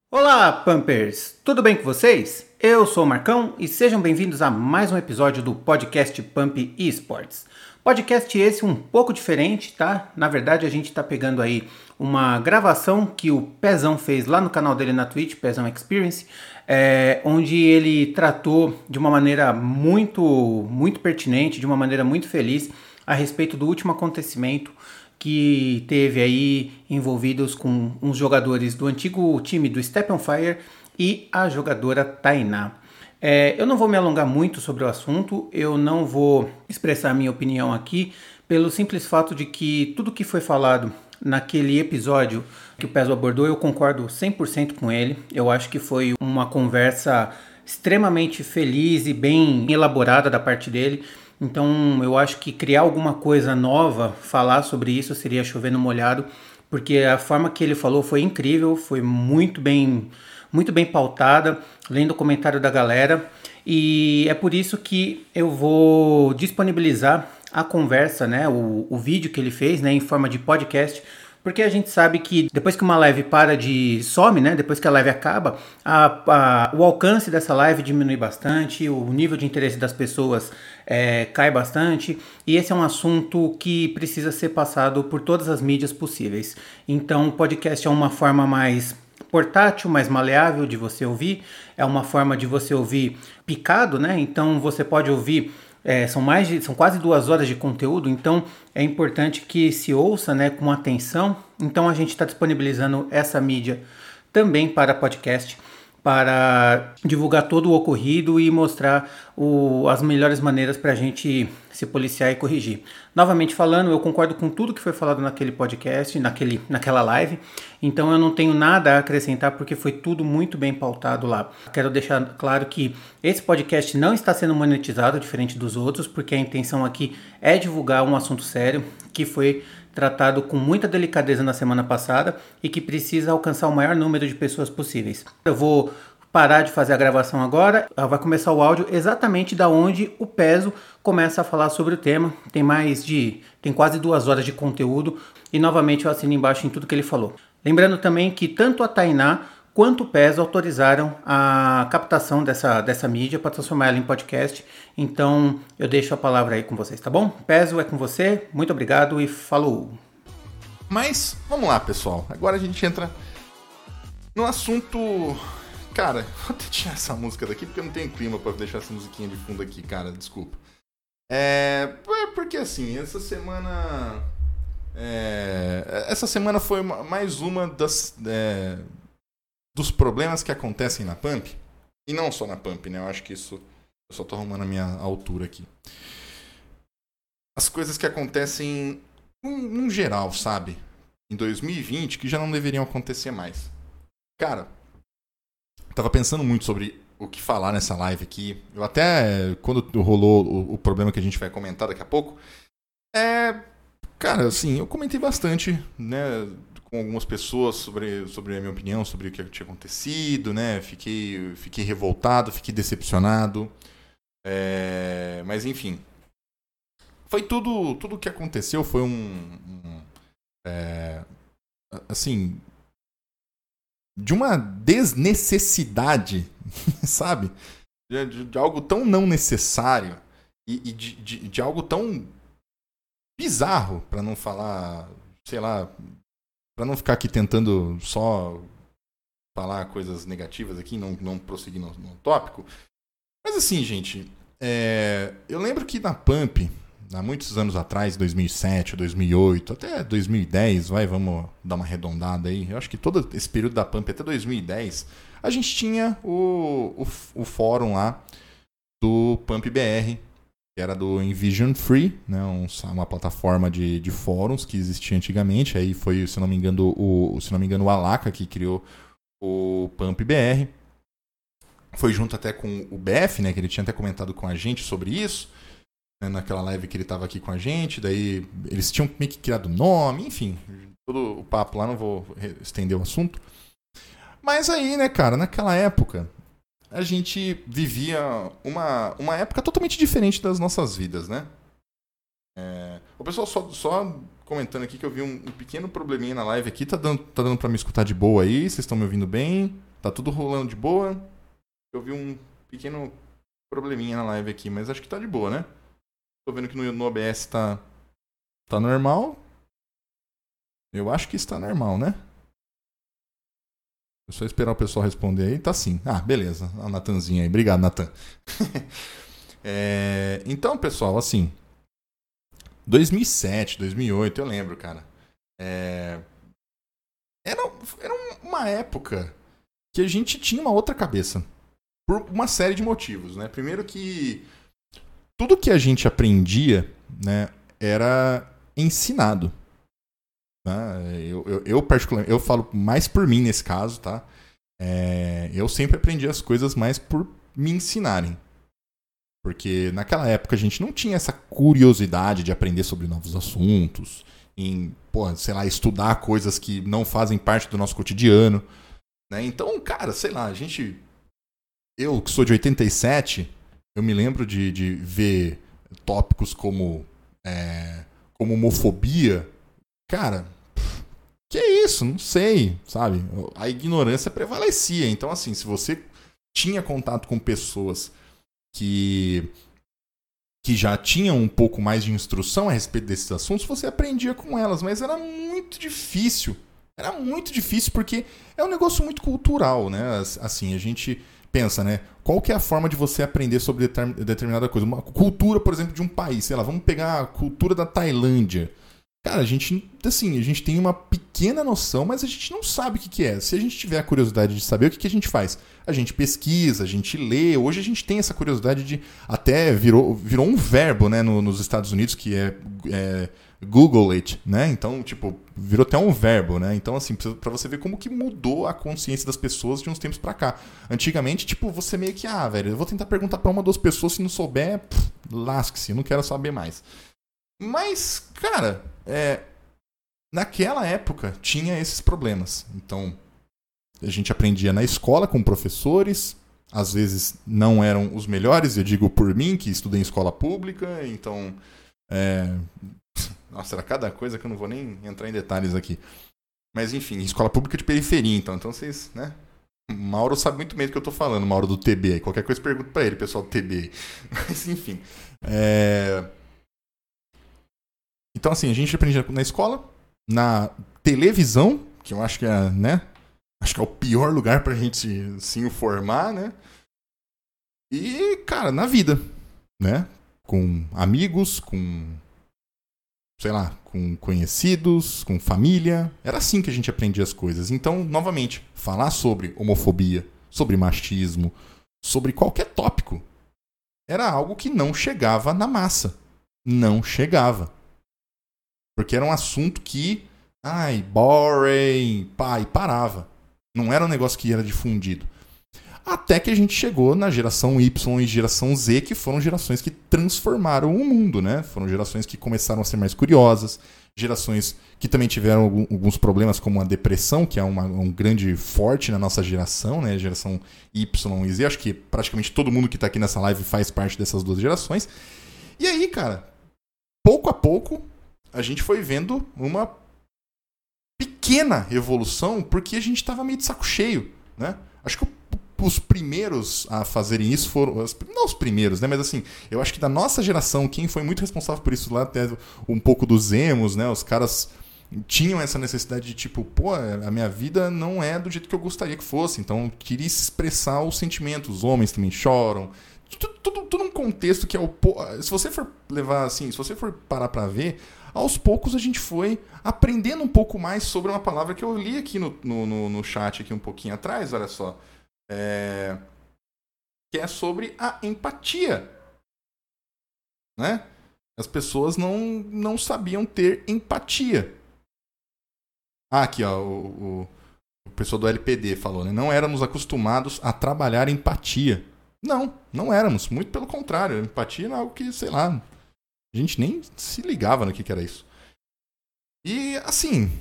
Olá, Pumpers! Tudo bem com vocês? Eu sou o Marcão e sejam bem-vindos a mais um episódio do podcast Pump Esports. Podcast esse um pouco diferente, tá? Na verdade, a gente tá pegando aí uma gravação que o Pezão fez lá no canal dele na Twitch, Pezão Experience, onde ele tratou de uma maneira muito pertinente, de uma maneira muito feliz, a respeito do último acontecimento que teve aí envolvidos com uns jogadores do antigo time do Step on Fire e a jogadora Tainá. Eu não vou me alongar muito sobre o assunto, eu não vou expressar minha opinião aqui, pelo simples fato de que tudo que foi falado naquele episódio que o Pezo abordou, eu concordo 100% com ele. Eu acho que foi uma conversa extremamente feliz e bem elaborada da parte dele. Então eu acho que criar alguma coisa nova, falar sobre isso seria chover no molhado, porque a forma que ele falou foi incrível, foi muito bem pautada, lendo o comentário da galera, e é por isso que eu vou disponibilizar a conversa, né, o vídeo que ele fez, né, em forma de podcast, porque a gente sabe que depois que uma live some, né? Depois que a live acaba, o alcance dessa live diminui bastante, o nível de interesse das pessoas cai bastante, e esse é um assunto que precisa ser passado por todas as mídias possíveis. Então o podcast é uma forma mais portátil, mais maleável de você ouvir, é uma forma de você ouvir picado, né? Então você pode ouvir. São quase 2 horas de conteúdo, então é importante que se ouça, né, com atenção. Então a gente está disponibilizando essa mídia também para podcast, para divulgar todo o ocorrido e mostrar as melhores maneiras para a gente se policiar e corrigir. Novamente falando, eu concordo com tudo que foi falado naquele podcast, naquela live, então eu não tenho nada a acrescentar porque foi tudo muito bem pautado lá. Quero deixar claro que esse podcast não está sendo monetizado, diferente dos outros, porque a intenção aqui é divulgar um assunto sério que foi tratado com muita delicadeza na semana passada e que precisa alcançar o maior número de pessoas possíveis. Eu vou parar de fazer a gravação agora, vai começar o áudio exatamente da onde o Pezo começa a falar sobre o tema. Tem quase 2 horas de conteúdo e novamente eu assino embaixo em tudo que ele falou. Lembrando também que tanto a Tainá quanto o Pezo autorizaram a captação dessa mídia para transformar ela em podcast. Então eu deixo a palavra aí com vocês, tá bom? Pezo, é com você, muito obrigado e falou! Mas, vamos lá, pessoal. Agora a gente entra no assunto... Cara, vou até tirar essa música daqui porque eu não tenho clima pra deixar essa musiquinha de fundo aqui, cara, desculpa. Porque assim, essa semana foi mais uma dos problemas que acontecem na Pump. E não só na Pump, né? Eu acho que isso... Eu só tô arrumando a minha altura aqui. As coisas que acontecem num geral, sabe? Em 2020, que já não deveriam acontecer mais. Cara, tava pensando muito sobre o que falar nessa live aqui. Eu até, quando rolou o problema que a gente vai comentar daqui a pouco, cara, assim, eu comentei bastante, né, com algumas pessoas sobre a minha opinião, sobre o que tinha acontecido, né, fiquei revoltado, fiquei decepcionado, mas enfim, foi tudo o que aconteceu foi assim, de uma desnecessidade, sabe? De algo tão não necessário e de algo tão bizarro, pra não falar, sei lá, pra não ficar aqui tentando só falar coisas negativas aqui, não prosseguir no tópico. Mas assim, gente, eu lembro que na Pump, há muitos anos atrás, 2007, 2008, até 2010, vamos dar uma arredondada aí. Eu acho que todo esse período da Pump, até 2010, a gente tinha o fórum lá do Pump BR, que era do Envision Free, né, uma plataforma de fóruns que existia antigamente. Aí foi, se não me engano, o Alaka que criou o Pump BR. Foi junto até com o BF, né, que ele tinha até comentado com a gente sobre isso, naquela live que ele estava aqui com a gente. Daí eles tinham meio que criado nome, enfim, todo o papo lá, não vou estender o assunto. Mas aí, né, cara, naquela época a gente vivia uma época totalmente diferente das nossas vidas, né? O pessoal só comentando aqui que eu vi um pequeno probleminha na live aqui. Tá dando pra me escutar de boa aí? Vocês estão me ouvindo bem? Tá tudo rolando de boa. Eu vi um pequeno probleminha na live aqui, mas acho que tá de boa, né? Tô vendo que no OBS tá normal. Eu acho que está normal, né? É só esperar o pessoal responder aí. Tá sim. Ah, beleza. A Natanzinha aí. Obrigado, Natan. Então, pessoal, assim... 2007, 2008, eu lembro, cara. Era uma época que a gente tinha uma outra cabeça. Por uma série de motivos, né? Primeiro que tudo que a gente aprendia, né, era ensinado. Tá? Eu particularmente, eu falo mais por mim nesse caso, tá? Eu sempre aprendi as coisas mais por me ensinarem. Porque naquela época a gente não tinha essa curiosidade de aprender sobre novos assuntos, em, sei lá, estudar coisas que não fazem parte do nosso cotidiano, né? Então, cara, sei lá, eu que sou de 87, eu me lembro de ver tópicos como homofobia. Cara, que isso? Não sei, sabe? A ignorância prevalecia. Então, assim, se você tinha contato com pessoas que já tinham um pouco mais de instrução a respeito desses assuntos, você aprendia com elas, mas era muito difícil. Era muito difícil porque é um negócio muito cultural, né? Assim, a gente pensa, né? Qual que é a forma de você aprender sobre determinada coisa? Uma cultura, por exemplo, de um país. Sei lá, vamos pegar a cultura da Tailândia. Cara, a gente tem uma pequena noção, mas a gente não sabe o que é. Se a gente tiver a curiosidade de saber, o que a gente faz? A gente pesquisa, a gente lê. Hoje a gente tem essa curiosidade de... Até virou um verbo, né, nos Estados Unidos, que é Google it, né? Então, tipo, virou até um verbo, né? Então, assim, pra você ver como que mudou a consciência das pessoas de uns tempos pra cá. Antigamente, tipo, você meio que... velho, eu vou tentar perguntar pra uma ou duas pessoas, se não souber, lasque-se, eu não quero saber mais. Mas, cara, naquela época tinha esses problemas. Então, a gente aprendia na escola com professores, às vezes não eram os melhores, eu digo por mim, que estudei em escola pública, então... Nossa, era cada coisa que eu não vou nem entrar em detalhes aqui. Mas, enfim, escola pública de periferia, então vocês, né? O Mauro sabe muito bem do que eu tô falando, o Mauro do TB. Qualquer coisa pergunta pra ele, pessoal do TB. Mas, enfim... Então, assim, a gente aprendia na escola, na televisão, que eu acho que acho que é o pior lugar pra gente se informar, né? E, cara, na vida, né? Com amigos, com, sei lá, com conhecidos, com família. Era assim que a gente aprendia as coisas. Então, novamente, falar sobre homofobia, sobre machismo, sobre qualquer tópico, era algo que não chegava na massa. Não chegava. Porque era um assunto que... boring, e parava. Não era um negócio que era difundido. Até que a gente chegou na geração Y e geração Z, que foram gerações que transformaram o mundo, né? Foram gerações que começaram a ser mais curiosas, gerações que também tiveram alguns problemas, como a depressão, que é um grande forte na nossa geração, né? Geração Y e Z. Acho que praticamente todo mundo que está aqui nessa live faz parte dessas duas gerações. E aí, cara, pouco a pouco... a gente foi vendo uma pequena evolução porque a gente estava meio de saco cheio, né? Acho que os primeiros a fazerem isso foram... não os primeiros, né? Mas assim, eu acho que da nossa geração, quem foi muito responsável por isso lá, até um pouco dos emos, né? Os caras tinham essa necessidade de tipo, a minha vida não é do jeito que eu gostaria que fosse, então eu queria expressar os sentimentos. Os homens também choram. Tudo um contexto que é o... Se você for levar assim, se você for parar pra ver... aos poucos a gente foi aprendendo um pouco mais sobre uma palavra que eu li aqui no chat aqui um pouquinho atrás, olha só. Que é sobre a empatia. Né? As pessoas não sabiam ter empatia. Aqui, ó, o pessoal do LPD falou, né? Não éramos acostumados a trabalhar empatia. Não éramos. Muito pelo contrário. Empatia era algo que, sei lá... a gente nem se ligava no que era isso. E, assim,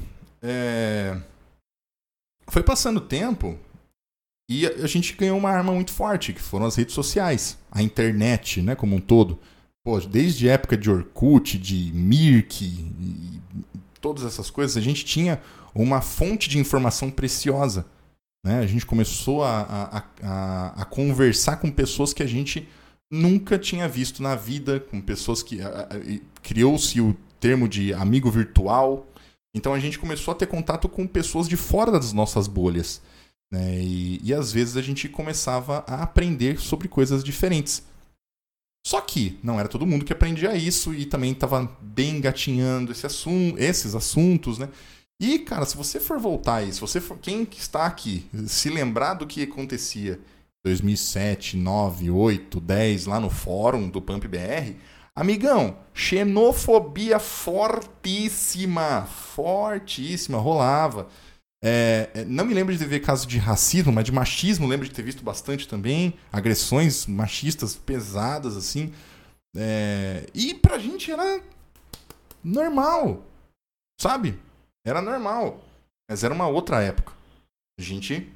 foi passando o tempo e a gente ganhou uma arma muito forte, que foram as redes sociais. A internet, né, como um todo. Desde a época de Orkut, de Mirk e todas essas coisas, a gente tinha uma fonte de informação preciosa. né? A gente começou a conversar com pessoas que a gente nunca tinha visto na vida, com pessoas que... criou-se o termo de amigo virtual. Então a gente começou a ter contato com pessoas de fora das nossas bolhas, né? E às vezes a gente começava a aprender sobre coisas diferentes. Só que não era todo mundo que aprendia isso e também estava bem engatinhando esses assuntos, né? E, cara, se você for voltar aí, quem que está aqui, se lembrar do que acontecia em 2007, 9, 8, 10, lá no fórum do Pump BR, amigão, xenofobia fortíssima, rolava. Não me lembro de ver casos de racismo, mas de machismo lembro de ter visto bastante também. Agressões machistas pesadas, assim. E pra gente era normal, sabe? Era normal. Mas era uma outra época. A gente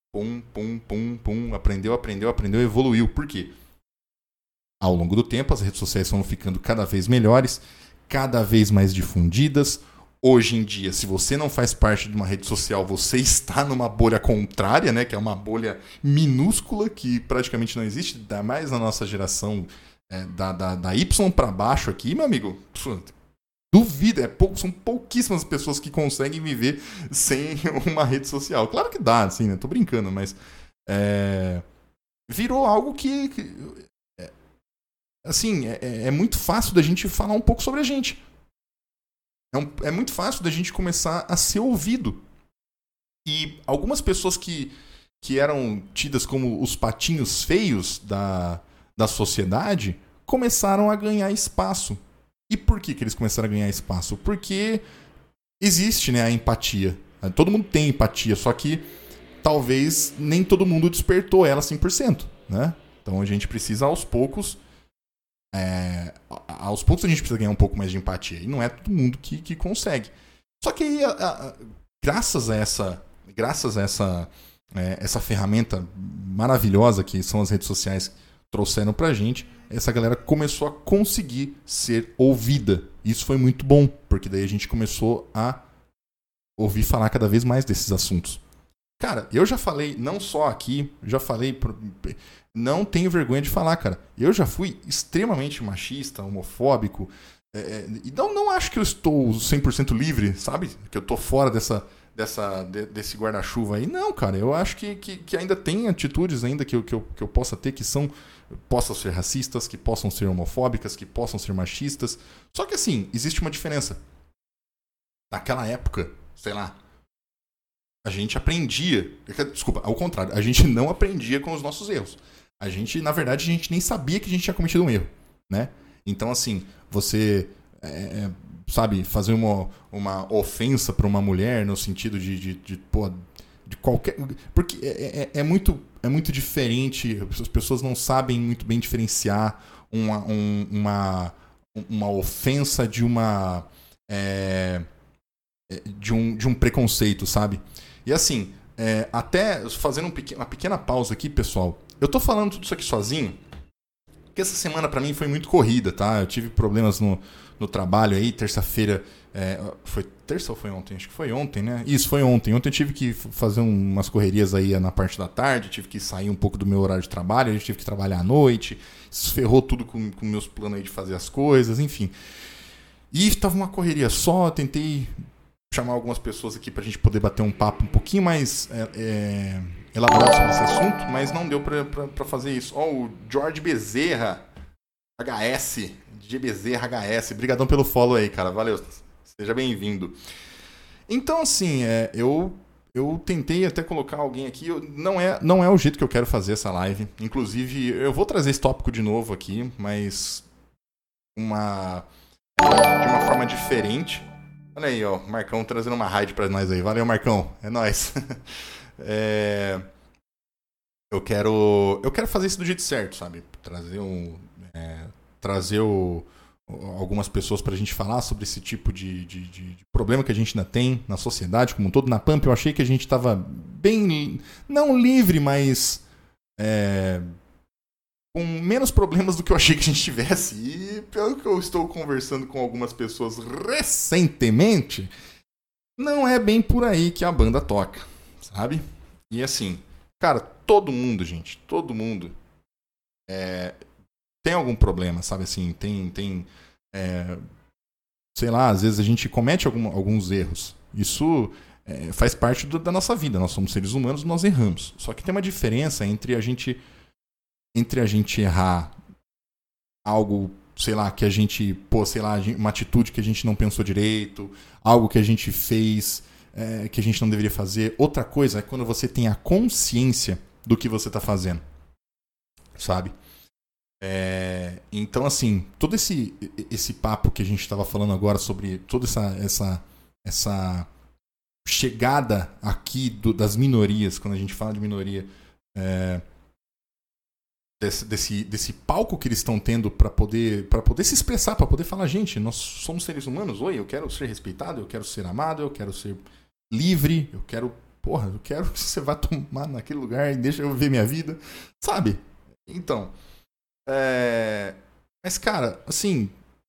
aprendeu, evoluiu. Por quê? Ao longo do tempo, as redes sociais foram ficando cada vez melhores, cada vez mais difundidas. Hoje em dia, se você não faz parte de uma rede social, você está numa bolha contrária, né? Que é uma bolha minúscula que praticamente não existe, ainda mais na nossa geração da Y para baixo aqui, meu amigo. Duvido, são pouquíssimas pessoas que conseguem viver sem uma rede social. Claro que dá, assim, né? Tô brincando, mas virou algo que assim, é muito fácil da gente falar um pouco sobre a gente. É muito fácil da gente começar a ser ouvido. E algumas pessoas que eram tidas como os patinhos feios da sociedade começaram a ganhar espaço. E por que eles começaram a ganhar espaço? Porque existe, né, a empatia. Todo mundo tem empatia, só que talvez nem todo mundo despertou ela 100%, né? Então a gente precisa aos poucos a gente precisa ganhar um pouco mais de empatia. E não é todo mundo que consegue. Só que aí, graças a essa ferramenta maravilhosa que são as redes sociais trouxeram pra gente, essa galera começou a conseguir ser ouvida. Isso foi muito bom, porque daí a gente começou a ouvir falar cada vez mais desses assuntos. Cara, eu já falei, não só aqui, não tenho vergonha de falar, cara. Eu já fui extremamente machista, homofóbico, e não acho que eu estou 100% livre, sabe? Que eu tô fora desse guarda-chuva aí. Não, cara, eu acho que ainda tem atitudes ainda que eu possa ter que possam ser racistas, que possam ser homofóbicas, que possam ser machistas. Só que assim, existe uma diferença. Naquela época, sei lá, a gente aprendia... Desculpa, ao contrário, a gente não aprendia com os nossos erros. Na verdade, a gente nem sabia que a gente tinha cometido um erro, né? Então, assim, você... sabe, fazer uma ofensa para uma mulher no sentido de qualquer... Porque é muito diferente, as pessoas não sabem muito bem diferenciar uma ofensa de um preconceito, sabe? E assim, até fazendo uma pequena pausa aqui, pessoal, eu tô falando tudo isso aqui sozinho, porque essa semana pra mim foi muito corrida, tá? Eu tive problemas no trabalho aí, terça-feira... foi terça ou foi ontem? Acho que foi ontem, né? Isso, foi ontem. Ontem eu tive que fazer umas correrias aí na parte da tarde, tive que sair um pouco do meu horário de trabalho, eu tive que trabalhar à noite, isso ferrou tudo com meus planos aí de fazer as coisas, enfim. E estava uma correria só, tentei chamar algumas pessoas aqui pra gente poder bater um papo um pouquinho mais elaborado sobre esse assunto, mas não deu pra fazer isso. O Jorge Bezerra, DJ Bezerra HS, brigadão pelo follow aí, cara, valeu, seja bem-vindo. Então, assim, eu tentei até colocar alguém aqui, não é o jeito que eu quero fazer essa live, inclusive eu vou trazer esse tópico de novo aqui, mas de uma forma diferente. Olha aí, ó, Marcão trazendo uma raid pra nós aí, valeu, Marcão, é nóis. Eu quero fazer isso do jeito certo, sabe, trazer algumas pessoas pra gente falar sobre esse tipo de problema que a gente ainda tem na sociedade como um todo. Na Pump eu achei que a gente tava bem, não livre, mas com menos problemas do que eu achei que a gente tivesse. E pelo que eu estou conversando com algumas pessoas recentemente, não é bem por aí que a banda toca, sabe? E assim, cara, todo mundo, gente, todo mundo tem algum problema, sabe assim, sei lá, às vezes a gente comete alguns erros. Isso faz parte da nossa vida, nós somos seres humanos, nós erramos. Só que tem uma diferença entre a gente errar algo, sei lá, que a gente, sei lá, uma atitude que a gente não pensou direito, algo que a gente fez que a gente não deveria fazer. Outra coisa é quando você tem a consciência do que você está fazendo, sabe? Então, assim, todo esse papo que a gente estava falando agora sobre toda essa chegada aqui das minorias, quando a gente fala de minoria, desse palco que eles estão tendo para poder se expressar, para poder falar, gente, nós somos seres humanos, eu quero ser respeitado, eu quero ser amado, eu quero ser livre, eu quero que você vá tomar naquele lugar e deixa eu viver minha vida, sabe? Então, mas cara, assim,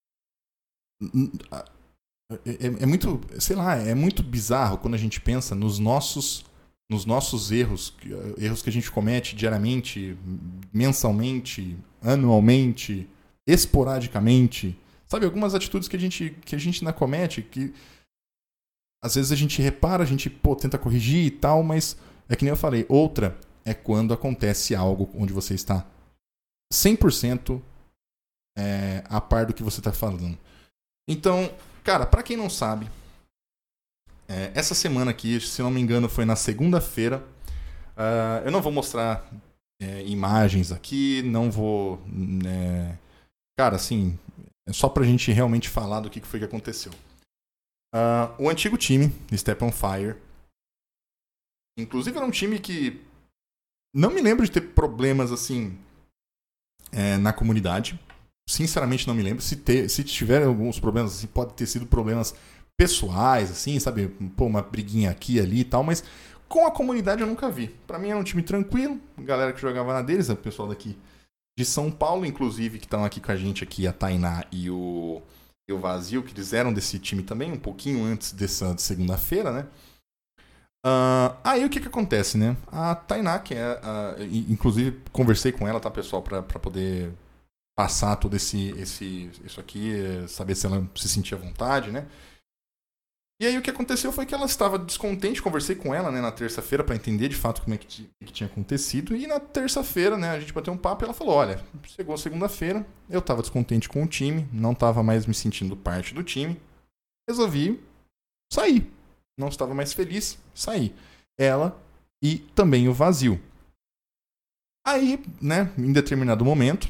é muito, sei lá, é muito bizarro quando a gente pensa nos nossos erros que a gente comete diariamente, mensalmente, anualmente, esporadicamente. Sabe, algumas atitudes que a gente ainda comete, que às vezes a gente repara, a gente tenta corrigir e tal, mas é que nem eu falei. Outra é quando acontece algo onde você está 100% a par do que você está falando. Então, cara, pra quem não sabe, essa semana aqui, se não me engano, foi na segunda-feira. Eu não vou mostrar imagens aqui, não vou... cara, assim, é só pra gente realmente falar do que foi que aconteceu. O antigo time, Step on Fire, inclusive era um time que não me lembro de ter problemas assim na comunidade. Sinceramente não me lembro. Se tiver alguns problemas, assim, pode ter sido problemas pessoais, assim, sabe? Uma briguinha aqui, ali e tal, mas com a comunidade eu nunca vi. Pra mim era um time tranquilo, galera que jogava na deles, o pessoal daqui de São Paulo, inclusive, que estão aqui com a gente aqui, a Tainá e o Vazio, que eles eram desse time também, um pouquinho antes dessa segunda-feira, né? Aí o que acontece, né? A Tainá, que inclusive conversei com ela, tá, pessoal, pra poder passar todo isso aqui, saber se ela se sentia à vontade, né? E aí o que aconteceu foi que ela estava descontente, conversei com ela, né, na terça-feira para entender de fato como é que tinha acontecido, e na terça-feira, né, a gente bateu um papo e ela falou, olha, chegou segunda-feira, eu estava descontente com o time, não estava mais me sentindo parte do time, resolvi sair, não estava mais feliz, saí. Ela e também o Vazio. Aí, né, em determinado momento,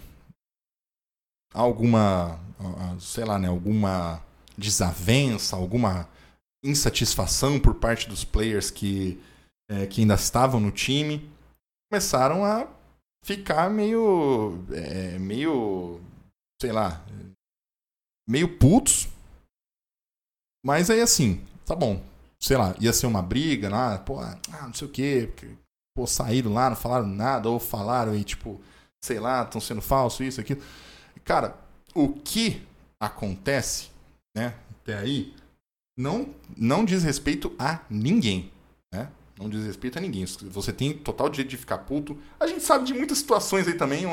alguma, sei lá, né, alguma desavença, alguma insatisfação por parte dos players que ainda estavam no time, começaram a ficar meio, sei lá, meio putos. Mas aí assim, tá bom, sei lá, ia ser uma briga lá, não sei o quê, porque, saíram lá, não falaram nada, ou falaram e tipo, sei lá, estão sendo falso, isso, aquilo. Cara, o que acontece, né, até aí, não diz respeito a ninguém, né? Não diz respeito a ninguém. Você tem total direito de ficar puto. A gente sabe de muitas situações aí também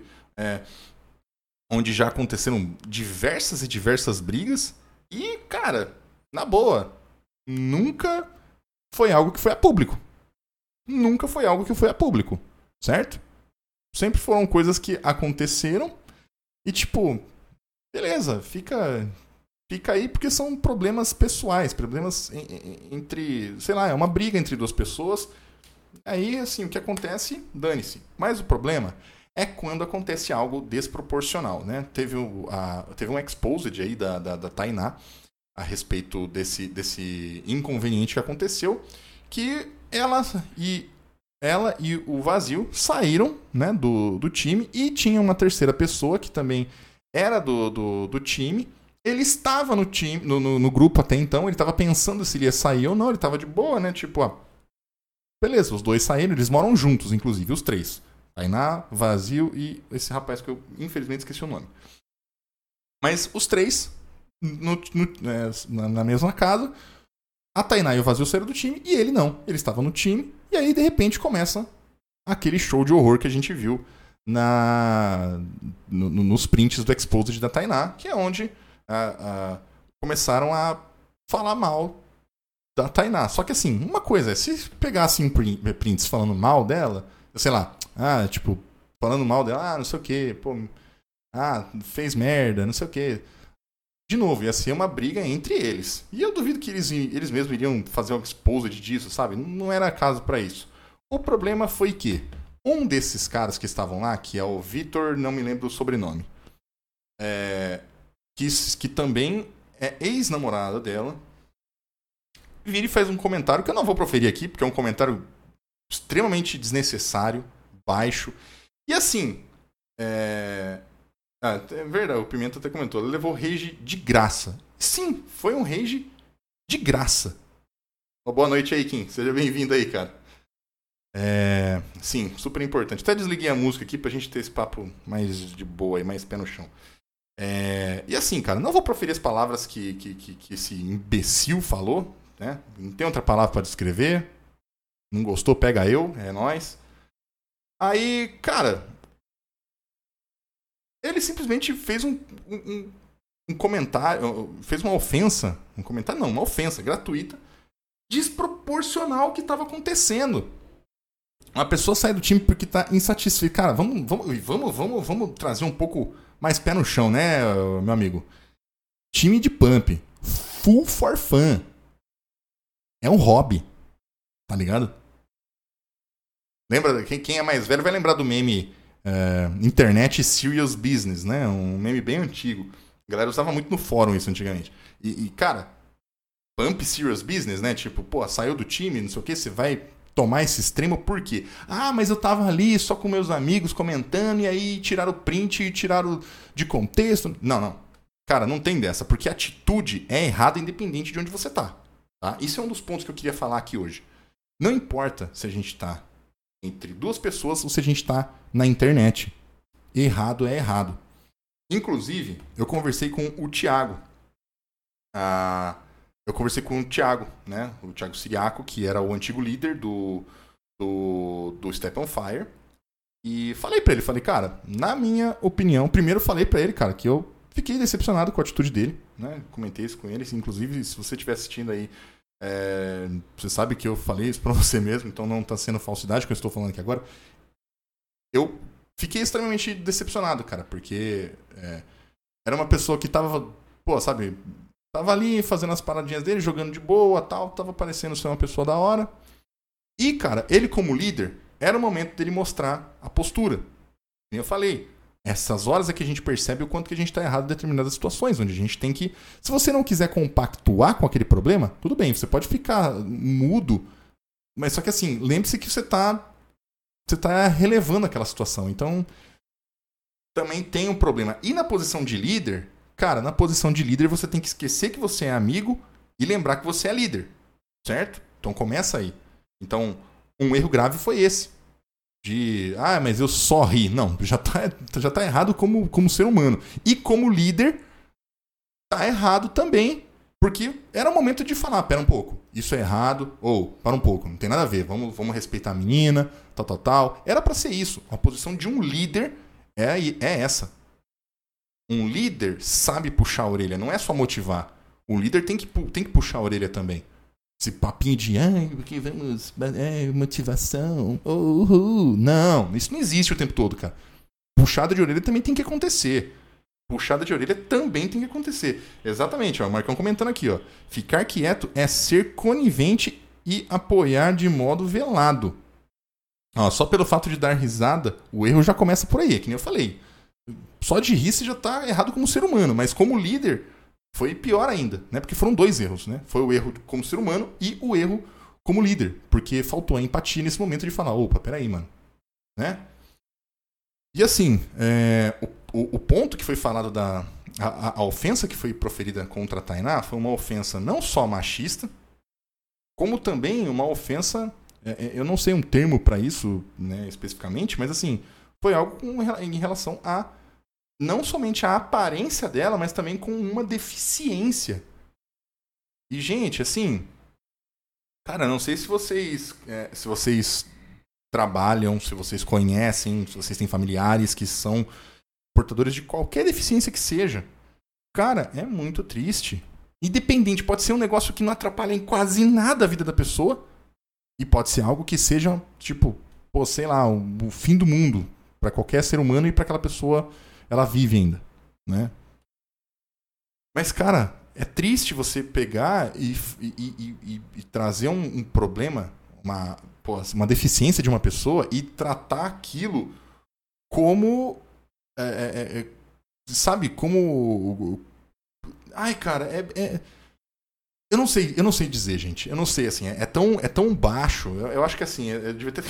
onde já aconteceram diversas e diversas brigas e, cara, na boa, nunca foi algo que foi a público. Nunca foi algo que foi a público, certo? Sempre foram coisas que aconteceram e, tipo, beleza, fica aí porque são problemas pessoais, problemas entre, sei lá, é uma briga entre duas pessoas. Aí, assim, o que acontece, dane-se. Mas o problema é quando acontece algo desproporcional, né? Teve um exposed aí da Tainá a respeito desse inconveniente que aconteceu, que ela e o Vazio saíram, né, do time, e tinha uma terceira pessoa que também era do time. Ele estava no time, no grupo até então, ele estava pensando se ele ia sair ou não, ele estava de boa, né? Tipo, beleza, os dois saíram, eles moram juntos, inclusive, os três. Tainá, Vazio e esse rapaz que eu infelizmente esqueci o nome. Mas os três, na mesma casa, a Tainá e o Vazio saíram do time, e ele não. Ele estava no time, E aí, de repente, começa aquele show de horror que a gente viu nos prints do Exposed da Tainá, que é onde começaram a falar mal da Tainá. Só que assim, uma coisa é, se pegassem prints falando mal dela, sei lá, tipo, falando mal dela, não sei o que, pô, fez merda, não sei o que. De novo, ia ser uma briga entre eles. E eu duvido que eles mesmos iriam fazer um exposed disso, sabe? Não era caso pra isso. O problema foi que um desses caras que estavam lá, que é o Vitor, não me lembro o sobrenome, que também é ex-namorada dela, vira e faz um comentário que eu não vou proferir aqui, porque é um comentário extremamente desnecessário, baixo. E assim, é verdade, o Pimenta até comentou, ele levou rage de graça. Sim, foi um rage de graça. Boa noite aí, Kim. Seja bem-vindo aí, cara. Sim, super importante. Até desliguei a música aqui pra gente ter esse papo mais de boa e mais pé no chão. E assim, cara, não vou proferir as palavras que esse imbecil falou, né? Não tem outra palavra pra descrever. Não gostou, pega eu, é nóis. Aí, cara, ele simplesmente fez um comentário, fez uma ofensa, uma ofensa gratuita, desproporcional ao que estava acontecendo. Uma pessoa sai do time porque tá insatisfeita. Cara, vamos trazer um pouco mais pé no chão, né, meu amigo? Time de pump, full for fun. É um hobby, tá ligado? Lembra, quem é mais velho vai lembrar do meme Internet Serious Business, né? Um meme bem antigo. A galera usava muito no fórum isso antigamente. E cara, Pump Serious Business, né? Tipo, pô, saiu do time, não sei o que, você vai tomar esse extremo por quê? Mas eu tava ali só com meus amigos comentando e aí tiraram o print e tiraram de contexto. Não. Cara, não tem dessa, porque a atitude é errada independente de onde você tá. Isso é um dos pontos que eu queria falar aqui hoje. Não importa se a gente tá entre duas pessoas ou se a gente tá na internet. Errado é errado. Inclusive, eu conversei com o Thiago. Né? O Thiago Siriaco, que era o antigo líder do Step on Fire. E falei pra ele, cara, na minha opinião, primeiro falei pra ele, cara, que eu fiquei decepcionado com a atitude dele, né? Comentei isso com ele, inclusive, se você estiver assistindo aí, você sabe que eu falei isso pra você mesmo, então não tá sendo falsidade que eu estou falando aqui agora. Eu fiquei extremamente decepcionado, cara, porque era uma pessoa que tava, tava ali fazendo as paradinhas dele, jogando de boa, tal, tava parecendo ser uma pessoa da hora. E, cara, ele como líder, era o momento dele mostrar a postura. E eu falei, essas horas é que a gente percebe o quanto que a gente tá errado em determinadas situações, onde a gente tem que... Se você não quiser compactuar com aquele problema, tudo bem, você pode ficar mudo, mas só que assim, lembre-se que você tá relevando aquela situação. Então, também tem um problema. E na posição de líder, cara, na posição de líder você tem que esquecer que você é amigo e lembrar que você é líder, certo? Então começa aí. Então, um erro grave foi esse. Mas eu só ri. Não, já tá errado como ser humano. E como líder, tá errado também. Porque era o momento de falar, pera um pouco, isso é errado, para um pouco, não tem nada a ver, vamos respeitar a menina, tal. Era pra ser isso. A posição de um líder é essa. Um líder sabe puxar a orelha, não é só motivar. O líder tem que puxar a orelha também. Esse papinho de, porque vamos, motivação, Não, isso não existe o tempo todo, cara. Puxada de orelha também tem que acontecer. Exatamente, ó, o Marcão comentando aqui, ó. Ficar quieto é ser conivente e apoiar de modo velado. Ó, só pelo fato de dar risada, o erro já começa por aí, que nem eu falei. Só de rir você já tá errado como ser humano, mas como líder foi pior ainda, né? Porque foram dois erros, né? Foi o erro como ser humano e o erro como líder, porque faltou a empatia nesse momento de falar, opa, peraí, mano, né? E assim, o ponto que foi falado a ofensa que foi proferida contra a Tainá foi uma ofensa não só machista, como também uma ofensa, eu não sei um termo para isso, né, especificamente, mas assim, foi algo em relação a não somente a aparência dela, mas também com uma deficiência. E, gente, assim, Cara, não sei se vocês trabalham, se vocês conhecem, se vocês têm familiares que são portadores de qualquer deficiência que seja. Cara, é muito triste. Independente, pode ser um negócio que não atrapalha em quase nada a vida da pessoa. E pode ser algo que seja, tipo, pô, sei lá, o fim do mundo para qualquer ser humano e para aquela pessoa, ela vive ainda, né? Mas, cara, é triste você pegar e trazer um problema, uma deficiência de uma pessoa e tratar aquilo como, sabe, como... Ai, cara, eu não sei dizer, gente. Eu não sei, assim, é tão baixo. Eu acho que, assim, eu devia ter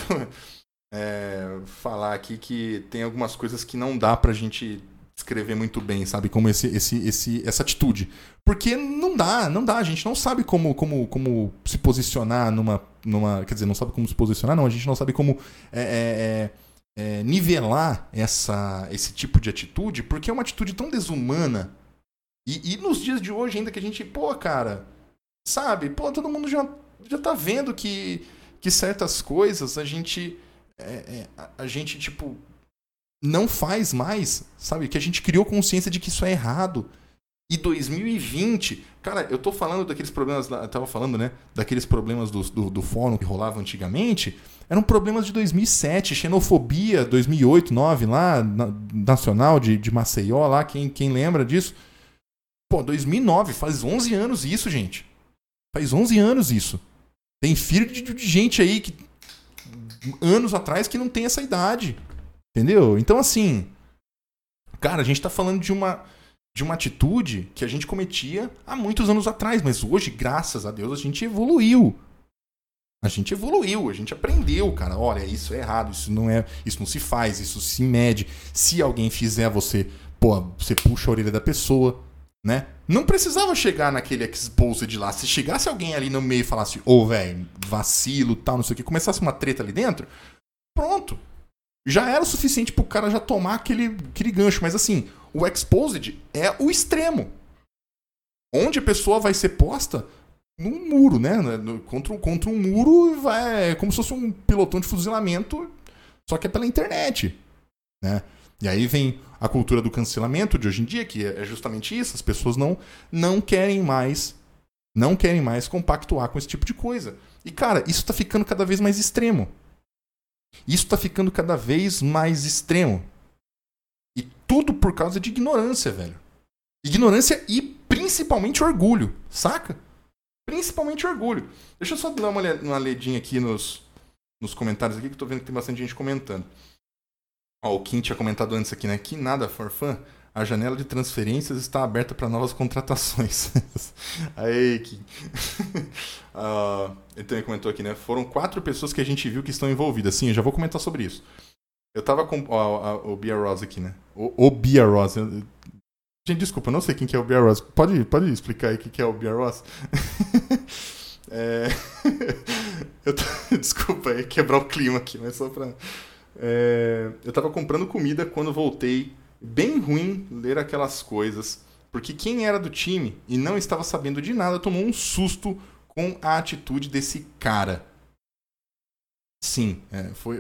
falar aqui que tem algumas coisas que não dá pra gente descrever muito bem, sabe? Como essa atitude. Porque não dá, a gente não sabe como se posicionar numa... Quer dizer, não sabe como se posicionar, não. A gente não sabe como nivelar esse tipo de atitude, porque é uma atitude tão desumana. E nos dias de hoje ainda que a gente, pô, cara, sabe? Pô, todo mundo já tá vendo que certas coisas a gente, tipo, não faz mais, sabe? Que a gente criou consciência de que isso é errado. E 2020, cara, eu tô falando daqueles problemas, eu tava falando, né? Daqueles problemas do fórum que rolava antigamente, eram problemas de 2007, xenofobia, 2008, 2009, lá, nacional de Maceió, lá, quem lembra disso? Pô, 2009, faz 11 anos isso, gente. Faz 11 anos isso. Tem filho de gente aí que anos atrás que não tem essa idade. Entendeu? Então, assim, cara, a gente tá falando de uma atitude que a gente cometia há muitos anos atrás, mas hoje, graças a Deus, a gente evoluiu. A gente aprendeu, cara. Olha, isso é errado, isso não se faz, isso se mede. Se alguém fizer, você puxa a orelha da pessoa. Né? Não precisava chegar naquele exposed lá. Se chegasse alguém ali no meio e falasse, velho, vacilo, tal, não sei o que, começasse uma treta ali dentro, pronto. Já era o suficiente pro cara já tomar aquele gancho. Mas assim, o exposed é o extremo. Onde a pessoa vai ser posta num muro, né? Contra um muro, é como se fosse um pelotão de fuzilamento, só que é pela internet, né? E aí vem a cultura do cancelamento de hoje em dia, que é justamente isso. As pessoas não querem mais compactuar com esse tipo de coisa. E, cara, isso tá ficando cada vez mais extremo. E tudo por causa de ignorância, velho. Ignorância e principalmente orgulho, saca? Principalmente orgulho. Deixa eu só dar uma ledinha aqui nos comentários aqui, que eu tô vendo que tem bastante gente comentando. Ó, o Kim tinha comentado antes aqui, né? Que nada, Forfã. A janela de transferências está aberta para novas contratações. Aí, Kim. Ele também comentou aqui, né? Foram 4 pessoas que a gente viu que estão envolvidas. Sim, eu já vou comentar sobre isso. Eu tava com o Bia Ross aqui, né? O Bia Ross. Gente, desculpa, eu não sei quem que é o Bia Ross. Pode explicar aí o que é o Bia Ross? Desculpa aí, quebrar o clima aqui, mas só pra... eu tava comprando comida quando voltei, bem ruim ler aquelas coisas, porque quem era do time e não estava sabendo de nada tomou um susto com a atitude desse cara. Sim, foi...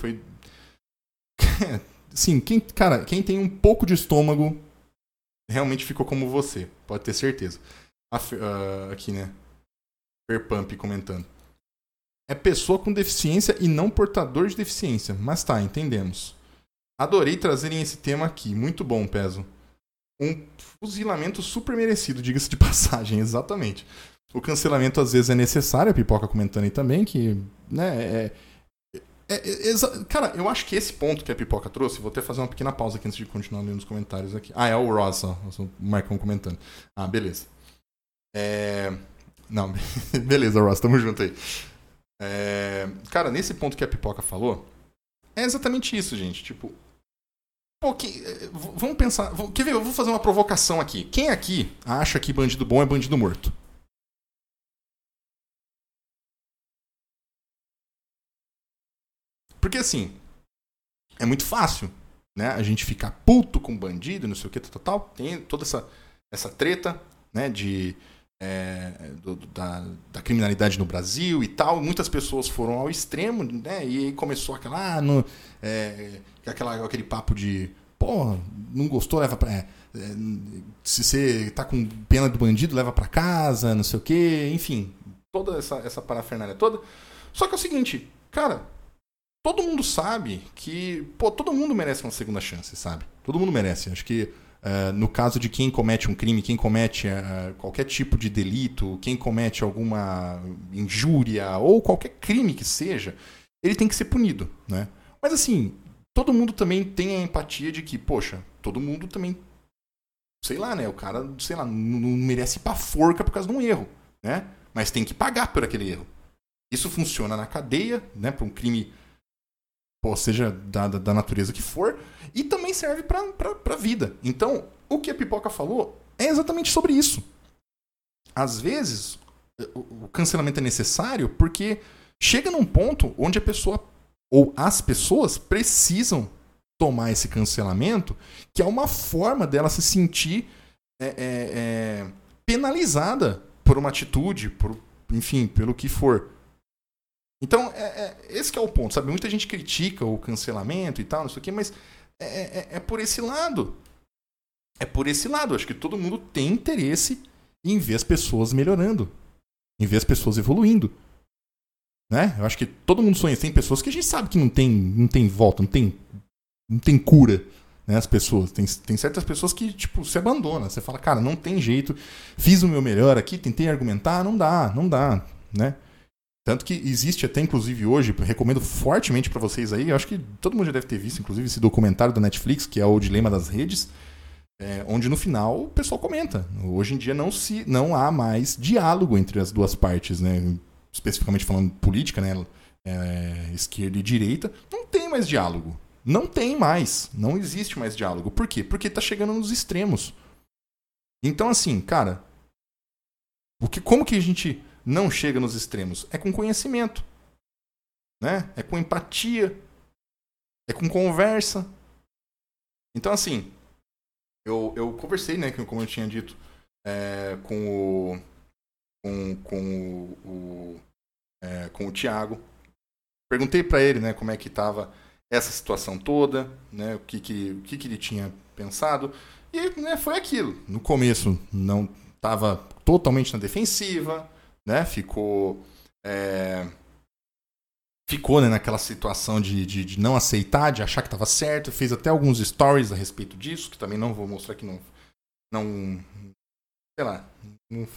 Sim, quem tem um pouco de estômago realmente ficou como você, pode ter certeza. Aqui, né? Perpump comentando. É pessoa com deficiência e não portador de deficiência. Mas tá, entendemos. Adorei trazerem esse tema aqui. Muito bom, Peso. Um fuzilamento super merecido, diga-se de passagem, exatamente. O cancelamento às vezes é necessário, a Pipoca comentando aí também, que, né, cara, eu acho que esse ponto que a Pipoca trouxe, vou até fazer uma pequena pausa aqui antes de continuar lendo os comentários aqui. É o Ross, ó, o Marcão comentando. Beleza. Não, beleza, Ross, tamo junto aí. Cara, nesse ponto que a Pipoca falou, é exatamente isso, gente. Tipo, vamos pensar. Quer ver? Eu vou fazer uma provocação aqui. Quem aqui acha que bandido bom é bandido morto? Porque assim, é muito fácil, né? A gente ficar puto com bandido, não sei o que, tal. Tem toda essa treta, né? De da criminalidade no Brasil e tal. Muitas pessoas foram ao extremo, né? E aí começou aquele papo de pô, não gostou, leva pra... se você tá com pena do bandido, leva pra casa, não sei o quê, enfim, toda essa parafernália toda. Só que é o seguinte, cara, todo mundo sabe que, pô, todo mundo merece uma segunda chance, sabe? Todo mundo merece. Acho que no caso de quem comete um crime, quem comete qualquer tipo de delito, quem comete alguma injúria ou qualquer crime que seja, ele tem que ser punido, né? Mas assim, todo mundo também tem a empatia de que, poxa, todo mundo também, sei lá, né? O cara, sei lá, não merece ir pra forca por causa de um erro, né? Mas tem que pagar por aquele erro. Isso funciona na cadeia, né? Pra um crime, pô, seja da natureza que for, e também serve pra vida. Então, o que a Pipoca falou é exatamente sobre isso. Às vezes, o cancelamento é necessário porque chega num ponto onde a pessoa ou as pessoas precisam tomar esse cancelamento, que é uma forma dela se sentir penalizada por uma atitude, enfim, pelo que for. Então, esse que é o ponto, sabe? Muita gente critica o cancelamento e tal, não sei o quê, mas é por esse lado. É por esse lado. Acho que todo mundo tem interesse em ver as pessoas melhorando, em ver as pessoas evoluindo. Né? Eu acho que todo mundo sonha. Tem pessoas que a gente sabe que não tem volta, não tem cura, né? As pessoas. Tem certas pessoas que, tipo, se abandonam. Você fala, cara, não tem jeito. Fiz o meu melhor aqui, tentei argumentar, não dá, né? Tanto que existe até, inclusive, hoje, recomendo fortemente pra vocês aí, eu acho que todo mundo já deve ter visto, inclusive, esse documentário da Netflix, que é o Dilema das Redes, onde no final o pessoal comenta. Hoje em dia não há mais diálogo entre as duas partes, né? Especificamente falando política, né? Esquerda e direita, não tem mais diálogo. Não tem mais. Não existe mais diálogo. Por quê? Porque tá chegando nos extremos. Então, assim, cara, como que a gente não chega nos extremos? É com conhecimento, né? É com empatia, é com conversa. Então, assim, eu conversei, né, como eu tinha dito, com o Thiago. Perguntei para ele, né, como é que estava essa situação toda, né, o que ele tinha pensado. E, né, foi aquilo. No começo não estava totalmente na defensiva, né, ficou né, naquela situação de não aceitar, de achar que estava certo. Fez até alguns stories a respeito disso, que também não vou mostrar que não sei lá, não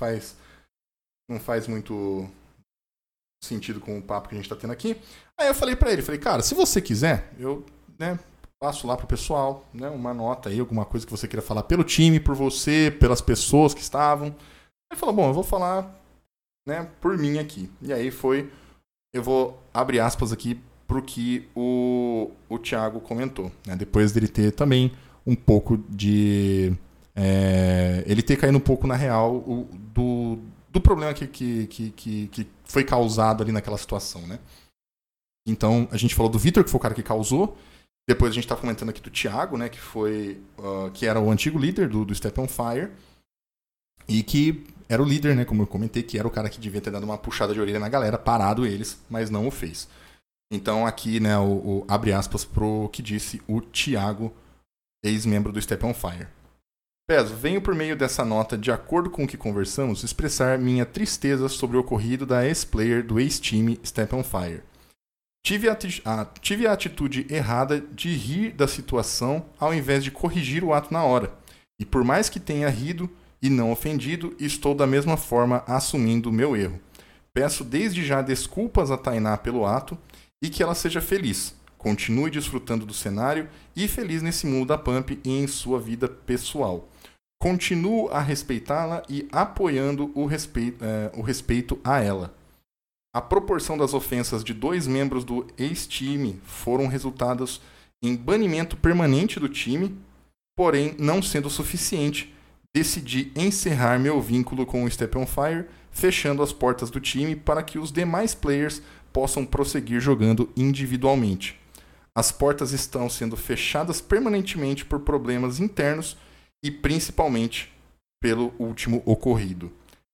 faz muito sentido com o papo que a gente está tendo aqui. Aí eu falei para ele, cara, se você quiser, eu, né, passo lá pro pessoal, né, uma nota aí, alguma coisa que você queira falar pelo time, por você, pelas pessoas que estavam. Ele falou, bom, eu vou falar, né, por mim aqui. E aí eu vou abrir aspas aqui pro que o Thiago comentou, né, depois dele ter também um pouco de... ele ter caído um pouco na real do problema que foi causado ali naquela situação, né? Então, a gente falou do Vitor, que foi o cara que causou. Depois a gente tá comentando aqui do Thiago, né? Que era o antigo líder do Step on Fire. E que era o líder, né? Como eu comentei, que era o cara que devia ter dado uma puxada de orelha na galera, parado eles, mas não o fez. Então, aqui, né? Abre aspas pro que disse o Thiago, ex-membro do Step on Fire. Peso, venho por meio dessa nota, de acordo com o que conversamos, expressar minha tristeza sobre o ocorrido da ex-player do ex-time Step on Fire. Tive a atitude errada de rir da situação ao invés de corrigir o ato na hora. E por mais que tenha rido e não ofendido, estou da mesma forma assumindo o meu erro. Peço desde já desculpas a Tainá pelo ato e que ela seja feliz. Continue desfrutando do cenário e feliz nesse mundo da Pump e em sua vida pessoal. Continuo a respeitá-la e apoiando o respeito a ela. A proporção das ofensas de 2 membros do ex-time foram resultados em banimento permanente do time, porém, não sendo suficiente, decidi encerrar meu vínculo com o Step on Fire, fechando as portas do time para que os demais players possam prosseguir jogando individualmente. As portas estão sendo fechadas permanentemente por problemas internos e principalmente pelo último ocorrido.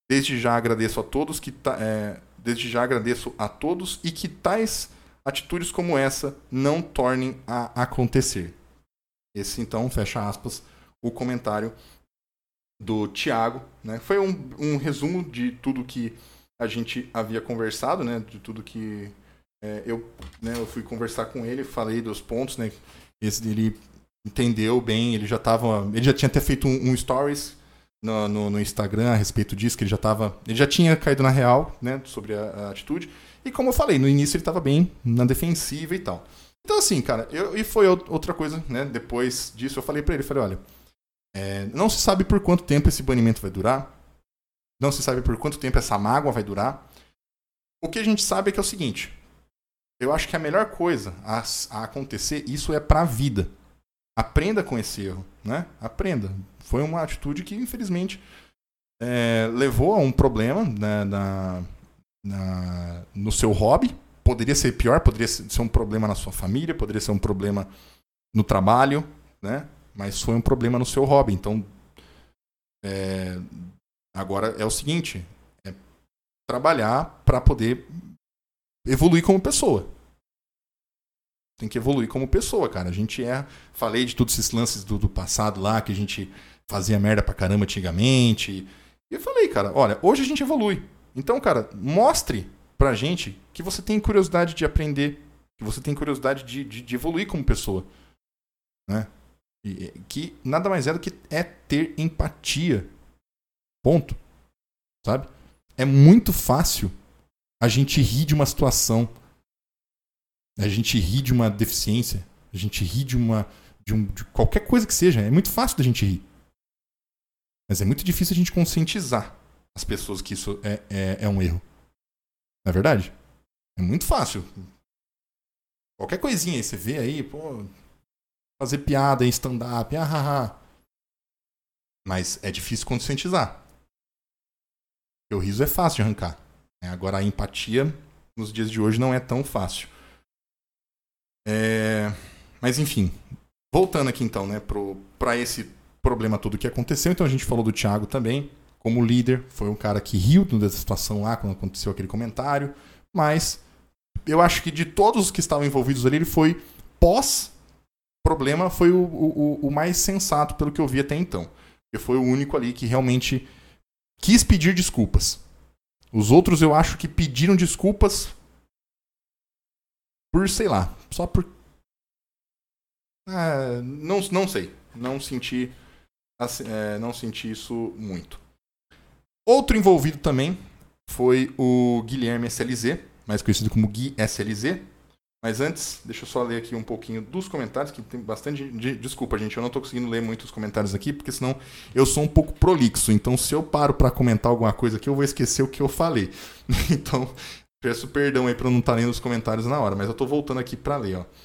Desde já agradeço a todos desde já agradeço a todos e que tais atitudes como essa não tornem a acontecer. Esse, então, fecha aspas, o comentário do Thiago, né? Foi um resumo de tudo que a gente havia conversado, né? De tudo que eu fui conversar com ele, falei dos pontos, né? Ele entendeu bem, ele já tinha até feito um stories no Instagram a respeito disso, que ele já tinha caído na real, né? Sobre a atitude. E como eu falei, no início ele estava bem na defensiva e tal. Então assim, cara, e foi outra coisa, né? Depois disso eu falei pra ele, olha, não se sabe por quanto tempo esse banimento vai durar, não se sabe por quanto tempo essa mágoa vai durar. O que a gente sabe é que é o seguinte, eu acho que a melhor coisa a acontecer, isso é pra vida. Aprenda com esse erro, né? Aprenda. Foi uma atitude que, infelizmente, levou a um problema, né, no seu hobby. Poderia ser pior, poderia ser um problema na sua família, poderia ser um problema no trabalho, né? Mas foi um problema no seu hobby. Então, agora é o seguinte, trabalhar para poder evoluir como pessoa. Tem que evoluir como pessoa, cara. A gente falei de todos esses lances do passado lá, que a gente fazia merda pra caramba antigamente. E eu falei, cara, olha, hoje a gente evolui. Então, cara, mostre pra gente que você tem curiosidade de aprender, que você tem curiosidade de evoluir como pessoa. Né? Que nada mais é do que ter empatia. Ponto. Sabe? É muito fácil a gente rir de uma situação, a gente ri de uma deficiência, a gente ri de qualquer coisa que seja. É muito fácil da gente rir. Mas é muito difícil a gente conscientizar as pessoas que isso é um erro. Não é verdade? É muito fácil. Qualquer coisinha aí, você vê aí, pô, fazer piada em stand-up, Mas é difícil conscientizar. Porque o riso é fácil de arrancar. Agora a empatia, nos dias de hoje, não é tão fácil. Mas enfim, voltando aqui então, né, para esse problema todo que aconteceu. Então a gente falou do Thiago também, como líder, foi um cara que riu dessa situação lá quando aconteceu aquele comentário, mas eu acho que de todos os que estavam envolvidos ali, ele foi pós-problema, foi o mais sensato pelo que eu vi até então. Porque foi o único ali que realmente quis pedir desculpas. Os outros eu acho que pediram desculpas por, sei lá, só por... não sei. Não senti isso muito. Outro envolvido também foi o Guilherme SLZ, mais conhecido como Gui SLZ. Mas antes, deixa eu só ler aqui um pouquinho dos comentários, que tem bastante... Desculpa, gente, eu não estou conseguindo ler muitos comentários aqui, porque senão eu sou um pouco prolixo. Então, se eu paro para comentar alguma coisa aqui, eu vou esquecer o que eu falei. Então... Peço perdão aí pra eu não estar lendo os comentários na hora, mas eu tô voltando aqui pra ler, ó.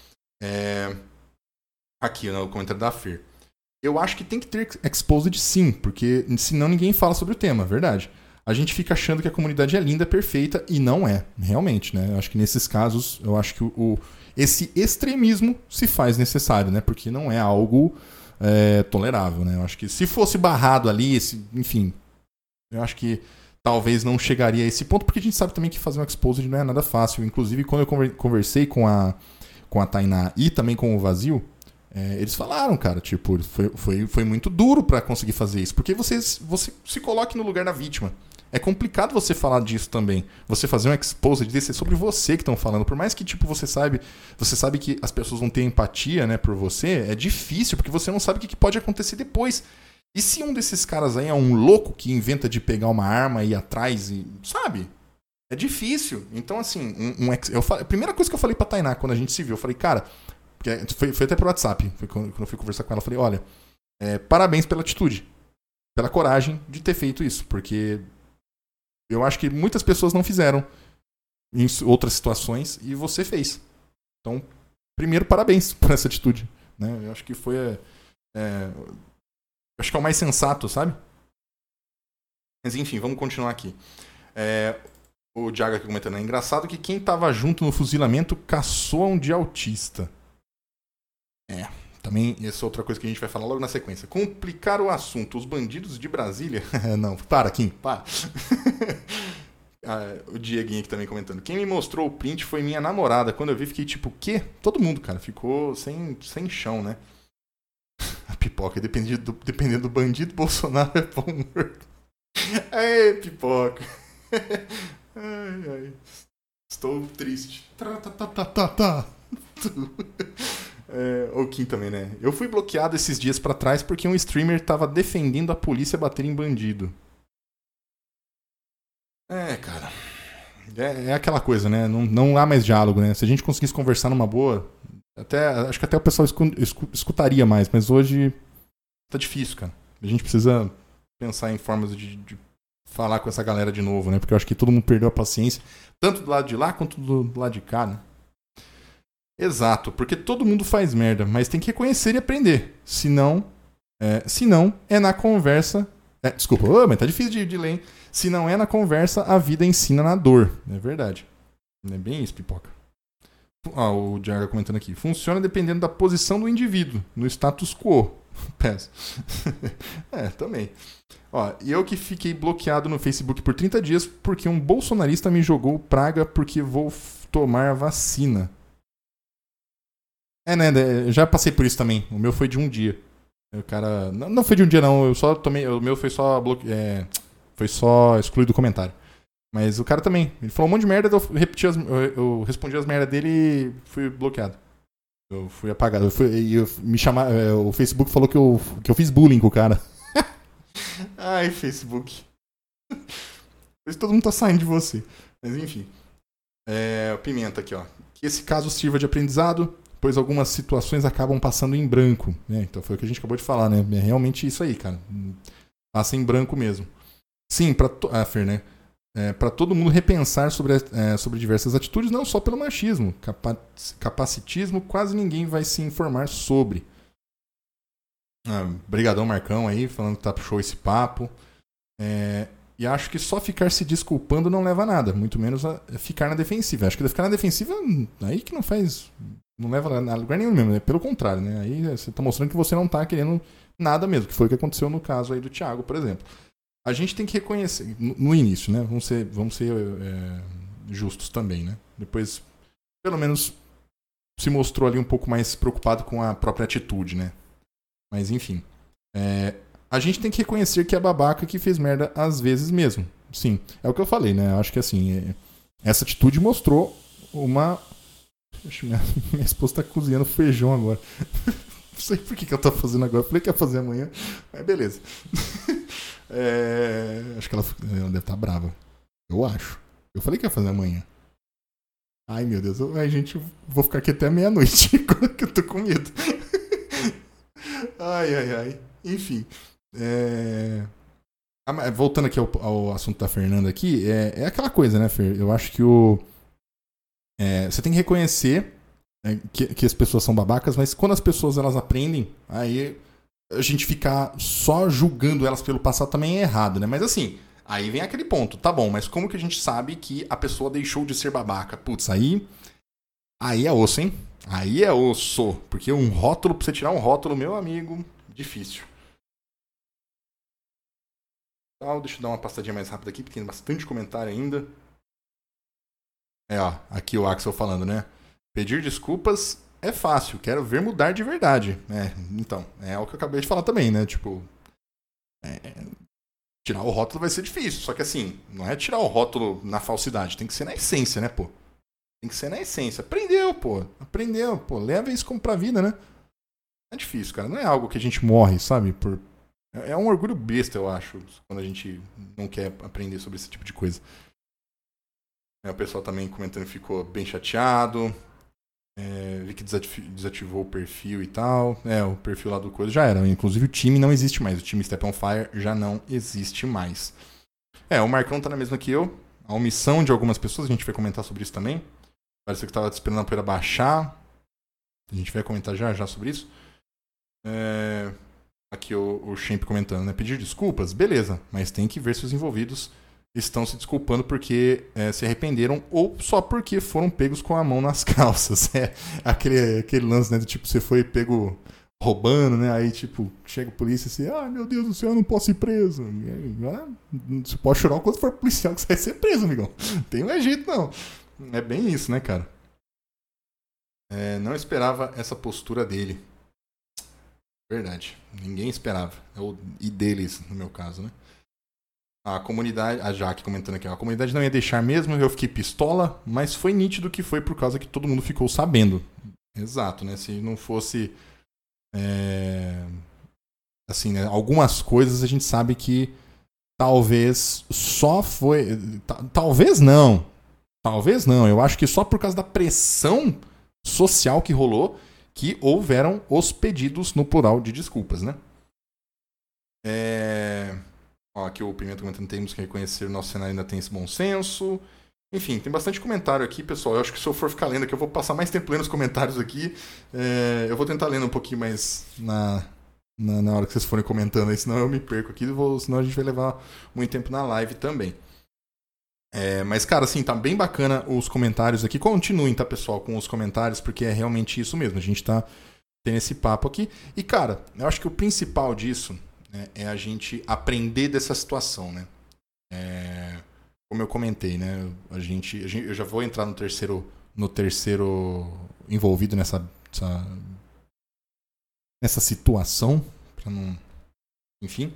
Aqui, no comentário da Fer. Eu acho que tem que ter exposed sim, porque senão ninguém fala sobre o tema, verdade. A gente fica achando que a comunidade é linda, perfeita, e não é, realmente, né? Eu acho que nesses casos, eu acho que esse extremismo se faz necessário, né? Porque não é algo tolerável, né? Eu acho que se fosse barrado ali, enfim, eu acho que talvez não chegaria a esse ponto, porque a gente sabe também que fazer um exposed não é nada fácil. Inclusive, quando eu conversei com a Tainá e também com o Vazio, eles falaram, cara, tipo, foi muito duro pra conseguir fazer isso, porque você se coloque no lugar da vítima. É complicado você falar disso também. Você fazer um exposed desse é sobre você que estão falando. Por mais que, tipo, você sabe que as pessoas vão ter empatia, né, por você, é difícil, porque você não sabe o que pode acontecer depois. E se um desses caras aí é um louco que inventa de pegar uma arma e ir atrás e... Sabe? É difícil. Então, assim, a primeira coisa que eu falei pra Tainá quando a gente se viu, eu falei, cara... Foi até pelo WhatsApp. Foi quando eu fui conversar com ela, eu falei, olha, parabéns pela atitude. Pela coragem de ter feito isso. Porque eu acho que muitas pessoas não fizeram em outras situações e você fez. Então, primeiro, parabéns por essa atitude. Né? Eu acho que foi... acho que é o mais sensato, sabe? Mas enfim, vamos continuar aqui. O Diago aqui comentando, é engraçado que quem tava junto no fuzilamento caçou um de autista. também, essa é outra coisa que a gente vai falar logo na sequência. Complicar o assunto. Os bandidos de Brasília... Não, para, Kim, para. O Dieguinho aqui também comentando. Quem me mostrou o print foi minha namorada. Quando eu vi, fiquei tipo, o quê? Todo mundo, cara, ficou sem chão, né? A pipoca, dependendo do bandido, Bolsonaro é pão morto. Aê, pipoca. Ai, ai. Estou triste. O Kim também, né? Eu fui bloqueado esses dias pra trás porque um streamer tava defendendo a polícia bater em bandido. Cara. É aquela coisa, né? Não há mais diálogo, né? Se a gente conseguisse conversar numa boa, acho que até o pessoal escutaria mais, mas hoje tá difícil, cara. A gente precisa pensar em formas de falar com essa galera de novo, né? Porque eu acho que todo mundo perdeu a paciência, tanto do lado de lá quanto do lado de cá, né? Exato, porque todo mundo faz merda, mas tem que reconhecer e aprender. Se não é na conversa... Desculpa, mas tá difícil de ler, hein? Se não é na conversa, a vida ensina na dor. É verdade. É bem isso, pipoca. O Diaga comentando aqui. Funciona dependendo da posição do indivíduo, no status quo. Peço. Também. E eu que fiquei bloqueado no Facebook por 30 dias porque um bolsonarista me jogou praga porque vou tomar a vacina. Né? Eu já passei por isso também. O meu foi de um dia. O cara... Não foi de um dia, não. Eu só tomei... O meu foi só... Foi só excluído do comentário. Mas o cara também. Ele falou um monte de merda, eu respondi as merdas dele e fui bloqueado. Eu fui apagado. O Facebook falou que eu fiz bullying com o cara. Ai, Facebook. Por isso todo mundo tá saindo de você. Mas enfim. Pimenta aqui, ó. Que esse caso sirva de aprendizado, pois algumas situações acabam passando em branco. Né? Então foi o que a gente acabou de falar, né? É realmente isso aí, cara. Passa em branco mesmo. Sim, Fer, né? Para todo mundo repensar sobre diversas atitudes, não só pelo machismo. Capacitismo, quase ninguém vai se informar sobre. Brigadão Marcão aí, falando que tá show esse papo. E acho que só ficar se desculpando não leva a nada, muito menos a ficar na defensiva. Acho que ficar na defensiva aí que não leva a lugar nenhum mesmo, né? Pelo contrário, né? Aí você tá mostrando que você não tá querendo nada mesmo, que foi o que aconteceu no caso aí do Thiago, por exemplo. A gente tem que reconhecer, no início, né? Vamos ser justos também, né? Depois, pelo menos, se mostrou ali um pouco mais preocupado com a própria atitude, né? Mas, enfim. A gente tem que reconhecer que é babaca que fez merda às vezes mesmo. Sim, é o que eu falei, né? Acho que, assim, essa atitude mostrou uma... Minha esposa tá cozinhando feijão agora. Não sei por que eu tô fazendo agora. Eu falei que ia fazer amanhã, mas beleza. Acho que ela deve estar brava. Eu acho. Eu falei que ia fazer amanhã. Ai, meu Deus. Gente, vou ficar aqui até meia-noite. Que eu tô com medo. Ai. Enfim. Voltando aqui ao assunto da Fernanda aqui. É aquela coisa, né, Fer? Eu acho que você tem que reconhecer que as pessoas são babacas, mas quando as pessoas elas aprendem, aí... A gente ficar só julgando elas pelo passado também é errado, né? Mas assim, aí vem aquele ponto. Tá bom, mas como que a gente sabe que a pessoa deixou de ser babaca? Putz, aí é osso, hein? Aí é osso. Porque pra você tirar um rótulo, meu amigo, difícil. Deixa eu dar uma passadinha mais rápida aqui, porque tem bastante comentário ainda. Aqui o Axel falando, né? Pedir desculpas... É fácil, quero ver mudar de verdade. Então, é o que eu acabei de falar também, né? Tipo, tirar o rótulo vai ser difícil. Só que assim, não é tirar o rótulo na falsidade, tem que ser na essência, né, pô? Tem que ser na essência. Aprendeu, pô. Leva isso como pra vida, né? É difícil, cara. Não é algo que a gente morre, sabe? É um orgulho besta, eu acho, quando a gente não quer aprender sobre esse tipo de coisa. O pessoal também comentando que ficou bem chateado. Vi que desativou o perfil e tal. O perfil lá do coisa já era. Inclusive o time não existe mais. O time Step on Fire já não existe mais. O Marcão tá na mesma que eu. A omissão de algumas pessoas, a gente vai comentar sobre isso também. Parece que tava esperando a poeira baixar. A gente vai comentar já sobre isso. Aqui o Shemp comentando, né? Pedir desculpas, beleza. Mas tem que ver se os envolvidos estão se desculpando porque se arrependeram ou só porque foram pegos com a mão nas calças. Aquele lance, né? Do tipo, você foi pego roubando, né? Aí, tipo, chega a polícia assim, meu Deus do céu, eu não posso ir preso. Você pode chorar o quanto for policial que você vai ser preso, amigão. Tem mais jeito, não. É bem isso, né, cara? Não esperava essa postura dele. Verdade. Ninguém esperava. E deles, no meu caso, né? A comunidade, a Jaque comentando aqui, a comunidade não ia deixar mesmo, eu fiquei pistola, mas foi nítido que foi por causa que todo mundo ficou sabendo. Exato, né? Se não fosse... assim, né? Algumas coisas a gente sabe que talvez só foi... Talvez não. Talvez não. Eu acho que só por causa da pressão social que rolou que houveram os pedidos no plural de desculpas, né? Aqui o Pimenta comentando, temos que reconhecer o nosso cenário ainda tem esse bom senso. Enfim, tem bastante comentário aqui, pessoal. Eu acho que se eu for ficar lendo aqui, eu vou passar mais tempo lendo os comentários aqui. Eu vou tentar lendo um pouquinho mais na hora que vocês forem comentando aí, senão eu me perco aqui, senão a gente vai levar muito tempo na live também. Mas, cara, assim, tá bem bacana os comentários aqui. Continuem, tá, pessoal, com os comentários, porque é realmente isso mesmo. A gente tá tendo esse papo aqui. E, cara, eu acho que o principal disso, né, é a gente aprender dessa situação, né? Como eu comentei, né? Eu já vou entrar no terceiro envolvido nessa situação, pra não... Enfim.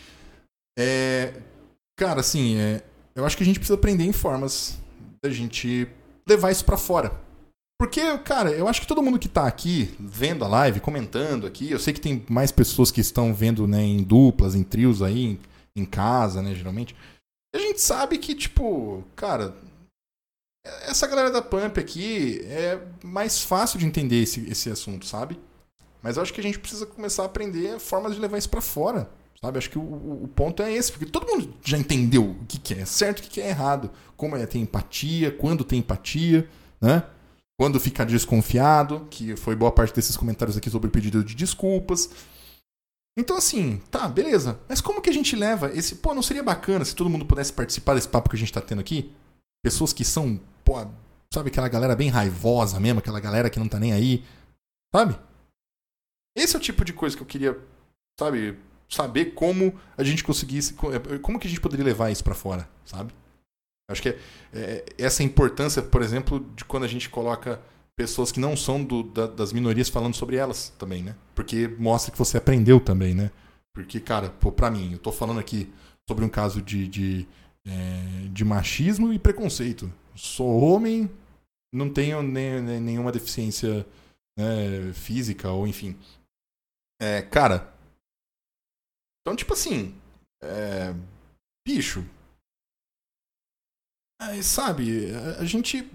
Cara, assim, eu acho que a gente precisa aprender em formas da gente levar isso pra fora. Porque, cara, eu acho que todo mundo que tá aqui, vendo a live, comentando aqui, eu sei que tem mais pessoas que estão vendo, né, em duplas, em trios aí, em casa, né, geralmente. E a gente sabe que, tipo, cara, essa galera da Pump aqui é mais fácil de entender esse assunto, sabe? Mas eu acho que a gente precisa começar a aprender formas de levar isso pra fora, sabe? Acho que o ponto é esse, porque todo mundo já entendeu o que é certo e o que é errado. Como é ter empatia, quando tem empatia, né? Quando ficar desconfiado, que foi boa parte desses comentários aqui sobre o pedido de desculpas. Então, assim, tá, beleza. Mas como que a gente leva esse... Pô, não seria bacana se todo mundo pudesse participar desse papo que a gente tá tendo aqui? Pessoas que são, pô, sabe, aquela galera bem raivosa mesmo, aquela galera que não tá nem aí, sabe? Esse é o tipo de coisa que eu queria, sabe, saber como a gente conseguisse... Como que a gente poderia levar isso pra fora, sabe? Acho que essa importância, por exemplo, de quando a gente coloca pessoas que não são das minorias falando sobre elas também, né? Porque mostra que você aprendeu também, né? Porque, cara, pô, pra mim, eu tô falando aqui sobre um caso de machismo e preconceito. Sou homem, não tenho nenhuma deficiência, né, física ou enfim. Cara, então, tipo assim, bicho... sabe, a gente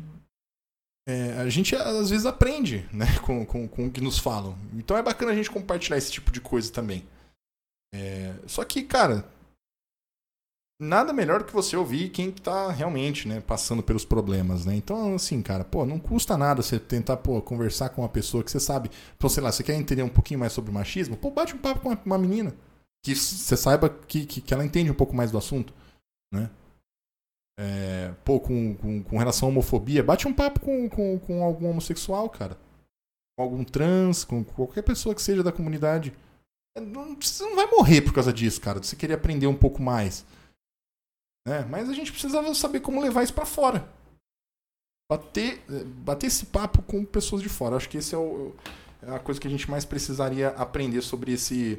às vezes aprende, né, com o que nos falam. Então é bacana a gente compartilhar esse tipo de coisa também. Só que, cara, nada melhor do que você ouvir quem tá realmente, né, passando pelos problemas, né? Então, assim, cara, pô, não custa nada você tentar, pô, conversar com uma pessoa que você sabe, pô, sei lá, você quer entender um pouquinho mais sobre machismo? Pô, bate um papo com uma menina que você saiba que ela entende um pouco mais do assunto, né? Pô, com relação à homofobia, bate um papo com algum homossexual, cara. Com algum trans, com qualquer pessoa que seja da comunidade. Você não vai morrer por causa disso, cara. Você querer aprender um pouco mais. Mas a gente precisava saber como levar isso pra fora. Bater esse papo com pessoas de fora. Acho que esse é a coisa que a gente mais precisaria aprender sobre esse...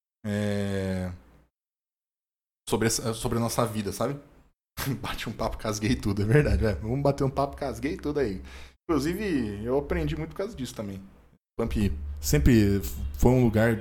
sobre a nossa vida, sabe? Bate um papo, casguei tudo, é verdade. Vamos bater um papo, casguei tudo aí. Inclusive, eu aprendi muito por causa disso também. Pump sempre foi um lugar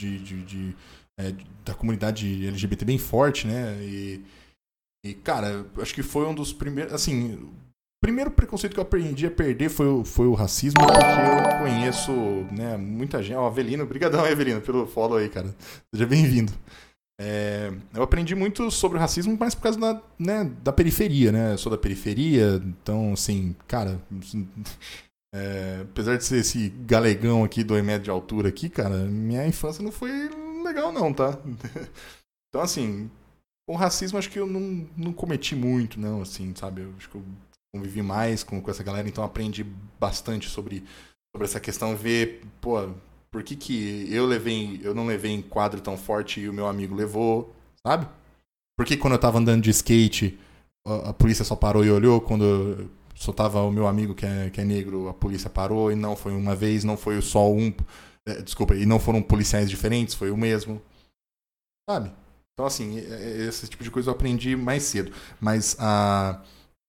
da comunidade LGBT bem forte, né? E, cara, acho que foi um dos primeiros... Assim, o primeiro preconceito que eu aprendi a perder foi o racismo, porque eu conheço, né, muita gente... Avelino, brigadão aí, Avelino, pelo follow aí, cara. Seja bem-vindo. Eu aprendi muito sobre o racismo, mas por causa da periferia, né? Eu sou da periferia, então, assim, cara, apesar de ser esse galegão aqui, 2 metros de altura aqui, cara, minha infância não foi legal não, tá? Então, assim, com racismo acho que eu não cometi muito, não, assim, sabe? Eu acho que eu convivi mais com essa galera, então aprendi bastante sobre essa questão, ver, pô, Por que eu não levei em quadro tão forte e o meu amigo levou, sabe? Por que quando eu tava andando de skate, a polícia só parou e olhou? Quando só tava o meu amigo que é negro, a polícia parou e não foi uma vez, não foi só um... Desculpa, e não foram policiais diferentes, foi o mesmo. Sabe? Então, assim, esse tipo de coisa eu aprendi mais cedo. Mas a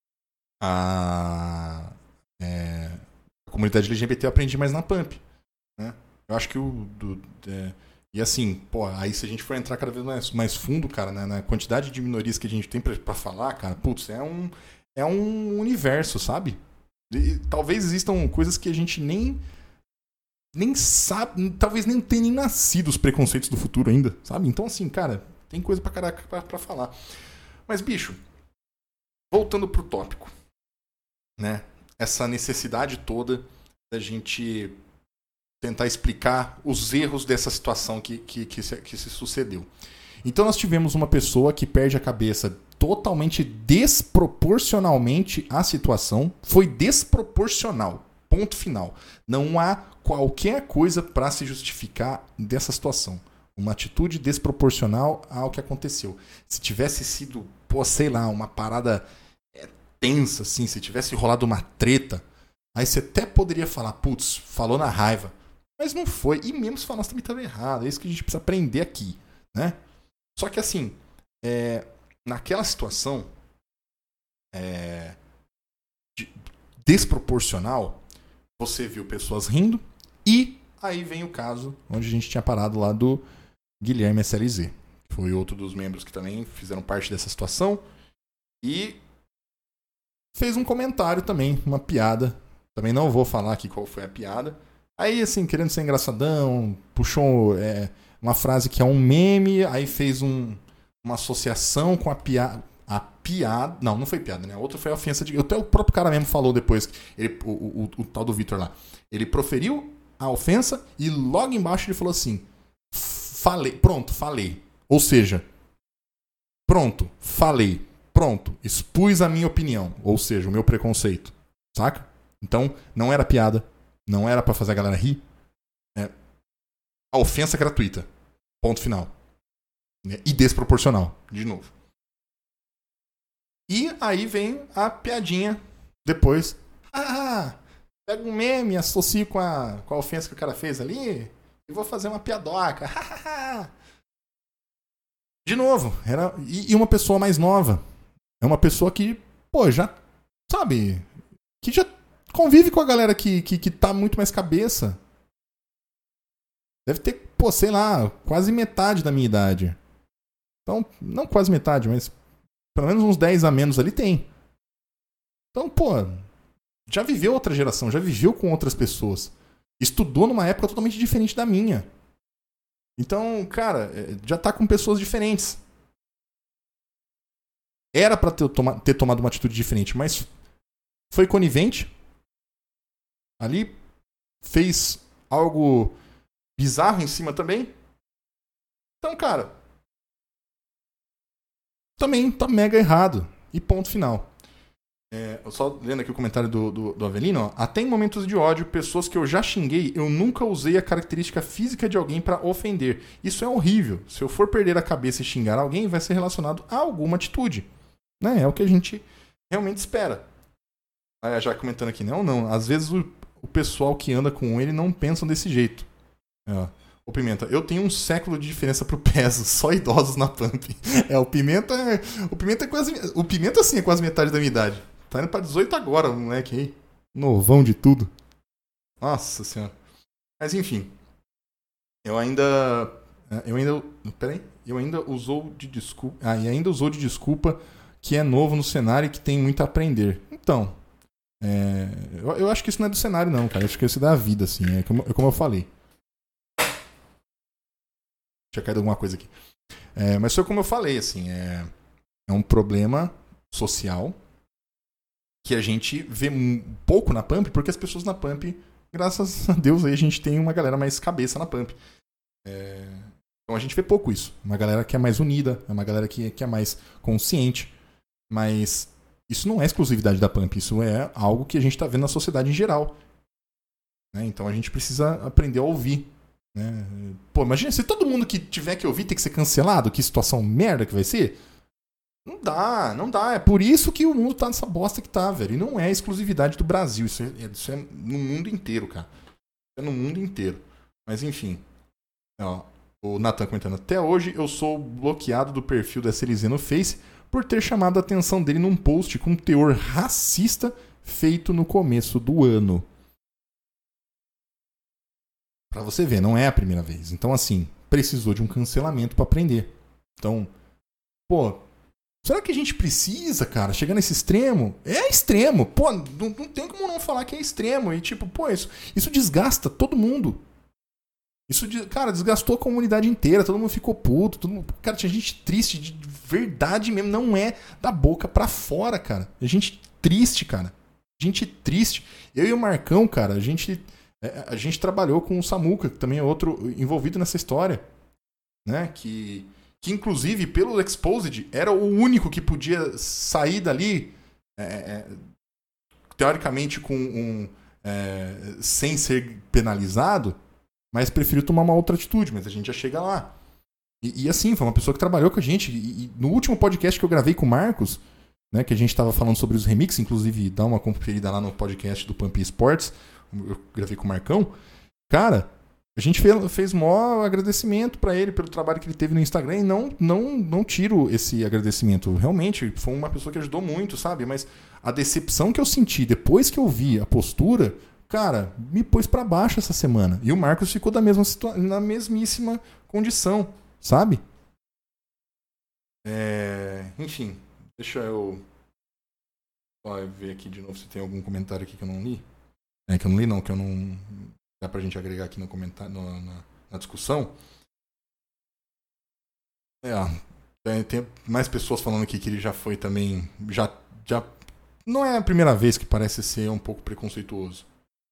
comunidade LGBT eu aprendi mais na Pump, né? Eu acho que e assim, pô, aí se a gente for entrar cada vez mais fundo, cara, né, na quantidade de minorias que a gente tem pra falar, cara, putz, é um universo, sabe? E talvez existam coisas que a gente nem sabe, talvez nem tenha nem nascido os preconceitos do futuro ainda, sabe? Então, assim, cara, tem coisa pra caraca pra falar. Mas, bicho, voltando pro tópico, né? Essa necessidade toda da gente tentar explicar os erros dessa situação que se sucedeu. Então nós tivemos uma pessoa que perde a cabeça totalmente desproporcionalmente à situação. Foi desproporcional. Ponto final. Não há qualquer coisa para se justificar dessa situação. Uma atitude desproporcional ao que aconteceu. Se tivesse sido, sei lá, uma parada tensa, assim, se tivesse rolado uma treta, aí você até poderia falar, putz, falou na raiva. Mas não foi. E mesmo se falar, nós também estava errado. É isso que a gente precisa aprender aqui, né? Só que assim, naquela situação desproporcional, você viu pessoas rindo e aí vem o caso onde a gente tinha parado lá do Guilherme SLZ. Foi outro dos membros que também fizeram parte dessa situação e fez um comentário também, uma piada. Também não vou falar aqui qual foi a piada. Aí, assim, querendo ser engraçadão, puxou uma frase que é um meme, aí fez uma associação com a piada. A piada... Não foi piada, né? A outra foi a ofensa de... Até o próprio cara mesmo falou depois, o tal do Vitor lá. Ele proferiu a ofensa e logo embaixo ele falou assim: falei. Ou seja, falei. Pronto, expus a minha opinião. Ou seja, o meu preconceito. Saca? Então, não era piada. Não era pra fazer a galera rir. A ofensa gratuita. Ponto final. E desproporcional. De novo. E aí vem a piadinha depois. Pega um meme, associo com a ofensa que o cara fez ali e vou fazer uma piadoca. De novo. E uma pessoa mais nova. É uma pessoa que, já, sabe, que já convive com a galera que tá muito mais cabeça. Deve ter, sei lá, quase metade da minha idade. Então, não quase metade, mas pelo menos uns 10 a menos ali tem. Então, já viveu outra geração, já viveu com outras pessoas. Estudou numa época totalmente diferente da minha. Então, cara, já tá com pessoas diferentes. Era pra ter tomado uma atitude diferente, mas foi conivente. Ali fez algo bizarro em cima também. Então, cara, também tá mega errado. E ponto final. Só lendo aqui o comentário do Avelino, ó. Até em momentos de ódio, pessoas que eu já xinguei, eu nunca usei a característica física de alguém pra ofender. Isso é horrível. Se eu for perder a cabeça e xingar alguém, vai ser relacionado a alguma atitude. Né? É o que a gente realmente espera. Já comentando aqui, não. Às vezes o pessoal que anda com ele não pensam desse jeito. O Pimenta, eu tenho um século de diferença pro peso, só idosos na Pump. O Pimenta é quase... O Pimenta, sim, é quase metade da minha idade. Tá indo pra 18 agora, o moleque aí. Novão de tudo. Nossa senhora. Mas enfim. Eu ainda usou de desculpa... e ainda usou de desculpa que é novo no cenário e que tem muito a aprender. Então, eu acho que isso não é do cenário, não, cara. Eu acho que isso é da vida, assim. É como eu falei. Tinha caído alguma coisa aqui. Mas foi como eu falei, assim. É um problema social que a gente vê pouco na Pump, porque as pessoas na Pump, graças a Deus, aí a gente tem uma galera mais cabeça na Pump. Então a gente vê pouco isso. Uma galera que é mais unida, é uma galera que é mais consciente. Mas isso não é exclusividade da Pump, isso é algo que a gente está vendo na sociedade em geral. Então a gente precisa aprender a ouvir Né? Pô, imagina se todo mundo que tiver que ouvir tem que ser cancelado, que situação merda que vai ser. Não dá. É por isso que o mundo tá nessa bosta que tá, velho. E não é exclusividade do Brasil. Isso é no mundo inteiro, cara. É no mundo inteiro. Mas enfim. Ó, o Nathan comentando. Até hoje eu sou bloqueado do perfil da SLZ no Face por ter chamado a atenção dele num post com teor racista feito no começo do ano. Pra você ver, não é a primeira vez. Então, assim, precisou de um cancelamento pra aprender. Então, pô, será que a gente precisa, cara, chegar nesse extremo? É extremo. Pô, não tem como não falar que é extremo. E tipo, pô, isso desgasta todo mundo. Isso, cara, desgastou a comunidade inteira. Todo mundo ficou puto. Cara, tinha gente triste de verdade mesmo. Não é da boca pra fora, cara. É gente triste, cara. Gente triste. Eu e o Marcão, cara, a gente trabalhou com o Samuca, que também é outro envolvido nessa história. Né? Que inclusive, pelo Exposed, era o único que podia sair dali, teoricamente, sem ser penalizado, mas preferiu tomar uma outra atitude, mas a gente já chega lá. E assim, foi uma pessoa que trabalhou com a gente. E no último podcast que eu gravei com o Marcos, né, que a gente estava falando sobre os remixes, inclusive dá uma conferida lá no podcast do Pump Esports, eu gravei com o Marcão. Cara, a gente fez maior agradecimento pra ele pelo trabalho que ele teve no Instagram e não tiro esse agradecimento. Realmente, foi uma pessoa que ajudou muito, sabe? Mas a decepção que eu senti depois que eu vi a postura, cara, me pôs pra baixo essa semana. E o Marcos ficou na mesmíssima condição, sabe? Enfim, deixa eu ver aqui de novo se tem algum comentário aqui que eu não li. Que eu não li não, que eu não... Dá pra gente agregar aqui no comentário, na discussão. Tem mais pessoas falando aqui que ele já foi também... Já não é a primeira vez que parece ser um pouco preconceituoso.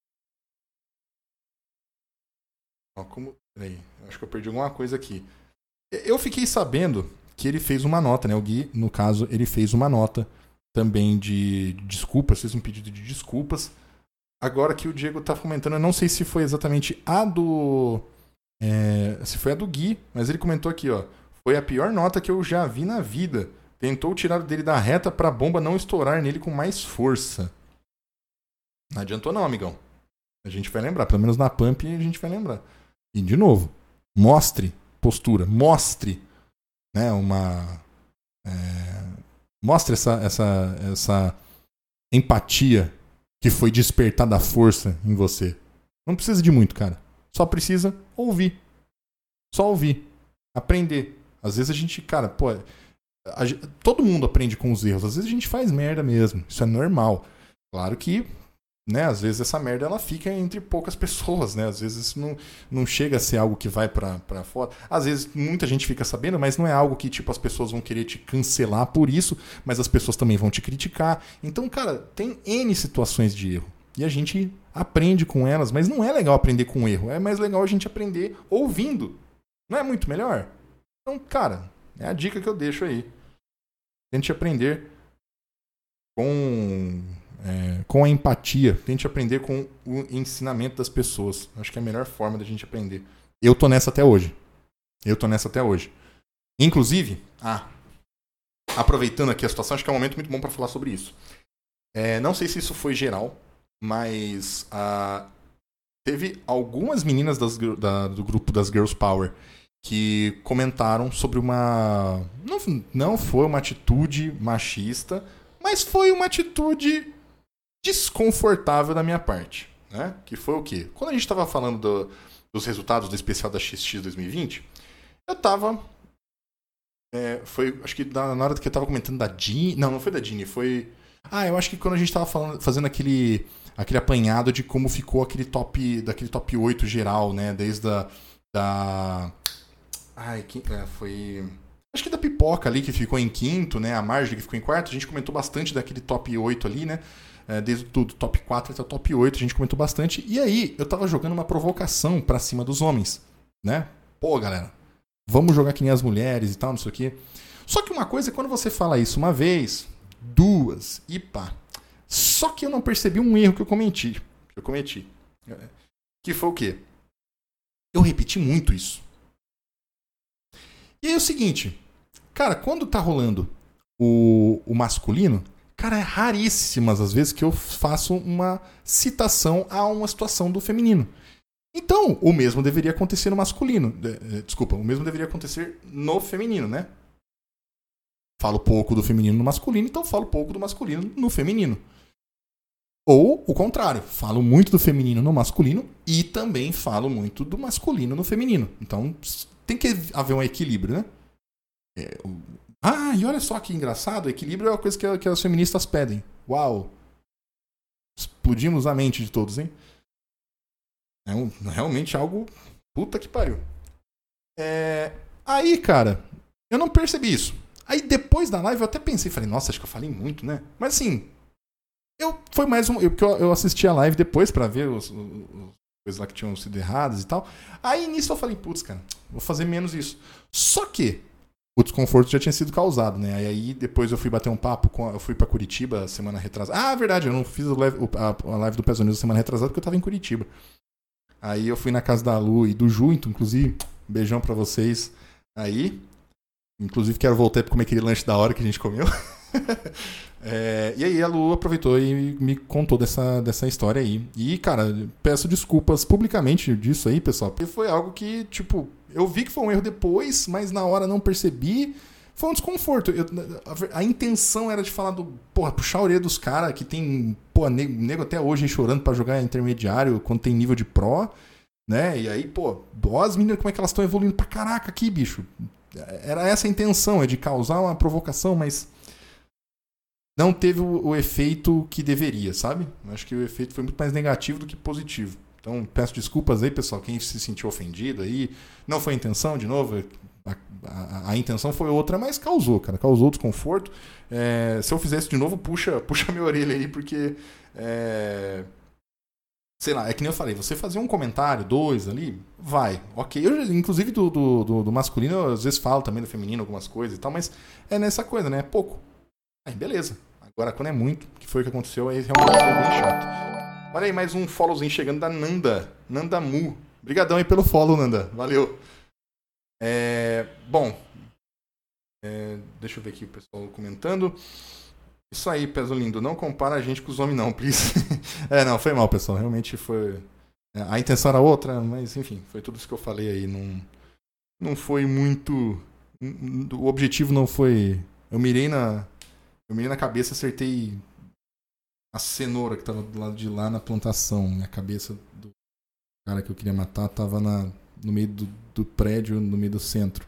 Peraí, acho que eu perdi alguma coisa aqui. Eu fiquei sabendo que ele fez uma nota, né? O Gui, no caso, ele fez uma nota também de desculpas, fez um pedido de desculpas. Agora que o Diego tá comentando, eu não sei se foi exatamente a do... se foi a do Gui, mas ele comentou aqui, ó. Foi a pior nota que eu já vi na vida. Tentou tirar dele da reta pra bomba não estourar nele com mais força. Não adiantou não, amigão. A gente vai lembrar, pelo menos na Pump a gente vai lembrar. E de novo, mostre postura, mostre, né, mostre essa empatia que foi despertada a força em você. Não precisa de muito, cara. Só precisa ouvir. Só ouvir. Aprender. Às vezes a gente, cara, pô... todo mundo aprende com os erros. Às vezes a gente faz merda mesmo. Isso é normal. Claro que, né, às vezes essa merda ela fica entre poucas pessoas, né? Às vezes isso não chega a ser algo que vai pra fora. Às vezes muita gente fica sabendo, mas não é algo que, tipo, as pessoas vão querer te cancelar por isso, mas as pessoas também vão te criticar. Então, cara, tem N situações de erro. E a gente aprende com elas, mas não é legal aprender com erro. É mais legal a gente aprender ouvindo. Não é muito melhor? Então, cara, é a dica que eu deixo aí. Tente aprender com a empatia. Tente aprender com o ensinamento das pessoas. Acho que é a melhor forma da gente aprender. Eu tô nessa até hoje. Inclusive, aproveitando aqui a situação, acho que é um momento muito bom para falar sobre isso. Não sei se isso foi geral, mas teve algumas meninas do grupo das Girls Power que comentaram sobre uma... Não foi uma atitude machista, mas foi uma atitude desconfortável da minha parte, né? Que foi o quê? Quando a gente estava falando dos resultados do especial da XX 2020, eu tava... acho que na hora que eu tava comentando da Dini... Não foi da Dini, foi... eu acho que quando a gente tava fazendo aquele apanhado de como ficou daquele top 8 geral, né? Desde foi... Acho que da Pipoca ali, que ficou em quinto, né? A Marjorie, que ficou em quarto. A gente comentou bastante daquele top 8 ali, né? Desde o top 4 até o top 8, a gente comentou bastante. E aí, eu tava jogando uma provocação pra cima dos homens, né? Pô, galera, vamos jogar que nem as mulheres e tal, não sei o quê. Só que uma coisa é quando você fala isso uma vez, duas, e pá. Só que eu não percebi um erro que eu cometi. Que foi o quê? Eu repeti muito isso. E aí é o seguinte, cara, quando tá rolando o masculino, cara, é raríssimas as vezes que eu faço uma citação a uma situação do feminino. Então, o mesmo deveria acontecer no masculino. Desculpa, o mesmo deveria acontecer no feminino, né? Falo pouco do feminino no masculino, então falo pouco do masculino no feminino. Ou o contrário, falo muito do feminino no masculino e também falo muito do masculino no feminino. Então, tem que haver um equilíbrio, né? E olha só que engraçado, equilíbrio é uma coisa que as feministas pedem. Uau! Explodimos a mente de todos, hein? É realmente algo... Puta que pariu. Aí, cara, eu não percebi isso. Aí, depois da live, eu até pensei, falei, nossa, acho que eu falei muito, né? Mas, assim, foi mais porque eu assisti a live depois pra ver os coisas lá que tinham sido erradas e tal. Aí, nisso, eu falei, putz, cara, vou fazer menos isso. Só que o desconforto já tinha sido causado, né? Aí depois eu fui bater um papo, eu fui pra Curitiba semana retrasada. Ah, verdade, eu não fiz a live do Peso News semana retrasada porque eu tava em Curitiba. Aí eu fui na casa da Lu e do Ju, inclusive, beijão pra vocês aí. Inclusive quero voltar pra comer aquele lanche da hora que a gente comeu. E aí a Lu aproveitou e me contou dessa história aí. E, cara, peço desculpas publicamente disso aí, pessoal, porque foi algo que, tipo, eu vi que foi um erro depois, mas na hora não percebi. Foi um desconforto. A intenção era de falar puxar a orelha dos caras que tem, nego até hoje chorando pra jogar intermediário quando tem nível de pro, né? E aí, as meninas, como é que elas estão evoluindo pra caraca aqui, bicho? Era essa a intenção, de causar uma provocação, mas não teve o efeito que deveria, sabe? Eu acho que o efeito foi muito mais negativo do que positivo. Então, peço desculpas aí, pessoal, quem se sentiu ofendido aí. Não foi a intenção, de novo, a intenção foi outra, mas causou desconforto. Se eu fizesse de novo, puxa minha orelha aí, porque... sei lá, é que nem eu falei, você fazer um comentário, 2 ali, vai, ok. Eu, inclusive do masculino, eu às vezes falo também do feminino algumas coisas e tal, mas é nessa coisa, né? É pouco. Aí, beleza. Agora, quando é muito, que foi o que aconteceu, aí realmente foi bem chato. Olha aí, mais um followzinho chegando da Nanda Mu. Obrigadão aí pelo follow, Nanda. Valeu. Bom, deixa eu ver aqui o pessoal comentando. Isso aí, Peso Lindo. Não compara a gente com os homens, não, please. Não, foi mal, pessoal. Realmente foi... A intenção era outra, mas enfim, foi tudo isso que eu falei aí. Não foi muito... O objetivo não foi... Eu mirei na cabeça e acertei a cenoura que tava do lado de lá na plantação. Minha cabeça do cara que eu queria matar tava no meio do prédio, no meio do centro.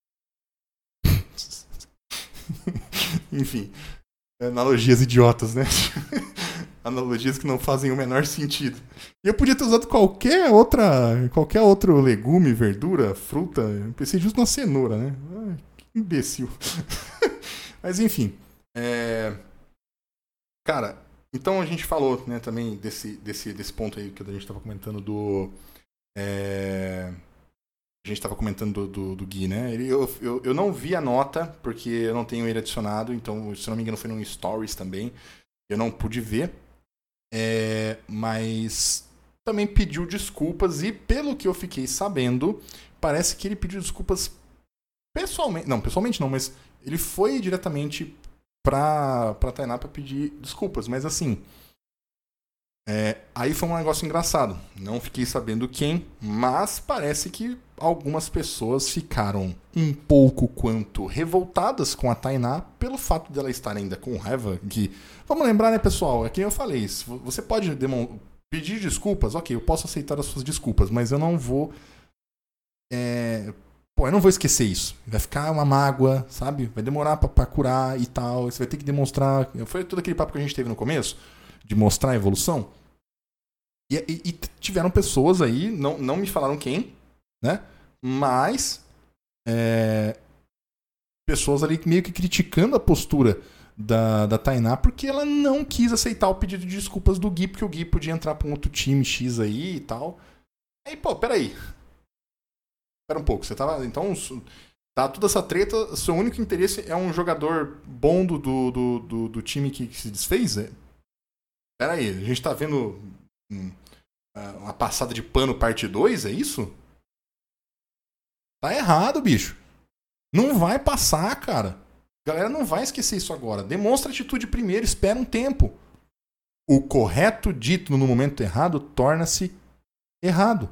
Enfim, analogias idiotas, né? Analogias que não fazem o menor sentido. E eu podia ter usado qualquer outro legume, verdura, fruta. Eu pensei justo na cenoura, né? Que imbecil. Mas enfim. Cara, então a gente falou, né, também desse ponto aí que a gente estava comentando a gente estava comentando do Gui, né? Eu não vi a nota, porque eu não tenho ele adicionado, então, se não me engano, foi num Stories também. Eu não pude ver. Mas também pediu desculpas, e pelo que eu fiquei sabendo, parece que ele pediu desculpas pessoalmente. Não, pessoalmente não, mas ele foi diretamente pra Tainá pra pedir desculpas. Mas assim, aí foi um negócio engraçado. Não fiquei sabendo quem, mas parece que algumas pessoas ficaram um pouco quanto revoltadas com a Tainá pelo fato dela estar ainda com raiva. Que, vamos lembrar, né, pessoal? É que eu falei, você pode pedir desculpas, ok, eu posso aceitar as suas desculpas, mas eu não vou... eu não vou esquecer isso. Vai ficar uma mágoa, sabe? Vai demorar pra curar e tal. Você vai ter que demonstrar... Foi todo aquele papo que a gente teve no começo, de mostrar a evolução. E tiveram pessoas aí, não me falaram quem, né? Mas pessoas ali meio que criticando a postura da Tainá, porque ela não quis aceitar o pedido de desculpas do Gui, porque o Gui podia entrar pra um outro time X aí e tal. Aí, peraí. Espera um pouco, você tava... Então, tá toda essa treta, seu único interesse é um jogador bom do time que se desfez? Espera aí, a gente tá vendo uma passada de pano parte 2, é isso? Tá errado, bicho. Não vai passar, cara. A galera não vai esquecer isso agora. Demonstra atitude primeiro, espera um tempo. O correto dito no momento errado torna-se errado.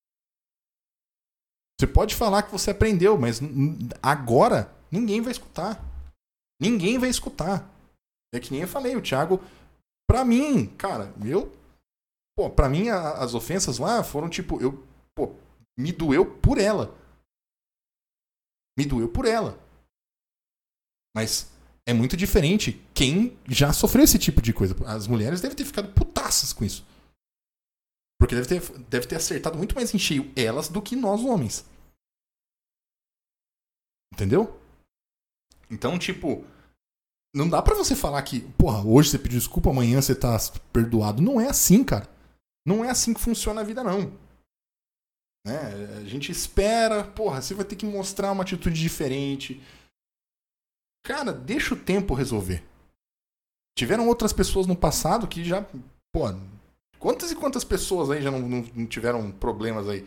Você pode falar que você aprendeu, mas agora ninguém vai escutar. Ninguém vai escutar. É que nem eu falei, o Thiago, pra mim, cara, pra mim as ofensas lá foram tipo, me doeu por ela. Me doeu por ela. Mas é muito diferente quem já sofreu esse tipo de coisa. As mulheres devem ter ficado putaças com isso. Porque deve ter acertado muito mais em cheio elas do que nós homens. Entendeu? Então, tipo, não dá pra você falar que, porra, hoje você pediu desculpa, amanhã você tá perdoado. Não é assim, cara. Não é assim que funciona a vida, não. Né? A gente espera, porra, você vai ter que mostrar uma atitude diferente. Cara, deixa o tempo resolver. Tiveram outras pessoas no passado que já, pô, quantas e quantas pessoas aí já não tiveram problemas aí?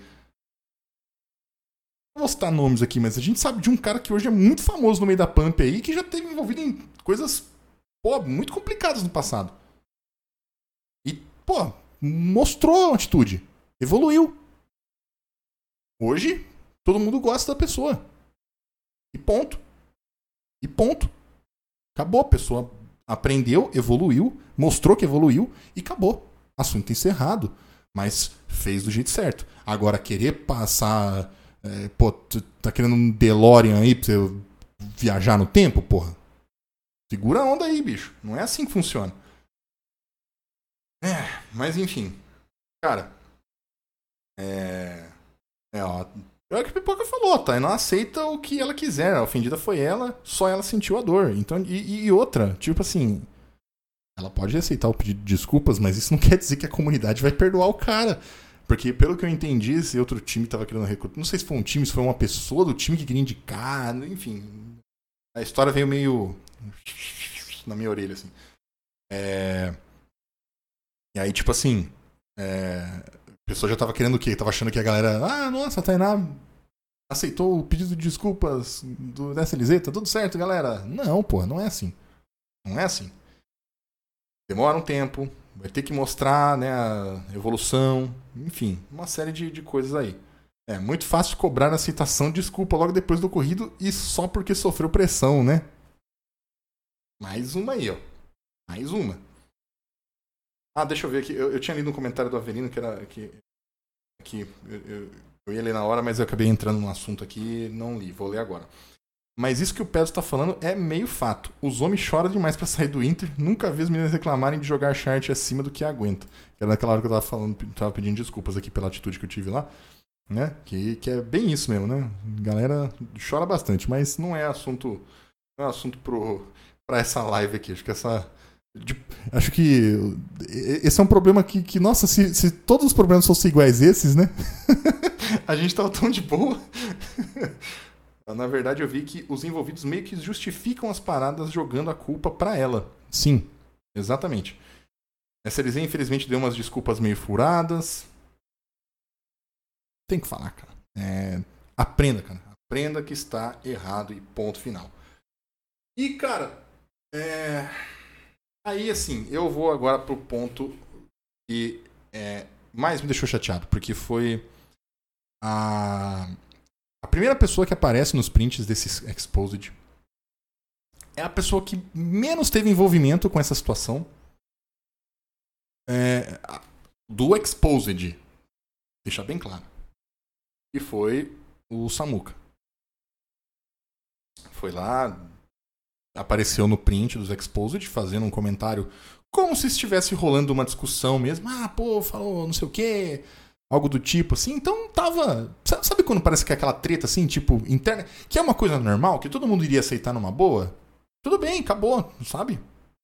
Não vou citar nomes aqui, mas a gente sabe de um cara que hoje é muito famoso no meio da Pump aí, que já esteve envolvido em coisas, pô, muito complicadas no passado. E, pô, mostrou atitude. Evoluiu. Hoje, todo mundo gosta da pessoa. E ponto. E ponto. Acabou. A pessoa aprendeu, evoluiu, mostrou que evoluiu e acabou. Assunto encerrado. Mas fez do jeito certo. Agora, querer passar... pô, tu tá querendo um DeLorean aí pra você viajar no tempo, porra? Segura a onda aí, bicho. Não é assim que funciona. Mas enfim. Cara. Ó, é o que a Pipoca falou, tá? Ela não aceita o que ela quiser. A ofendida foi ela, só ela sentiu a dor. Então, e outra, tipo assim, ela pode aceitar o pedido de desculpas, mas isso não quer dizer que a comunidade vai perdoar o cara. Porque, pelo que eu entendi, esse outro time tava querendo recrutar. Não sei se foi um time, se foi uma pessoa do time que queria indicar. Enfim. A história veio meio na minha orelha, assim. E aí, tipo assim. A pessoa já tava querendo o quê? Tava achando que a galera... Ah, nossa, a Tainá aceitou o pedido de desculpas do SLZ, tá tudo certo, galera. Não, porra, não é assim. Não é assim. Demora um tempo, vai ter que mostrar, né, a evolução, enfim, uma série de coisas aí. É muito fácil cobrar a aceitação de desculpa logo depois do ocorrido e só porque sofreu pressão, né? Mais uma aí, ó. Mais uma. Ah, deixa eu ver aqui. Eu tinha lido um comentário do Avelino que era... Eu ia ler na hora, mas eu acabei entrando num assunto aqui e não li. Vou ler agora. Mas isso que o Pedro está falando é meio fato. Os homens choram demais para sair do Inter. Nunca vi as meninas reclamarem de jogar chart acima do que aguenta. Era naquela hora que eu tava pedindo desculpas aqui pela atitude que eu tive lá. Né? Que é bem isso mesmo, né? A galera chora bastante, mas não é assunto pra essa live aqui. Acho que esse é um problema que nossa, se todos os problemas fossem iguais esses, né? A gente tava tão de boa. Na verdade, eu vi que os envolvidos meio que justificam as paradas jogando a culpa pra ela. Sim, exatamente. A SLZ, infelizmente, deu umas desculpas meio furadas. Tem que falar, cara. Aprenda, cara. Aprenda que está errado e ponto final. E, cara, aí, assim, eu vou agora pro ponto que mais me deixou chateado, porque foi a primeira pessoa que aparece nos prints desse Exposed. É a pessoa que menos teve envolvimento com essa situação do Exposed. Deixar bem claro. E foi o Samuca. Foi lá... Apareceu no print dos Exposed fazendo um comentário como se estivesse rolando uma discussão mesmo. Ah, pô, falou não sei o quê. Algo do tipo, assim. Então tava... Sabe quando parece que é aquela treta, assim, tipo, interna? Que é uma coisa normal, que todo mundo iria aceitar numa boa? Tudo bem, acabou, sabe?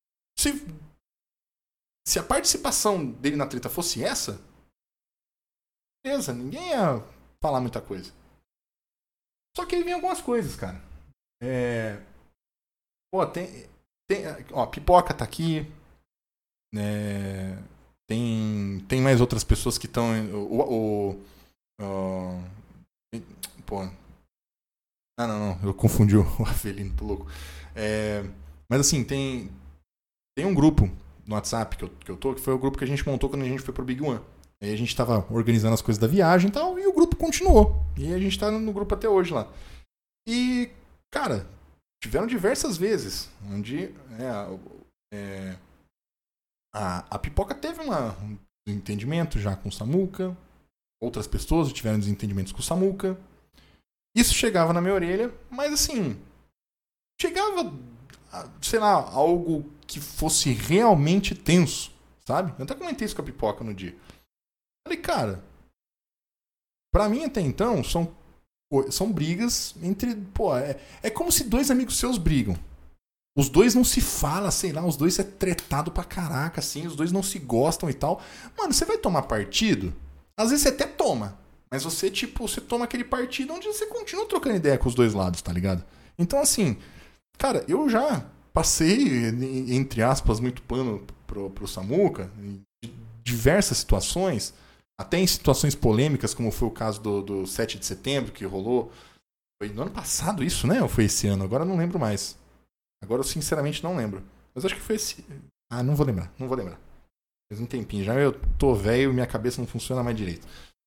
Se a participação dele na treta fosse essa, beleza, ninguém ia falar muita coisa. Só que aí vem algumas coisas, cara. Pô, ó, Pipoca tá aqui. Tem mais outras pessoas que estão. Pô, Ah, não. Eu confundi o Avelino, tô louco. Mas assim, tem um grupo no WhatsApp que eu tô, que foi o grupo que a gente montou quando a gente foi pro Big One. Aí a gente tava organizando as coisas da viagem e tal, e o grupo continuou. E a gente tá no grupo até hoje lá. E, cara, tiveram diversas vezes onde a Pipoca teve um desentendimento já com o Samuca. Outras pessoas tiveram desentendimentos com o Samuca. Isso chegava na minha orelha, mas assim, chegava, sei lá, algo que fosse realmente tenso, sabe? Eu até comentei isso com a Pipoca no dia. Falei, cara, pra mim até então são brigas entre, pô, é como se dois amigos seus brigam. Os dois não se falam, sei lá, os dois é tretado pra caraca, assim, os dois não se gostam e tal. Mano, você vai tomar partido? Às vezes você até toma, mas você, tipo, você toma aquele partido onde você continua trocando ideia com os dois lados, tá ligado? Então, assim, cara, eu já passei, entre aspas, muito pano pro Samuca, em diversas situações, até em situações polêmicas, como foi o caso do 7 de setembro, que rolou. Foi no ano passado isso, né? Ou foi esse ano? Agora eu não lembro mais. Agora eu sinceramente não lembro. Mas acho que foi esse. Ah, não vou lembrar. Faz um tempinho. Já eu tô velho e minha cabeça não funciona mais direito.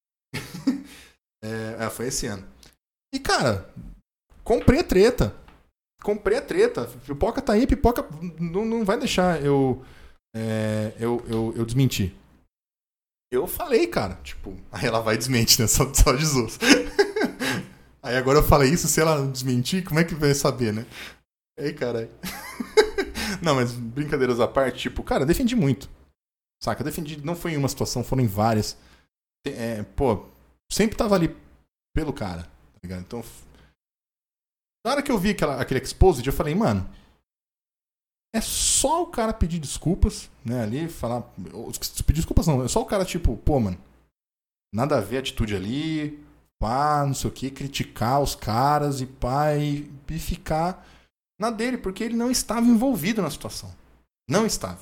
Foi esse ano. E, cara, comprei a treta. Pipoca tá aí, Pipoca não vai deixar eu desmentir. Eu falei, cara, tipo, aí ela vai desmentir, né? Só Jesus. Aí agora eu falei isso, se ela não desmentir, como é que vai saber, né? Ei, caralho. Não, mas brincadeiras à parte, tipo, cara, defendi muito. Saca? Defendi, não foi em uma situação, foram em várias. Sempre tava ali pelo cara, tá ligado? Então, na hora que eu vi aquele exposed, eu falei, mano, é só o cara pedir desculpas, né, ali, falar... Pedir desculpas não, é só o cara, tipo, pô, mano, nada a ver a atitude ali, pá, não sei o que, criticar os caras e pá, e ficar na dele, porque ele não estava envolvido na situação. Não estava.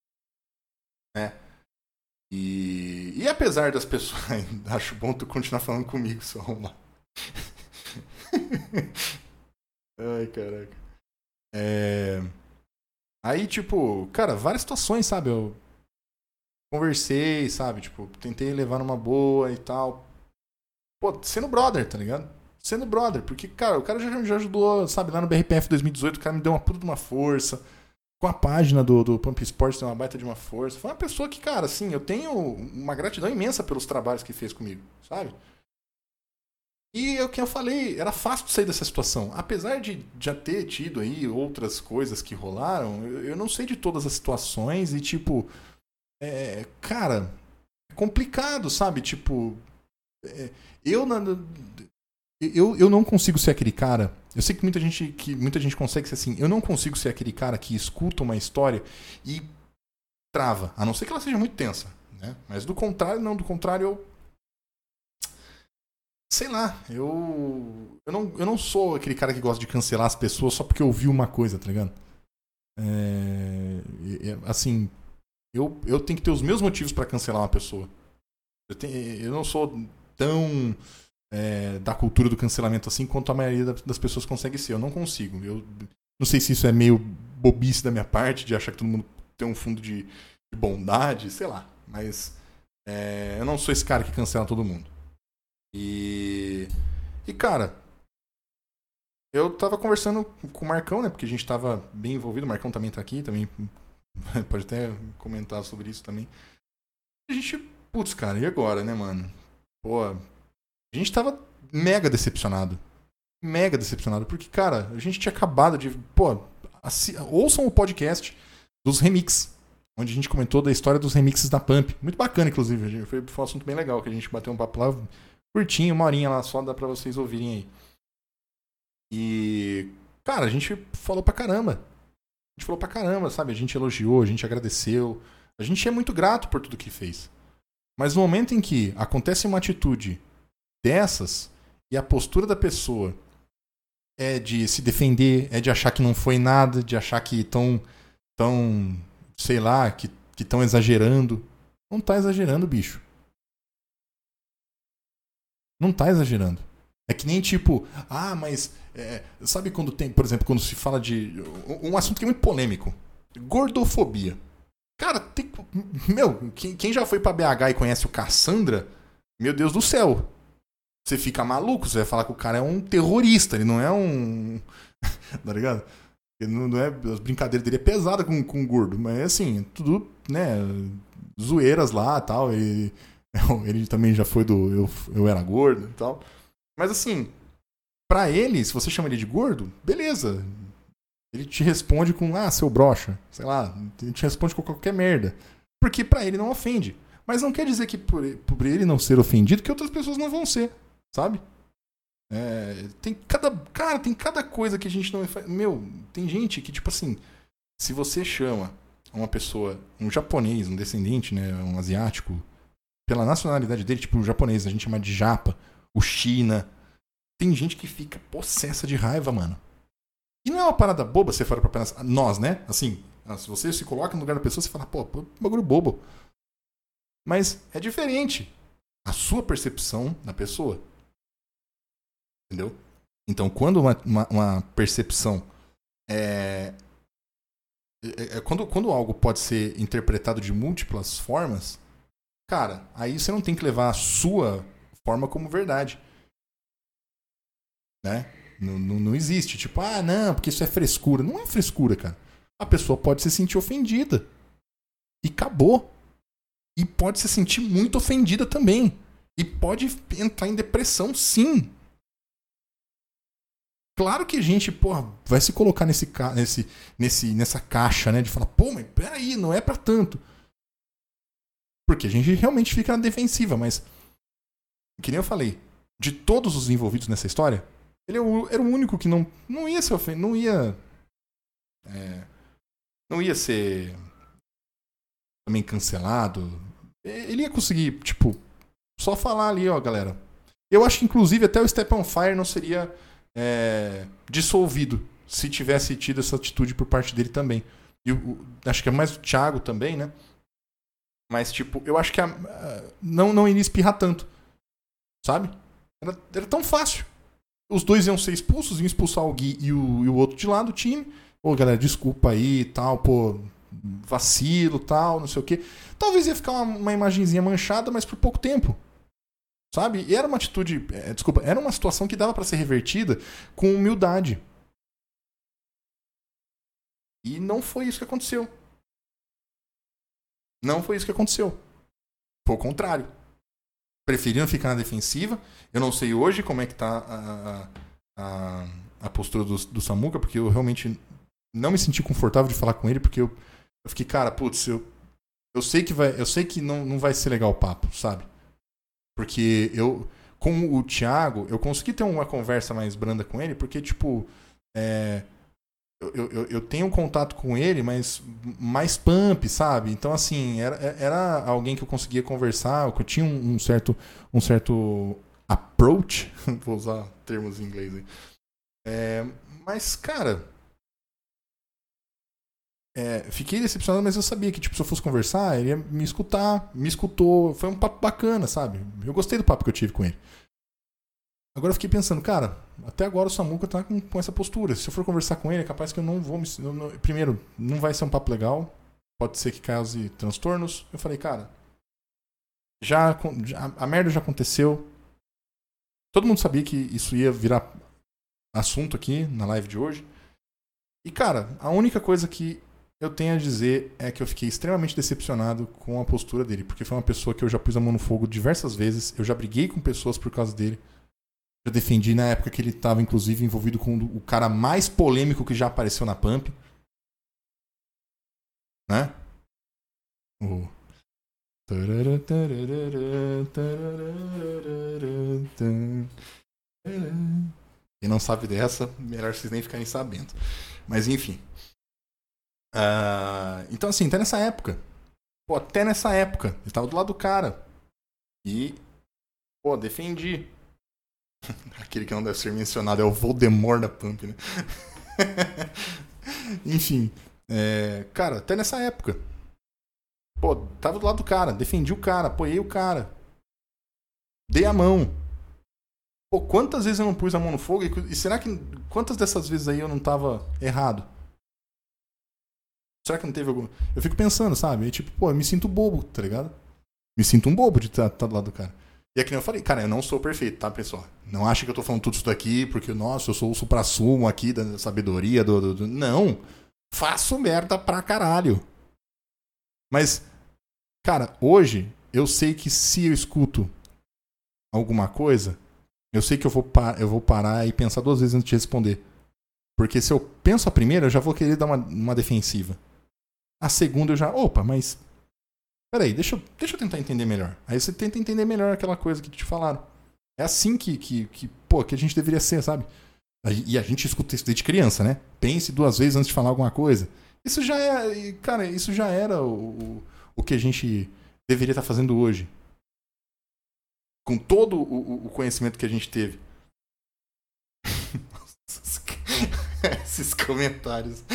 E apesar das pessoas... Acho bom tu continuar falando comigo, seu arrumar. Ai, caraca. Aí, tipo, cara, várias situações, sabe? Eu conversei, sabe? Tipo, tentei levar numa boa e tal. Pô, sendo brother, tá ligado? Sendo brother, porque, cara, o cara já ajudou, sabe? Lá no BRPF 2018, o cara me deu uma puta de uma força. Com a página do Pump Sports tem uma baita de uma força. Foi uma pessoa que, cara, assim, eu tenho uma gratidão imensa pelos trabalhos que fez comigo, sabe? E é o que eu falei, era fácil sair dessa situação. Apesar de já ter tido aí outras coisas que rolaram, eu não sei de todas as situações e, tipo, cara, é complicado, sabe? Tipo, eu não consigo ser aquele cara. Eu sei que muita gente consegue ser assim. Eu não consigo ser aquele cara que escuta uma história e trava. A não ser que ela seja muito tensa, né? Mas do contrário, eu sei lá, eu não sou aquele cara que gosta de cancelar as pessoas só porque eu ouvi uma coisa, tá ligado? Assim, eu tenho que ter os meus motivos pra cancelar uma pessoa. Eu não sou tão da cultura do cancelamento assim quanto a maioria das pessoas consegue ser. Eu não consigo. Eu não sei se isso é meio bobice da minha parte, de achar que todo mundo tem um fundo de bondade, sei lá. Mas eu não sou esse cara que cancela todo mundo. E cara, eu tava conversando com o Marcão, né? Porque a gente tava bem envolvido. O Marcão também tá aqui, também pode até comentar sobre isso também. A gente, putz, cara, e agora, né, mano? Pô, a gente tava mega decepcionado. Mega decepcionado. Porque, cara, a gente tinha acabado de... Pô, ouçam o podcast dos remixes. Onde a gente comentou da história dos remixes da Pump. Muito bacana, inclusive. Foi um assunto bem legal, que a gente bateu um papo lá curtinho, uma horinha lá só, dá pra vocês ouvirem aí. E, cara, a gente falou pra caramba. Sabe? A gente elogiou, a gente agradeceu. A gente é muito grato por tudo que fez. Mas no momento em que acontece uma atitude dessas e a postura da pessoa é de se defender, é de achar que não foi nada, de achar que tão sei lá, que estão exagerando. Não tá exagerando, bicho. Não tá exagerando. É que nem tipo, mas sabe quando tem, por exemplo, quando se fala de um assunto que é muito polêmico, gordofobia. Cara, quem já foi pra BH e conhece o Cassandra, meu Deus do céu, você fica maluco, você vai falar que o cara é um terrorista, ele não é um, tá ligado? Ele não é, as brincadeiras dele é pesada com gordo, mas assim, tudo, né, zoeiras lá e tal, ele também já foi do eu era gordo e tal. Mas assim, pra ele, se você chama ele de gordo, beleza. Ele te responde com, seu broxa, sei lá, ele te responde com qualquer merda. Porque pra ele não ofende. Mas não quer dizer que por ele não ser ofendido, que outras pessoas não vão ser, sabe? Tem cada coisa que a gente não faz. Meu, tem gente que, tipo assim, se você chama uma pessoa, um japonês, um descendente, né, um asiático, pela nacionalidade dele, tipo, o japonês, a gente chama de japa, o China. Tem gente que fica possessa de raiva, mano. E não é uma parada boba, você fala pra pensar. Nós, né? Assim, se você se coloca no lugar da pessoa, você fala, pô, bagulho bobo. Mas é diferente. A sua percepção da pessoa. Entendeu? Então, quando uma percepção quando algo pode ser interpretado de múltiplas formas, cara, aí você não tem que levar a sua forma como verdade. Né? Não existe. Tipo, não, porque isso é frescura. Não é frescura, cara. A pessoa pode se sentir ofendida. E acabou. E pode se sentir muito ofendida também. E pode entrar em depressão, sim. Claro que a gente, vai se colocar nessa caixa, né? De falar, mas peraí, não é pra tanto. Porque a gente realmente fica na defensiva, mas... Que nem eu falei, de todos os envolvidos nessa história, ele era o único que não ia se ofender, não ia ser também cancelado. Ele ia conseguir, tipo, só falar ali, ó, galera. Eu acho que, inclusive, até o Step on Fire não seria dissolvido se tivesse tido essa atitude por parte dele também. E acho que é mais o Thiago também, né? Mas, tipo, eu acho que não iria espirrar tanto. Sabe? Era tão fácil. Os dois iam ser expulsos, iam expulsar o Gui e o outro de lá do time. Galera, desculpa aí e tal, vacilo e tal, não sei o quê. Talvez ia ficar uma imagenzinha manchada, mas por pouco tempo. Sabe? E era uma atitude... era uma situação que dava pra ser revertida com humildade. E não foi isso que aconteceu. Não foi isso que aconteceu. Foi o contrário. Preferiram ficar na defensiva. Eu não sei hoje como é que tá a postura do Samuca, porque eu realmente não me senti confortável de falar com ele, porque eu fiquei, cara, putz, eu sei que não vai ser legal o papo, sabe? Porque com o Thiago, eu consegui ter uma conversa mais branda com ele, porque, tipo, eu tenho um contato com ele, mas mais pump, sabe? Então, assim, era alguém que eu conseguia conversar, que eu tinha um certo approach, vou usar termos em inglês aí. Mas, cara, fiquei decepcionado, mas eu sabia que, tipo, se eu fosse conversar, ele ia me escutar, me escutou, foi um papo bacana, sabe? Eu gostei do papo que eu tive com ele. Agora eu fiquei pensando, cara, até agora o Samuca tá com essa postura. Se eu for conversar com ele, é capaz que eu não vou me... Primeiro, não vai ser um papo legal. Pode ser que cause transtornos. Eu falei, cara, a merda já aconteceu. Todo mundo sabia que isso ia virar assunto aqui na live de hoje. E, cara, a única coisa que eu tenho a dizer é que eu fiquei extremamente decepcionado com a postura dele. Porque foi uma pessoa que eu já pus a mão no fogo diversas vezes. Eu já briguei com pessoas por causa dele. Eu defendi na época que ele estava, inclusive, envolvido com o cara mais polêmico que já apareceu na Pump. Né? Quem não sabe dessa, melhor vocês nem ficarem sabendo. Mas, enfim. Então, assim, até nessa época. Até nessa época. Ele estava do lado do cara. E, defendi. Aquele que não deve ser mencionado é o Voldemort da Pump, né? Enfim, cara, até nessa época. Tava do lado do cara, defendi o cara, apoiei o cara. Dei a mão. Pô, quantas vezes eu não pus a mão no fogo? E será que... Quantas dessas vezes aí eu não tava errado? Será que não teve algum... Eu fico pensando, sabe? E, tipo, pô, eu me sinto bobo, tá ligado? Me sinto um bobo de estar do lado do cara. E é que nem eu falei, cara, eu não sou perfeito, tá, pessoal? Não acha que eu tô falando tudo isso daqui porque, nossa, eu sou o suprassumo aqui da sabedoria do... Não! Faço merda pra caralho. Mas, cara, hoje eu sei que se eu escuto alguma coisa, eu sei que eu vou parar e pensar 2 vezes antes de responder. Porque se eu penso a primeira, eu já vou querer dar uma defensiva. A segunda eu já... Opa, mas... Peraí, deixa eu tentar entender melhor. Aí você tenta entender melhor aquela coisa que te falaram. É assim que a gente deveria ser, sabe? E a gente escuta isso desde criança, né? Pense 2 vezes antes de falar alguma coisa. Isso já é... Cara, isso já era o que a gente deveria estar fazendo hoje. Com todo o conhecimento que a gente teve. Esses comentários.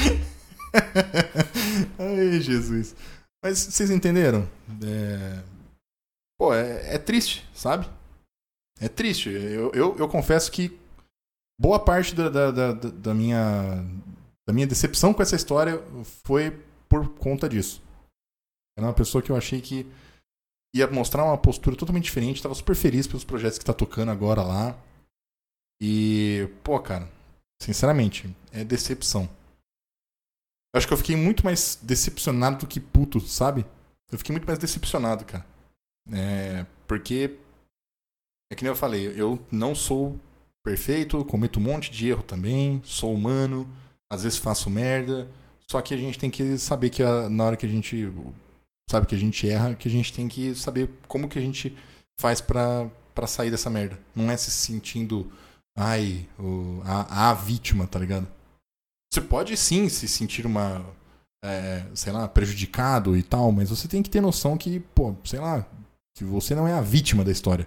Ai, Jesus. Mas vocês entenderam? Pô, é triste, sabe? É triste. Eu confesso que boa parte da minha decepção com essa história foi por conta disso. Era uma pessoa que eu achei que ia mostrar uma postura totalmente diferente. Tava super feliz pelos projetos que tá tocando agora lá. E, pô, cara, sinceramente, é decepção. Eu acho que eu fiquei muito mais decepcionado do que puto, sabe? Eu fiquei muito mais decepcionado, cara. Porque, é que nem eu falei, eu não sou perfeito, cometo um monte de erro também, sou humano, às vezes faço merda. Só que a gente tem que saber que na hora que a gente sabe que a gente erra, que a gente tem que saber como que a gente faz pra sair dessa merda. Não é se sentindo, a vítima, tá ligado? Você pode sim se sentir sei lá, prejudicado e tal, mas você tem que ter noção que, pô, sei lá, que você não é a vítima da história.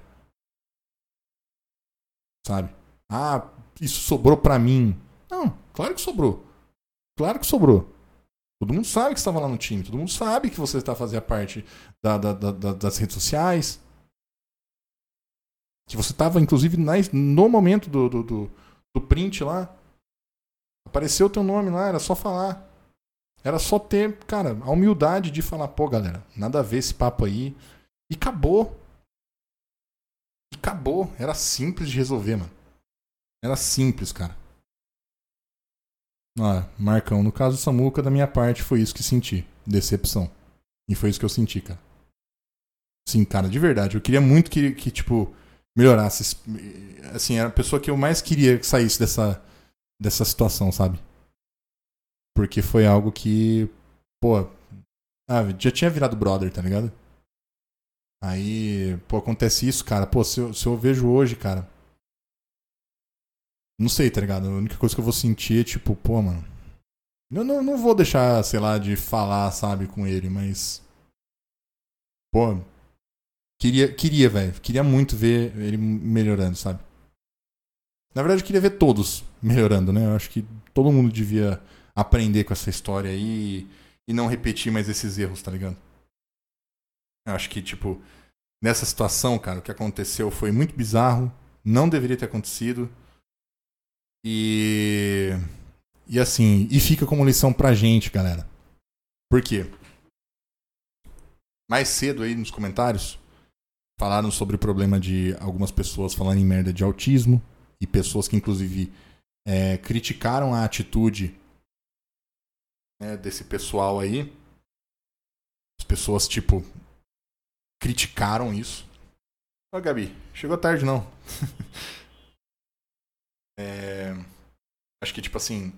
Sabe? Isso sobrou pra mim. Não, claro que sobrou. Claro que sobrou. Todo mundo sabe que você estava lá no time, todo mundo sabe que você fazia parte das redes sociais. Que você estava, inclusive, no momento do print lá. Apareceu o teu nome lá, era só falar. Era só ter, cara, a humildade de falar, pô, galera, nada a ver esse papo aí. E acabou. E acabou. Era simples de resolver, mano. Era simples, cara. Marcão, no caso do Samuca, da minha parte, foi isso que senti. Decepção. E foi isso que eu senti, cara. Sim, cara, de verdade. Eu queria muito que tipo, melhorasse. Assim, era a pessoa que eu mais queria que saísse dessa situação, sabe? Porque foi algo que, pô, já tinha virado brother, tá ligado? Aí, pô, acontece isso, cara. Pô, se eu vejo hoje, cara, não sei, tá ligado? A única coisa que eu vou sentir é tipo, pô, mano, eu não vou deixar, sei lá, de falar, sabe, com ele, mas, pô, queria, velho, queria muito ver ele melhorando, sabe? Na verdade, eu queria ver todos melhorando, né? Eu acho que todo mundo devia aprender com essa história aí e não repetir mais esses erros, tá ligado? Eu acho que, tipo, nessa situação, cara, o que aconteceu foi muito bizarro, não deveria ter acontecido e assim, e fica como lição pra gente, galera. Por quê? Mais cedo aí nos comentários falaram sobre o problema de algumas pessoas falando em merda de autismo e pessoas que, inclusive, criticaram a atitude, né, desse pessoal aí. As pessoas, tipo, criticaram isso. Ô, Gabi, chegou tarde, não. Acho que, tipo assim,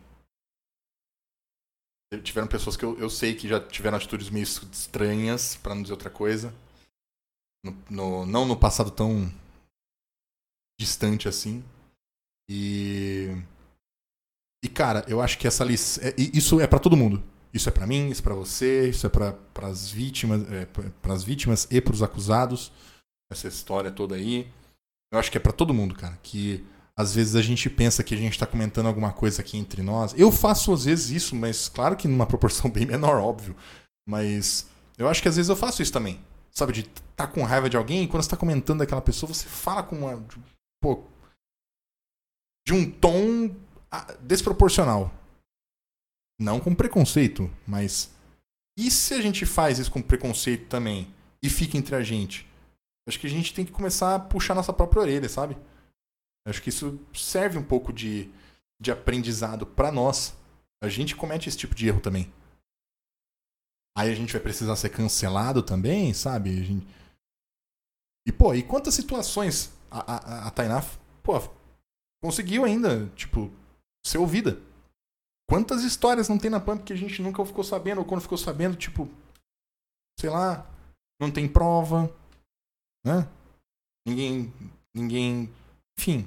tiveram pessoas que eu sei que já tiveram atitudes meio estranhas, pra não dizer outra coisa. Não no passado tão distante assim. E cara, eu acho que essa lição, isso é pra todo mundo. Isso é pra mim, isso é pra você, isso é pras vítimas e pros acusados. Essa história toda aí. Eu acho que é pra todo mundo, cara. Que às vezes a gente pensa que a gente tá comentando alguma coisa aqui entre nós. Eu faço às vezes isso, mas claro que numa proporção bem menor, óbvio. Mas eu acho que às vezes eu faço isso também. Sabe, de tá com raiva de alguém e quando você tá comentando daquela pessoa, você fala com uma... Pô, de um tom desproporcional. Não com preconceito, mas e se a gente faz isso com preconceito também e fica entre a gente? Acho que a gente tem que começar a puxar nossa própria orelha, sabe? Acho que isso serve um pouco de aprendizado pra nós. A gente comete esse tipo de erro também. Aí a gente vai precisar ser cancelado também, sabe? E, pô, e quantas situações a Tainá, pô, conseguiu ainda, tipo, ser ouvida? Quantas histórias não tem na Pump que a gente nunca ficou sabendo, ou quando ficou sabendo, tipo, sei lá, não tem prova, né? Ninguém, enfim.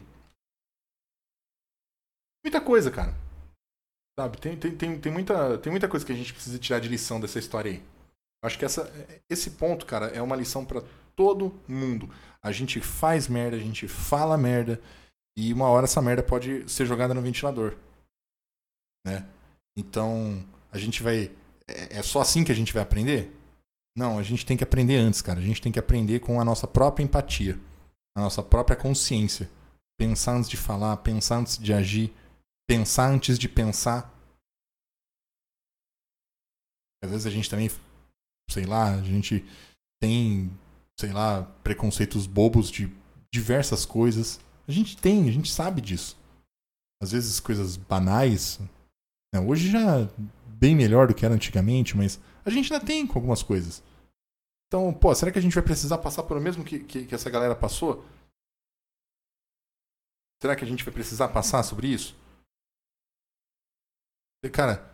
Muita coisa, cara. Sabe, tem muita coisa que a gente precisa tirar de lição dessa história aí. Acho que esse ponto, cara, é uma lição pra todo mundo. A gente faz merda, a gente fala merda, e uma hora essa merda pode ser jogada no ventilador. Né? Então, a gente vai... É só assim que a gente vai aprender? Não, a gente tem que aprender antes, cara. A gente tem que aprender com a nossa própria empatia, a nossa própria consciência. Pensar antes de falar, pensar antes de agir, pensar antes de pensar. Às vezes a gente também, sei lá, a gente tem, sei lá, preconceitos bobos de diversas coisas. A gente sabe disso. Às vezes coisas banais. Né? Hoje já bem melhor do que era antigamente, mas a gente ainda tem com algumas coisas. Então, pô, será que a gente vai precisar passar pelo mesmo que essa galera passou? Será que a gente vai precisar passar sobre isso? Cara,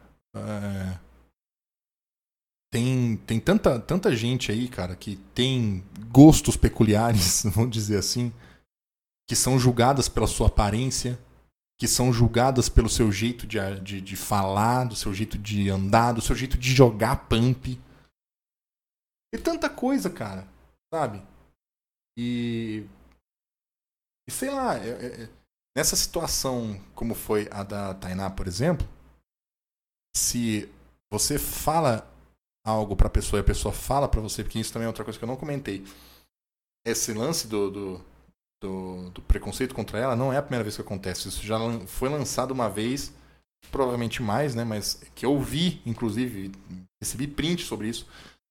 tem tanta gente aí, cara, que tem gostos peculiares, vamos dizer assim, que são julgadas pela sua aparência, que são julgadas pelo seu jeito de falar, do seu jeito de andar, do seu jeito de jogar Pump. E tanta coisa, cara, sabe? E sei lá, nessa situação como foi a da Tainá, por exemplo, se você fala algo pra pessoa e a pessoa fala pra você, porque isso também é outra coisa que eu não comentei, esse lance do preconceito contra ela não é a primeira vez que acontece. Isso já foi lançado uma vez, provavelmente mais, né? Mas que eu vi, inclusive, recebi print sobre isso,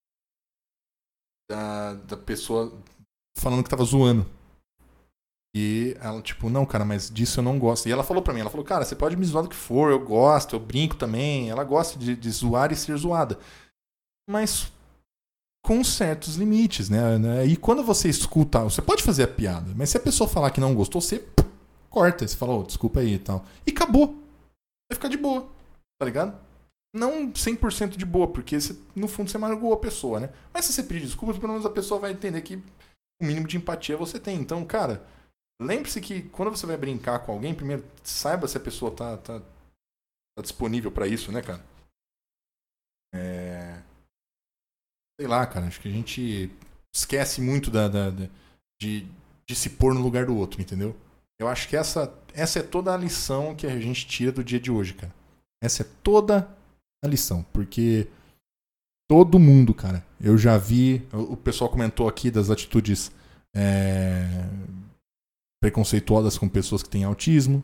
da pessoa falando que tava zoando. E ela, tipo, não, cara, mas disso eu não gosto. E ela falou pra mim, ela falou, cara, você pode me zoar do que for, eu gosto, eu brinco também. Ela gosta de zoar e ser zoada. Mas com certos limites, né? E quando você escuta, você pode fazer a piada, mas se a pessoa falar que não gostou, você corta. Você fala, desculpa aí e tal. E acabou. Vai ficar de boa, tá ligado? Não 100% de boa, porque no fundo você magoou a pessoa, né? Mas se você pedir desculpas, pelo menos a pessoa vai entender que o mínimo de empatia você tem. Então, cara, lembre-se que quando você vai brincar com alguém, primeiro saiba se a pessoa tá disponível pra isso, né, cara? Sei lá, cara, acho que a gente esquece muito de se pôr no lugar do outro, entendeu? Eu acho que essa é toda a lição que a gente tira do dia de hoje, cara. Essa é toda a lição, porque todo mundo, cara, eu já vi, o pessoal comentou aqui das atitudes preconceituosas com pessoas que têm autismo.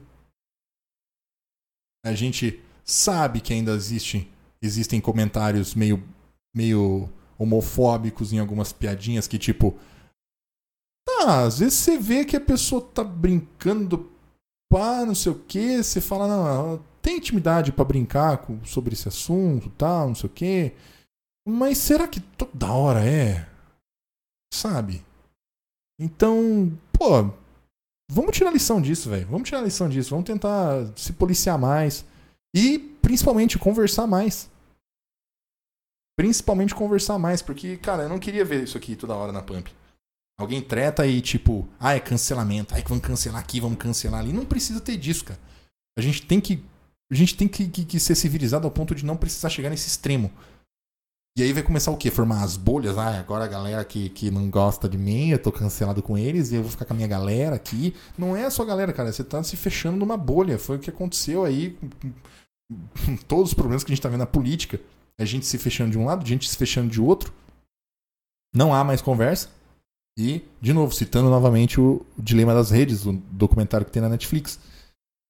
A gente sabe que ainda existem comentários meio homofóbicos em algumas piadinhas que, tipo, às vezes você vê que a pessoa tá brincando, pá, não sei o que, você fala, não, ela tem intimidade pra brincar sobre esse assunto, tal, não sei o que, mas será que toda hora é? Sabe? Então, pô, vamos tirar lição disso, velho. Vamos tirar lição disso, vamos tentar se policiar mais e, principalmente, conversar mais. Principalmente conversar mais, porque, cara, eu não queria ver isso aqui toda hora na Pump. Alguém treta e, tipo, é cancelamento, que vamos cancelar aqui, vamos cancelar ali. Não precisa ter disso, cara. A gente tem que ser civilizado ao ponto de não precisar chegar nesse extremo. E aí vai começar o quê? Formar as bolhas. Agora a galera que não gosta de mim, eu tô cancelado com eles e eu vou ficar com a minha galera aqui. Não é a sua galera, cara. Você tá se fechando numa bolha. Foi o que aconteceu aí com todos os problemas que a gente tá vendo na política. A gente se fechando de um lado, a gente se fechando de outro. Não há mais conversa. E, de novo, citando novamente o Dilema das Redes, o documentário que tem na Netflix.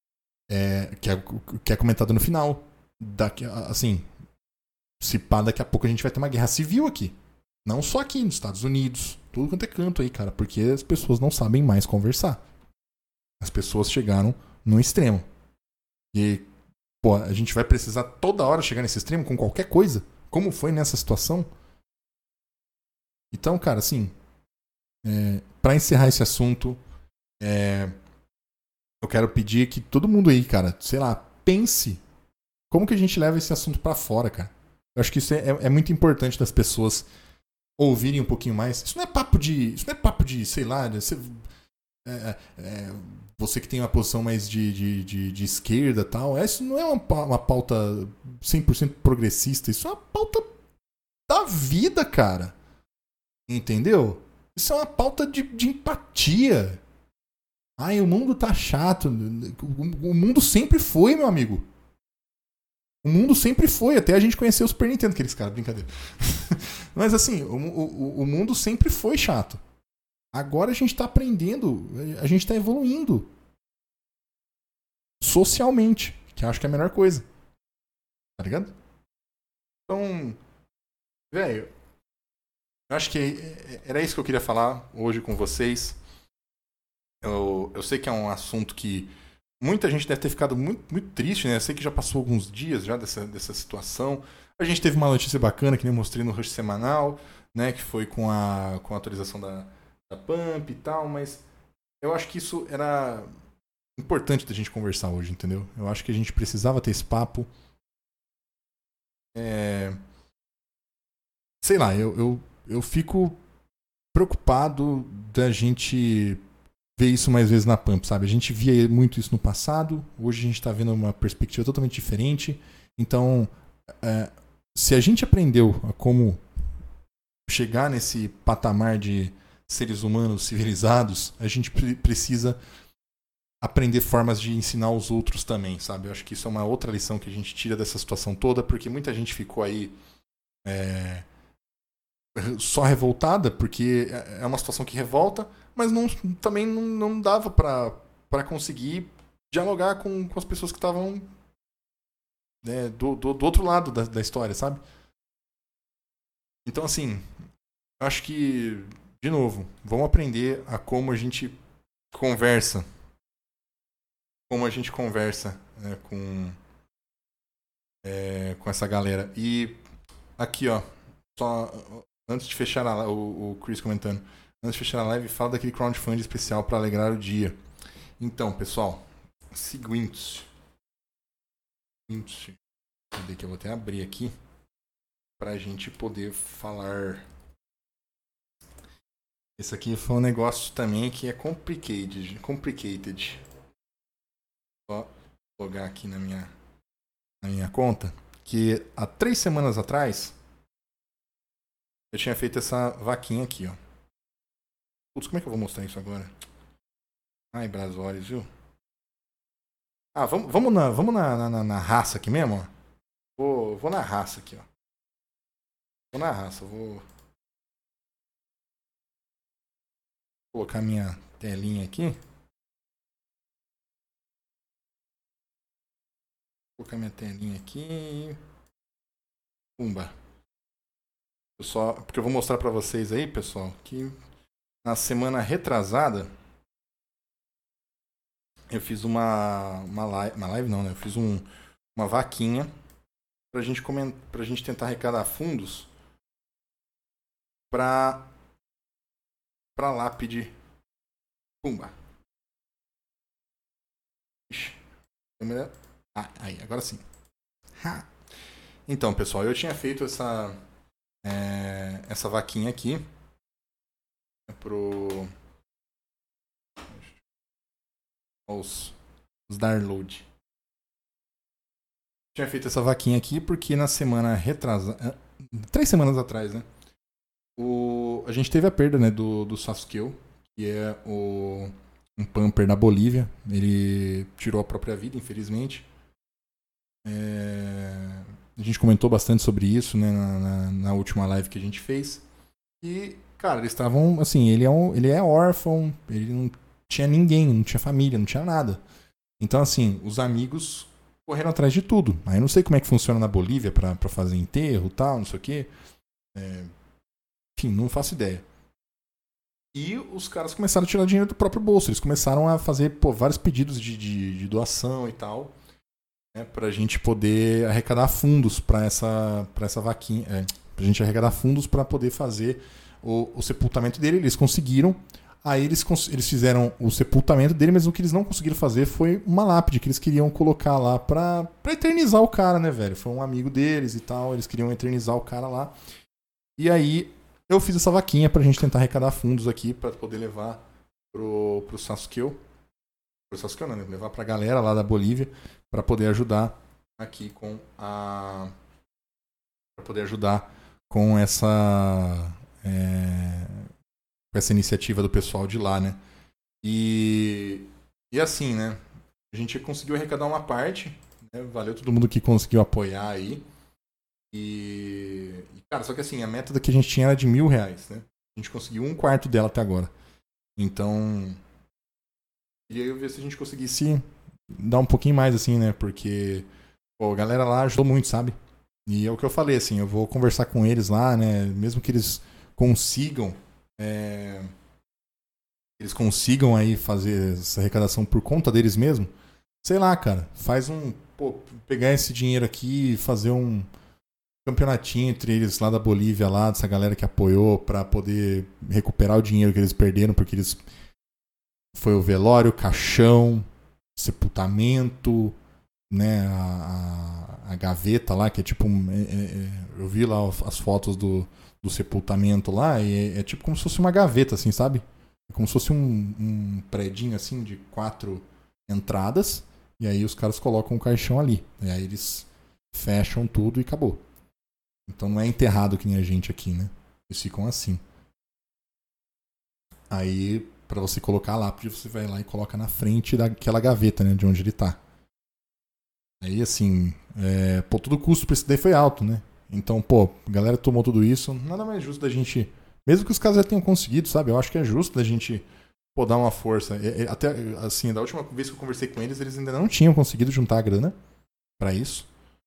que é comentado no final. Assim, se pá, daqui a pouco a gente vai ter uma guerra civil aqui. Não só aqui nos Estados Unidos, tudo quanto é canto aí, cara, porque as pessoas não sabem mais conversar. As pessoas chegaram no extremo. E, pô, a gente vai precisar toda hora chegar nesse extremo com qualquer coisa, como foi nessa situação. Então, cara, assim, pra encerrar esse assunto, eu quero pedir que todo mundo aí, cara, sei lá, pense como que a gente leva esse assunto pra fora, cara. Eu acho que isso é muito importante das pessoas ouvirem um pouquinho mais. Isso não é papo de sei lá, você que tem uma posição mais de esquerda e tal. Isso não é uma pauta 100% progressista. Isso é uma pauta da vida, cara. Entendeu? Isso é uma pauta de empatia. Ai, o mundo tá chato. O mundo sempre foi, meu amigo. O mundo sempre foi, até a gente conhecer o Super Nintendo, aqueles caras, brincadeira. Mas assim, o mundo sempre foi chato. Agora a gente tá aprendendo, a gente tá evoluindo. Socialmente, que eu acho que é a melhor coisa. Tá ligado? Então, velho, eu acho que era isso que eu queria falar hoje com vocês. Eu sei que é um assunto que muita gente deve ter ficado muito, muito triste, né? Eu sei que já passou alguns dias já dessa situação. A gente teve uma notícia bacana que nem eu mostrei no Rush Semanal, né? Que foi com a atualização da Pump e tal, mas eu acho que isso era importante da gente conversar hoje, entendeu? Eu acho que a gente precisava ter esse papo. Sei lá, eu fico preocupado da gente ver isso mais vezes na Pump, sabe? A gente via muito isso no passado, hoje a gente tá vendo uma perspectiva totalmente diferente. Então, se a gente aprendeu a como chegar nesse patamar de seres humanos civilizados, a gente precisa aprender formas de ensinar os outros também, sabe? Eu acho que isso é uma outra lição que a gente tira dessa situação toda, porque muita gente ficou aí só revoltada, porque é uma situação que revolta, mas também não dava pra conseguir dialogar com as pessoas que estavam do outro lado da história, sabe? Então, assim, eu acho que, de novo, vamos aprender a como a gente conversa. Como a gente conversa com essa galera. E aqui, ó, só antes de fechar o Chris comentando, antes de fechar a live, fala daquele crowdfunding especial para alegrar o dia. Então, pessoal, seguinte. Cadê que eu vou até abrir aqui pra gente poder falar. Esse aqui foi um negócio também que é complicated. Só logar aqui na minha conta, que há 3 semanas atrás eu tinha feito essa vaquinha aqui, ó. Putz, como é que eu vou mostrar isso agora? Ai, Brasórios, viu? Ah, vamos na raça aqui mesmo, ó. Vou na raça aqui, ó. Vou na raça, vou colocar minha telinha aqui. Vou colocar minha telinha aqui. Pumba. Porque eu vou mostrar pra vocês aí, pessoal, que na semana retrasada eu fiz uma live não, né? Eu fiz uma vaquinha pra gente tentar arrecadar fundos pra lápide. Pumba. Ixi, câmera. Aí, agora sim. Então, pessoal, eu tinha feito essa vaquinha aqui os download. Tinha feito essa vaquinha aqui porque na semana retrasada, 3 semanas atrás, né? A gente teve a perda, né, do Sasuke, que é um pumper da Bolívia. Ele tirou a própria vida, infelizmente. A gente comentou bastante sobre isso, né, na última live que a gente fez. E, cara, eles estavam, assim, ele é órfão, ele não tinha ninguém, não tinha família, não tinha nada. Então, assim, os amigos correram atrás de tudo. Aí eu não sei como é que funciona na Bolívia pra fazer enterro e tal, não sei o quê. Enfim, não faço ideia. E os caras começaram a tirar dinheiro do próprio bolso. Eles começaram a fazer vários pedidos de doação e tal, né, pra gente poder arrecadar fundos pra essa vaquinha. Pra gente arrecadar fundos pra poder fazer o sepultamento dele. Eles conseguiram. Aí eles fizeram o sepultamento dele, mas o que eles não conseguiram fazer foi uma lápide que eles queriam colocar lá pra eternizar o cara, né, velho? Foi um amigo deles e tal, eles queriam eternizar o cara lá. E aí eu fiz essa vaquinha pra gente tentar arrecadar fundos aqui pra poder levar pro Sasuke. Pro Sasuke não, né? Levar pra galera lá da Bolívia pra poder ajudar aqui com a... Pra poder ajudar com essa... com essa iniciativa do pessoal de lá, né? E assim, né? A gente conseguiu arrecadar uma parte, né? Valeu todo mundo que conseguiu apoiar aí. E cara, só que assim, a meta que a gente tinha era de R$1.000, né? A gente conseguiu 1/4 dela até agora. Então, queria eu ver se a gente conseguisse dar um pouquinho mais, assim, né? Porque, pô, a galera lá ajudou muito, sabe? E é o que eu falei, assim, eu vou conversar com eles lá, né? Mesmo que eles consigam aí fazer essa arrecadação por conta deles mesmo, sei lá, cara, pegar esse dinheiro aqui e fazer um campeonatinho entre eles lá da Bolívia, lá dessa galera que apoiou pra poder recuperar o dinheiro que eles perderam, porque eles foi o velório, caixão, sepultamento, né, a gaveta lá, que é tipo eu vi lá as fotos do sepultamento lá, e é tipo como se fosse uma gaveta, assim, sabe? É como se fosse um predinho, assim, de 4 entradas, e aí os caras colocam um caixão ali. E aí eles fecham tudo e acabou. Então não é enterrado que nem a gente aqui, né? Eles ficam assim. Aí, pra você colocar a lápide, você vai lá e coloca na frente daquela gaveta, né? De onde ele tá. Aí, assim, todo o custo pra isso daí foi alto, né? Então, pô, a galera tomou tudo isso. Nada mais justo da gente... Mesmo que os caras já tenham conseguido, sabe? Eu acho que é justo da gente, pô, dar uma força. Até, assim, da última vez que eu conversei com eles, eles ainda não tinham conseguido juntar a grana pra isso.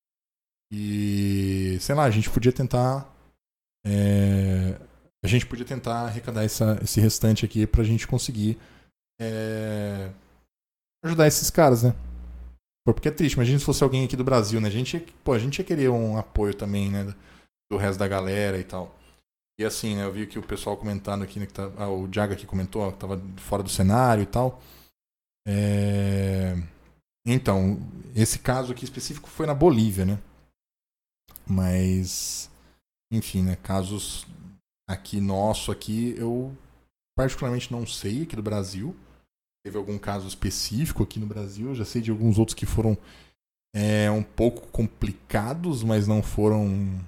E, sei lá, a gente podia tentar... a gente podia tentar arrecadar esse restante aqui pra gente conseguir ajudar esses caras, né? Porque é triste, imagina se fosse alguém aqui do Brasil, né? A gente ia querer um apoio também, né? Do resto da galera e tal. E assim, né? Eu vi que o pessoal comentando aqui, né? O Diago aqui comentou, ó, que tava fora do cenário e tal. Então, esse caso aqui específico foi na Bolívia, né? Mas, enfim, né? Casos aqui, eu particularmente não sei aqui do Brasil. Teve algum caso específico aqui no Brasil. Já sei de alguns outros que foram um pouco complicados, mas não foram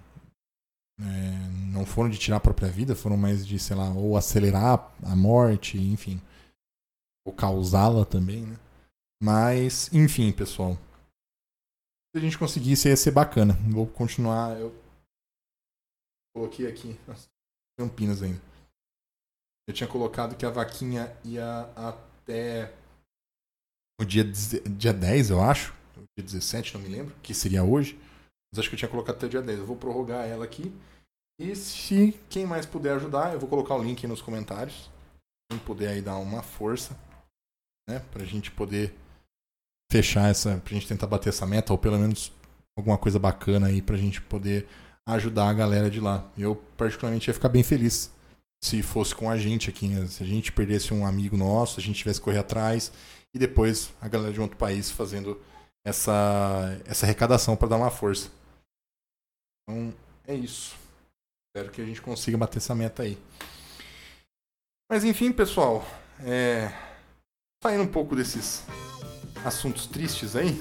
de tirar a própria vida, foram mais de, sei lá, ou acelerar a morte, enfim, ou causá-la também, né? Mas, enfim, pessoal, se a gente conseguisse, ia ser bacana. Vou continuar. Eu coloquei aqui Campinas ainda. Eu tinha colocado que a vaquinha ia até o dia 10, eu acho. Dia 17, não me lembro, que seria hoje. Mas acho que eu tinha colocado até o dia 10. Eu vou prorrogar ela aqui. E se quem mais puder ajudar, eu vou colocar o link aí nos comentários. Quem puder aí dar uma força, né? Pra gente poder fechar pra gente tentar bater essa meta, ou pelo menos alguma coisa bacana aí pra gente poder ajudar a galera de lá. Eu particularmente ia ficar bem feliz se fosse com a gente aqui, né? Se a gente perdesse um amigo nosso, a gente tivesse que correr atrás e depois a galera de outro país fazendo essa arrecadação para dar uma força. Então, é isso. Espero que a gente consiga bater essa meta aí. Mas enfim, pessoal, saindo um pouco desses assuntos tristes aí,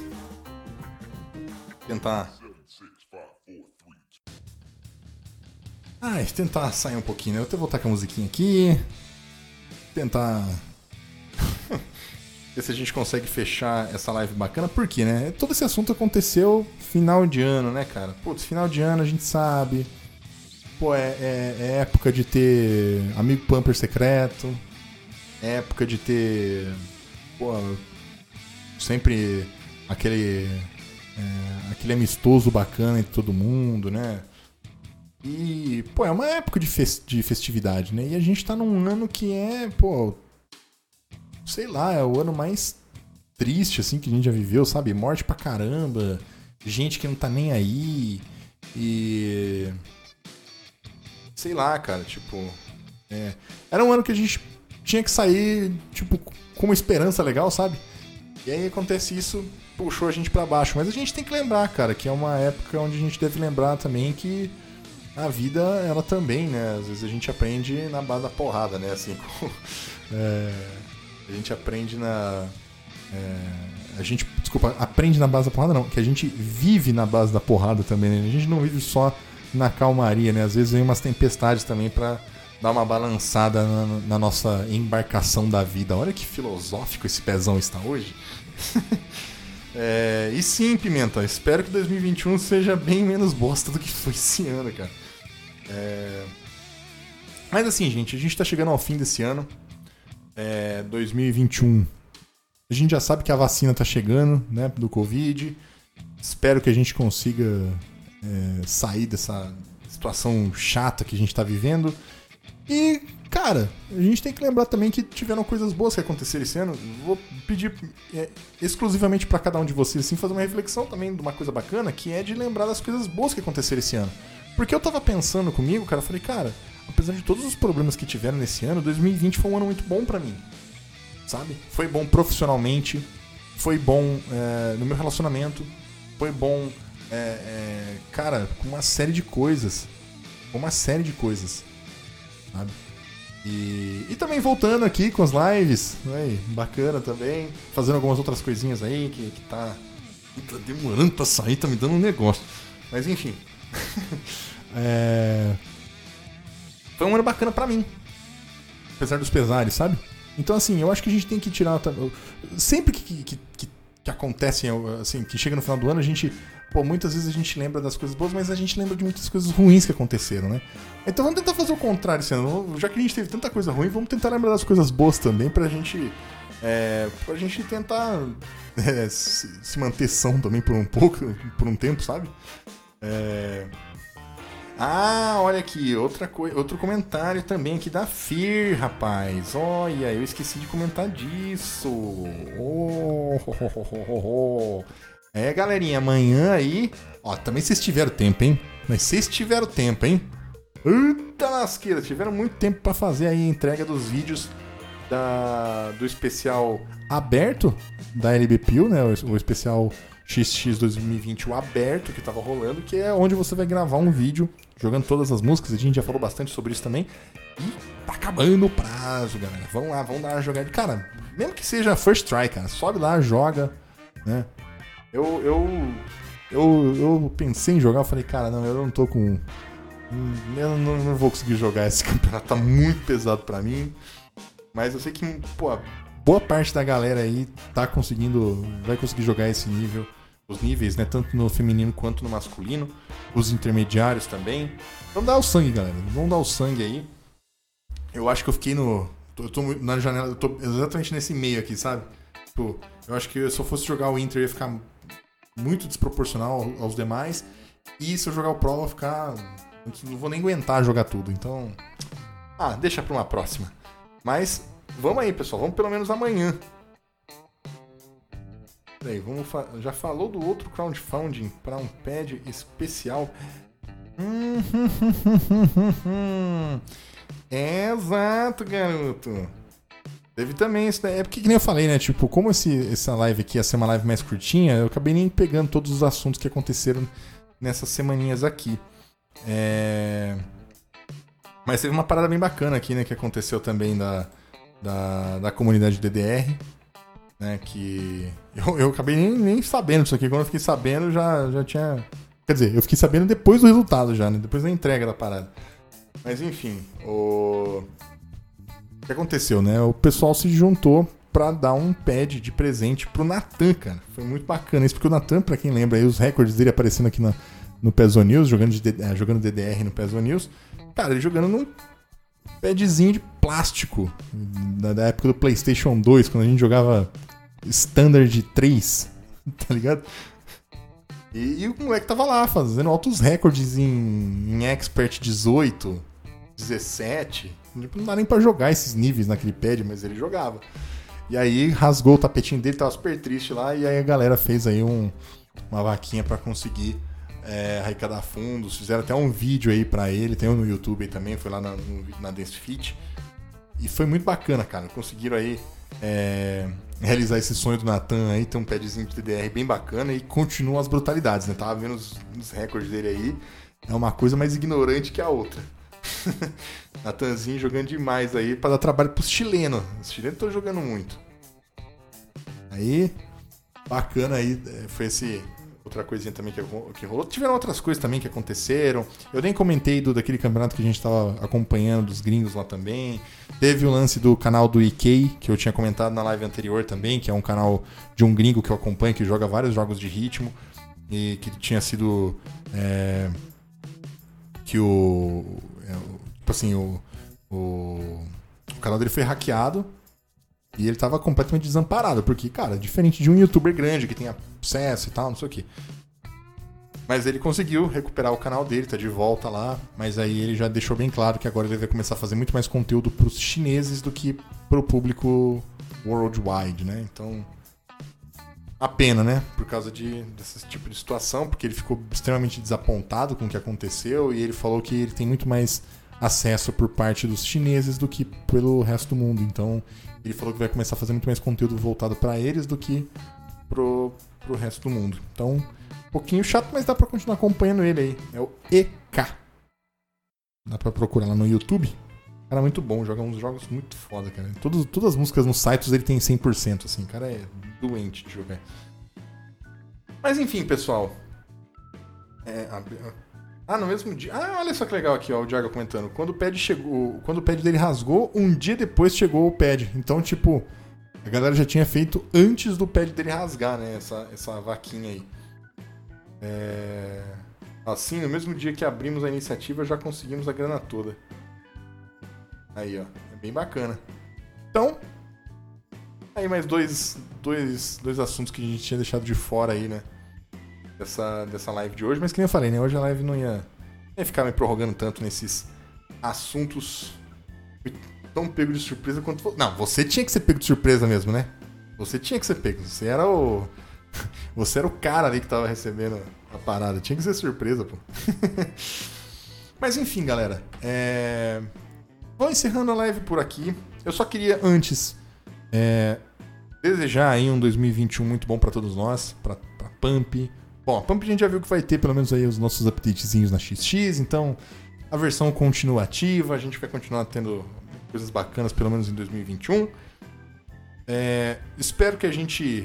tentar sair um pouquinho, né? Eu vou voltar com a musiquinha aqui, tentar ver se a gente consegue fechar essa live bacana. Por quê, né? Todo esse assunto aconteceu final de ano, né, cara? Putz, final de ano a gente sabe. Pô, é época de ter amigo pumper secreto. É época de ter, pô, sempre aquele amistoso bacana entre todo mundo, né? E, pô, é uma época de festividade, né? E a gente tá num ano que é, pô, sei lá, é o ano mais triste, assim, que a gente já viveu, sabe? Morte pra caramba, gente que não tá nem aí, e... sei lá, cara, tipo... Era um ano que a gente tinha que sair, tipo, com uma esperança legal, sabe? E aí acontece isso, puxou a gente pra baixo. Mas a gente tem que lembrar, cara, que é uma época onde a gente deve lembrar também que a vida, ela também, né? Às vezes a gente aprende na base da porrada, né? Assim, a gente aprende aprende na base da porrada não, que a gente vive na base da porrada também, né? A gente não vive só na calmaria, né? Às vezes vem umas tempestades também pra dar uma balançada na nossa embarcação da vida. Olha que filosófico esse pezão está hoje. E sim, Pimenta, espero que 2021 seja bem menos bosta do que foi esse ano, cara. Mas assim, gente, a gente tá chegando ao fim desse ano. 2021. A gente já sabe que a vacina tá chegando, né, do Covid. Espero que a gente consiga sair dessa situação chata que a gente tá vivendo. E, cara, a gente tem que lembrar também que tiveram coisas boas que aconteceram esse ano. Vou pedir exclusivamente pra cada um de vocês assim, fazer uma reflexão também de uma coisa bacana, que é de lembrar das coisas boas que aconteceram esse ano. Porque eu tava pensando comigo, cara, eu falei, cara, apesar de todos os problemas que tiveram nesse ano, 2020 foi um ano muito bom pra mim, sabe? Foi bom profissionalmente, foi bom no meu relacionamento, foi bom, cara, com uma série de coisas. Sabe? E também voltando aqui com as lives, né? Bacana também, fazendo algumas outras coisinhas aí que tá demorando pra sair, tá me dando um negócio. Mas enfim. Foi um ano bacana pra mim, apesar dos pesares, sabe? Então assim, eu acho que a gente tem que tirar... Sempre que acontece, assim, que chega no final do ano, a gente... Pô, muitas vezes a gente lembra das coisas boas, mas a gente lembra de muitas coisas ruins que aconteceram, né? Então vamos tentar fazer o contrário esse ano. Já que a gente teve tanta coisa ruim, vamos tentar lembrar das coisas boas também pra gente tentar se manter são também por um tempo, sabe? Olha aqui, outro comentário também aqui da Fir, rapaz. Olha, eu esqueci de comentar disso. Galerinha, amanhã aí... Ó, também vocês tiveram tempo, hein? Mas vocês tiveram tempo, hein? Eita lasqueira, tiveram muito tempo pra fazer aí a entrega dos vídeos do especial aberto da LBPU, né? O especial XX 2020, o aberto que tava rolando, que é onde você vai gravar um vídeo jogando todas as músicas. A gente já falou bastante sobre isso também. E tá acabando o prazo, galera. Vamos lá, vamos dar uma jogada. Cara, mesmo que seja first try, cara, sobe lá, joga, né? Eu pensei em jogar, eu falei, cara, não, eu não tô com... Eu não vou conseguir jogar esse campeonato, tá muito pesado pra mim. Mas eu sei que, pô, boa parte da galera aí vai conseguir jogar esse nível, os níveis, né, tanto no feminino quanto no masculino, os intermediários também. Vamos dar o sangue, galera, vamos dar o sangue aí. Eu acho que eu fiquei eu tô na janela, eu tô exatamente nesse meio aqui, sabe? Tipo, eu acho que se eu fosse jogar o Inter, eu ia ficar muito desproporcional aos demais. E se eu jogar o Pro, eu vou ficar... Não vou nem aguentar jogar tudo. Então... deixa pra uma próxima. Mas, vamos aí, pessoal. Vamos pelo menos amanhã. Peraí, já falou do outro crowdfunding para um pad especial. Exato, garoto. Teve também isso daí. É porque, que nem eu falei, né? Tipo, como essa live aqui ia ser uma live mais curtinha, eu acabei nem pegando todos os assuntos que aconteceram nessas semaninhas aqui. Mas teve uma parada bem bacana aqui, né? Que aconteceu também da comunidade DDR. Né, que eu acabei nem sabendo disso aqui. Quando eu fiquei sabendo, já tinha... Quer dizer, eu fiquei sabendo depois do resultado já, né? Depois da entrega da parada. Mas enfim, o que aconteceu, né? O pessoal se juntou pra dar um pad de presente pro Natan, cara. Foi muito bacana isso, porque o Natan, pra quem lembra aí, os recordes dele aparecendo aqui no PESO News, jogando DDR no PESO News. Cara, ele jogando num padzinho de plástico da época do PlayStation 2, quando a gente jogava Standard 3, tá ligado? E o moleque tava lá fazendo altos recordes em Expert 18, 17. Não dá nem pra jogar esses níveis naquele pad, mas ele jogava. E aí rasgou o tapetinho dele, tava super triste lá. E aí a galera fez aí uma vaquinha pra conseguir arrecadar fundos. Fizeram até um vídeo aí pra ele, tem um no YouTube aí também, foi lá na Dance Fit. E foi muito bacana, cara. Conseguiram aí realizar esse sonho do Nathan aí, ter um padzinho de TDR bem bacana e continuam as brutalidades, né? Tava vendo os recordes dele aí. É uma coisa mais ignorante que a outra. Natanzinho jogando demais aí pra dar trabalho pros chilenos. Os chilenos estão jogando muito. Aí, bacana aí, foi outra coisinha também que rolou. Tiveram outras coisas também que aconteceram. Eu nem comentei daquele campeonato que a gente tava acompanhando, dos gringos lá também. Teve o lance do canal do IK, que eu tinha comentado na live anterior também, que é um canal de um gringo que eu acompanho, que joga vários jogos de ritmo. E que tinha sido... tipo assim, o canal dele foi hackeado e ele tava completamente desamparado, porque, cara, diferente de um youtuber grande que tem acesso e tal, não sei o que. Mas ele conseguiu recuperar o canal dele, tá de volta lá, mas aí ele já deixou bem claro que agora ele vai começar a fazer muito mais conteúdo pros chineses do que pro público worldwide, né? Então, a pena, né? Por causa desse tipo de situação, porque ele ficou extremamente desapontado com o que aconteceu e ele falou que ele tem muito mais acesso por parte dos chineses do que pelo resto do mundo. Então, ele falou que vai começar a fazer muito mais conteúdo voltado para eles do que pro resto do mundo. Então, um pouquinho chato, mas dá pra continuar acompanhando ele aí. É o EK. Dá pra procurar lá no YouTube. Cara, é muito bom, joga uns jogos muito foda, cara. Todas as músicas nos sites ele tem 100%, assim. O cara é doente de jogar. Mas enfim, pessoal. No mesmo dia... olha só que legal aqui, ó, o Diago comentando. Quando o pad dele rasgou, um dia depois chegou o pad. Então, tipo, a galera já tinha feito antes do pad dele rasgar, né? Essa vaquinha aí. Assim, no mesmo dia que abrimos a iniciativa, já conseguimos a grana toda. Aí, ó. É bem bacana. Então, aí mais dois assuntos que a gente tinha deixado de fora aí, né? Dessa live de hoje. Mas que nem eu falei, né? Hoje a live não ia ficar me prorrogando tanto nesses assuntos tão pego de surpresa quanto... Não, você tinha que ser pego de surpresa mesmo, né? Você tinha que ser pego. Você era o cara ali que tava recebendo a parada. Tinha que ser surpresa, pô. Mas enfim, galera. Vou encerrando a live por aqui. Eu só queria antes desejar aí um 2021 muito bom pra todos nós, pra Pump. Bom, a Pump a gente já viu que vai ter pelo menos aí os nossos updatezinhos na XX, então a versão continua ativa, a gente vai continuar tendo coisas bacanas pelo menos em 2021. Espero que a gente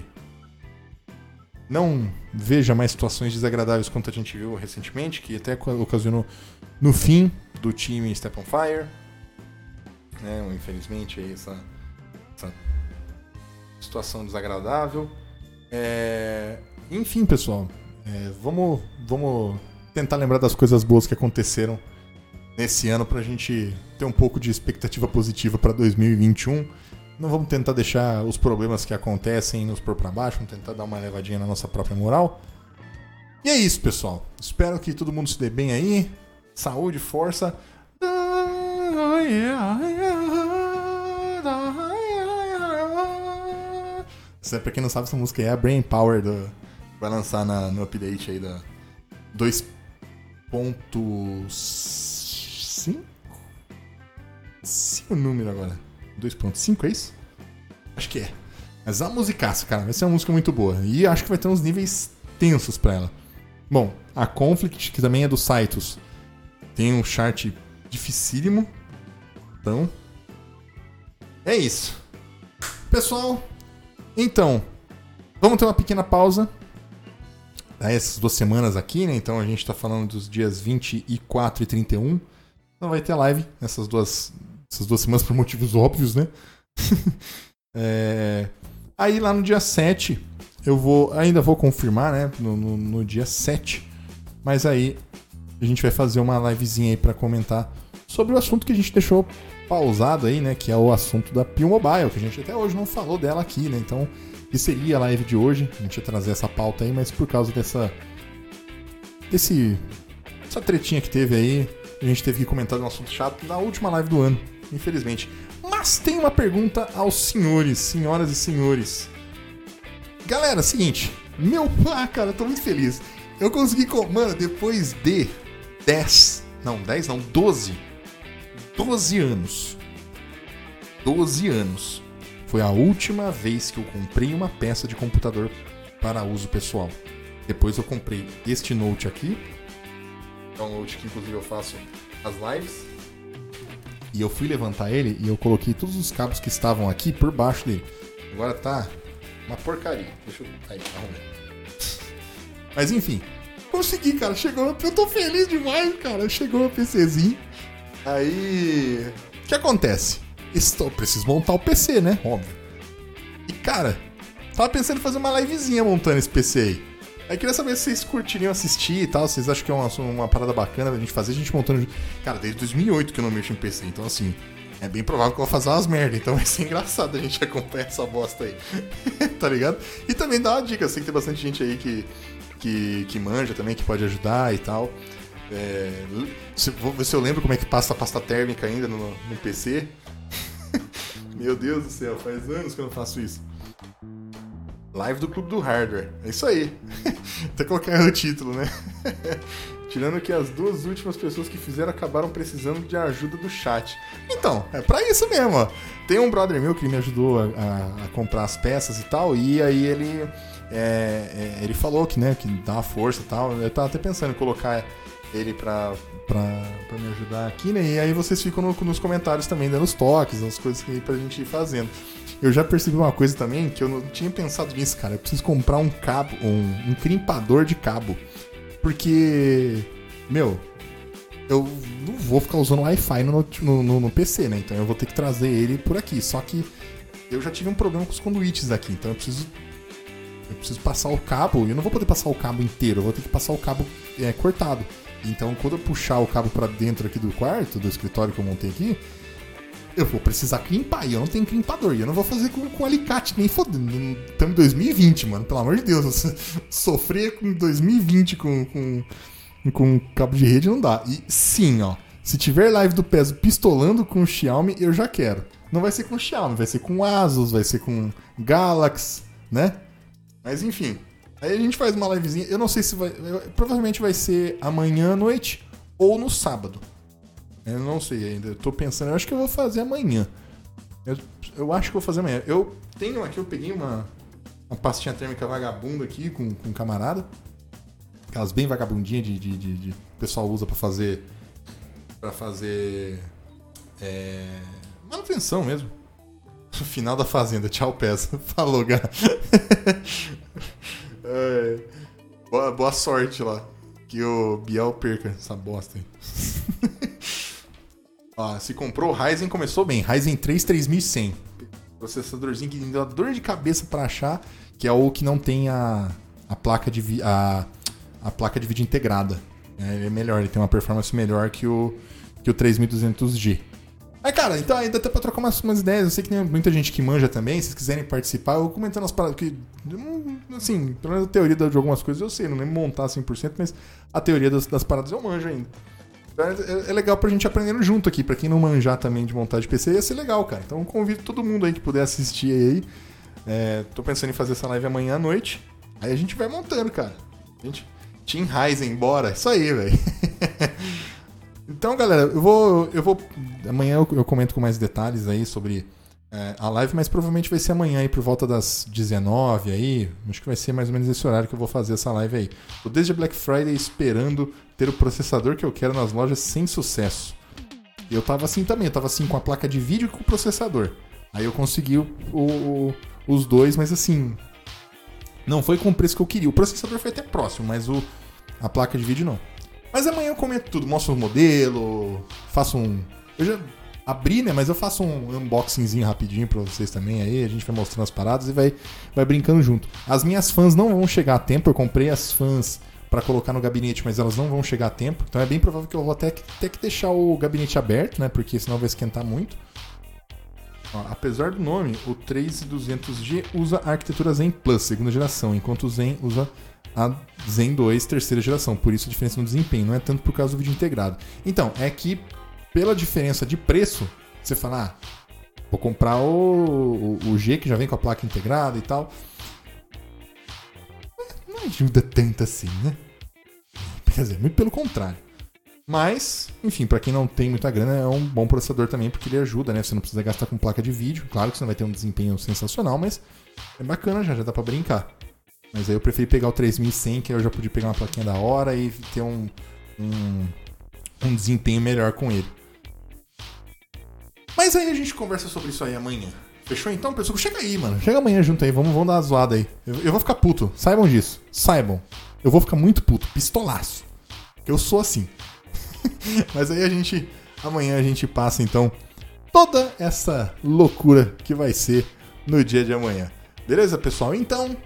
não veja mais situações desagradáveis quanto a gente viu recentemente, que até ocasionou no fim do time Step on Fire. Infelizmente aí essa situação desagradável. Enfim, pessoal, vamos tentar lembrar das coisas boas que aconteceram nesse ano pra gente ter um pouco de expectativa positiva pra 2021. Não vamos tentar deixar os problemas que acontecem nos pôr pra baixo, vamos tentar dar uma levadinha na nossa própria moral. E é isso, pessoal. Espero que todo mundo se dê bem aí. Saúde, força. Pra quem não sabe, essa música é a Brain Power vai lançar no update aí da 2.5? Sim, o número agora. 2.5, é isso? Acho que é. Mas a musicaça, cara, vai ser uma música muito boa. E acho que vai ter uns níveis tensos pra ela. Bom, a Conflict, que também é do Saitos, tem um chart dificílimo. Então, é isso. Pessoal, então, vamos ter uma pequena pausa. Essas 2 semanas aqui, né? Então a gente tá falando dos dias 24 e 31. Não vai ter live essas duas semanas por motivos óbvios, né? Aí lá no dia 7, ainda vou confirmar, né? No dia 7. Mas aí a gente vai fazer uma livezinha aí pra comentar sobre o assunto que a gente deixou pausado aí, né? Que é o assunto da Pio Mobile, que a gente até hoje não falou dela aqui, né? Então que seria a live de hoje. A gente ia trazer essa pauta aí, mas por causa essa tretinha que teve aí, a gente teve que comentar um assunto chato na última live do ano, infelizmente. Mas tem uma pergunta aos senhores, senhoras e senhores. Galera, seguinte, cara, eu tô muito feliz. Eu consegui, mano, depois de 12 anos. 12 anos. Foi a última vez que eu comprei uma peça de computador para uso pessoal. Depois eu comprei este note aqui. É um note que inclusive eu faço as lives. E eu fui levantar ele e eu coloquei todos os cabos que estavam aqui por baixo dele. Agora tá uma porcaria. Deixa eu... Aí, arrumei. Mas enfim, consegui, cara. Chegou. Eu tô feliz demais, cara. Chegou o PCzinho. Aí... O que acontece? Preciso montar o PC, né? Óbvio. E, cara, tava pensando em fazer uma livezinha montando esse PC aí. Aí queria saber se vocês curtiriam assistir e tal. Vocês acham que é uma parada bacana pra gente fazer? A gente montando... Cara, desde 2008 que eu não mexo em PC. Então, assim, é bem provável que eu vou fazer umas merda. Então vai ser engraçado a gente acompanhar essa bosta aí. Tá ligado? E também dá uma dica. Eu sei que tem bastante gente aí que manja também, que pode ajudar e tal. Vou ver se eu lembro como é que passa a pasta térmica ainda no PC. Meu Deus do céu, faz anos que eu não faço isso. Live do Clube do Hardware. É isso aí. Até colocar o título, né? Tirando que as duas últimas pessoas que fizeram acabaram precisando de ajuda do chat. Então, é pra isso mesmo, ó. Tem um brother meu que me ajudou a comprar as peças e tal, e aí ele falou que, né, que dá uma força e tal. Eu tava até pensando em colocar ele pra me ajudar aqui, né? E aí vocês ficam nos comentários também, dando os toques, as coisas que pra gente ir fazendo. Eu já percebi uma coisa também, que eu não tinha pensado nisso, cara. Eu preciso comprar um cabo, um crimpador de cabo. Porque, eu não vou ficar usando Wi-Fi no PC, né? Então eu vou ter que trazer ele por aqui. Só que eu já tive um problema com os conduítes aqui, então eu preciso passar o cabo. E eu não vou poder passar o cabo inteiro, eu vou ter que passar o cabo cortado. Então quando eu puxar o cabo pra dentro aqui do quarto, do escritório que eu montei aqui, eu vou precisar crimpar, e eu não tenho crimpador, e eu não vou fazer com alicate, nem fodendo. Estamos em 2020, mano, pelo amor de Deus. Sofrer com 2020 com cabo de rede não dá. E sim, ó, se tiver live do PES pistolando com o Xiaomi, eu já quero. Não vai ser com o Xiaomi, vai ser com Asus, vai ser com Galaxy, né? Mas enfim, aí a gente faz uma livezinha, eu não sei se vai... Provavelmente vai ser amanhã à noite ou no sábado. Eu não sei ainda, eu tô pensando, eu acho que eu vou fazer amanhã. Eu acho que eu vou fazer amanhã. Eu tenho aqui, eu peguei uma pastinha térmica vagabunda aqui com um camarada. Aquelas bem vagabundinhas de o pessoal usa pra fazer manutenção mesmo. Final da fazenda, tchau, peça. Falou, cara. Boa sorte lá. Que o Biel perca essa bosta aí. Ó, se comprou o Ryzen, começou bem. Ryzen 3 3100. Processadorzinho que deu dor de cabeça pra achar, que é o que não tem a placa de vídeo integrada. Ele é melhor, ele tem uma performance melhor que o 3200G. Mas, cara, então ainda até pra trocar umas ideias. Eu sei que tem muita gente que manja também. Se vocês quiserem participar, eu comentando as paradas que... Assim, pelo menos a teoria de algumas coisas eu sei. Não lembro montar 100%, mas a teoria das paradas eu manjo ainda. É legal pra gente aprendendo junto aqui. Pra quem não manjar também de montar de PC, ia ser legal, cara. Então eu convido todo mundo aí que puder assistir aí. Tô pensando em fazer essa live amanhã à noite. Aí a gente vai montando, cara. Team Ryzen, bora. Isso aí, velho. Então, galera, eu vou... Amanhã eu comento com mais detalhes aí sobre a live, mas provavelmente vai ser amanhã aí por volta das 19 aí. Acho que vai ser mais ou menos esse horário que eu vou fazer essa live aí. Tô desde a Black Friday esperando ter o processador que eu quero nas lojas sem sucesso. E eu tava assim também, eu tava assim com a placa de vídeo e com o processador. Aí eu consegui os dois, mas assim... Não foi com o preço que eu queria. O processador foi até próximo, mas a placa de vídeo não. Mas amanhã eu comento tudo, mostro o modelo, faço um... Eu já abri, né, mas eu faço um unboxingzinho rapidinho pra vocês também aí, a gente vai mostrando as paradas e vai brincando junto. As minhas fãs não vão chegar a tempo, eu comprei as fãs pra colocar no gabinete, mas elas não vão chegar a tempo, então é bem provável que eu vou até ter que deixar o gabinete aberto, né, porque senão vai esquentar muito. Ó, apesar do nome, o 3200G usa a arquitetura Zen Plus, segunda geração, enquanto o Zen usa a Zen 2, terceira geração. Por isso a diferença no desempenho. Não é tanto por causa do vídeo integrado. Então, é que pela diferença de preço, você fala, vou comprar o G, que já vem com a placa integrada e tal. Não ajuda tanto assim, né? Quer dizer, muito pelo contrário. Mas, enfim, pra quem não tem muita grana, é um bom processador também, porque ele ajuda, né? Você não precisa gastar com placa de vídeo. Claro que você não vai ter um desempenho sensacional, mas é bacana, já dá pra brincar. Mas aí eu preferi pegar o 3100, que aí eu já podia pegar uma plaquinha da hora e ter um desempenho melhor com ele. Mas aí a gente conversa sobre isso aí amanhã. Fechou então, pessoal? Chega aí, mano. Chega amanhã junto aí, vamos dar uma zoada aí. Eu vou ficar puto, saibam disso. Saibam. Eu vou ficar muito puto, pistolaço. Eu sou assim. Mas aí amanhã a gente passa então toda essa loucura que vai ser no dia de amanhã. Beleza, pessoal? Então,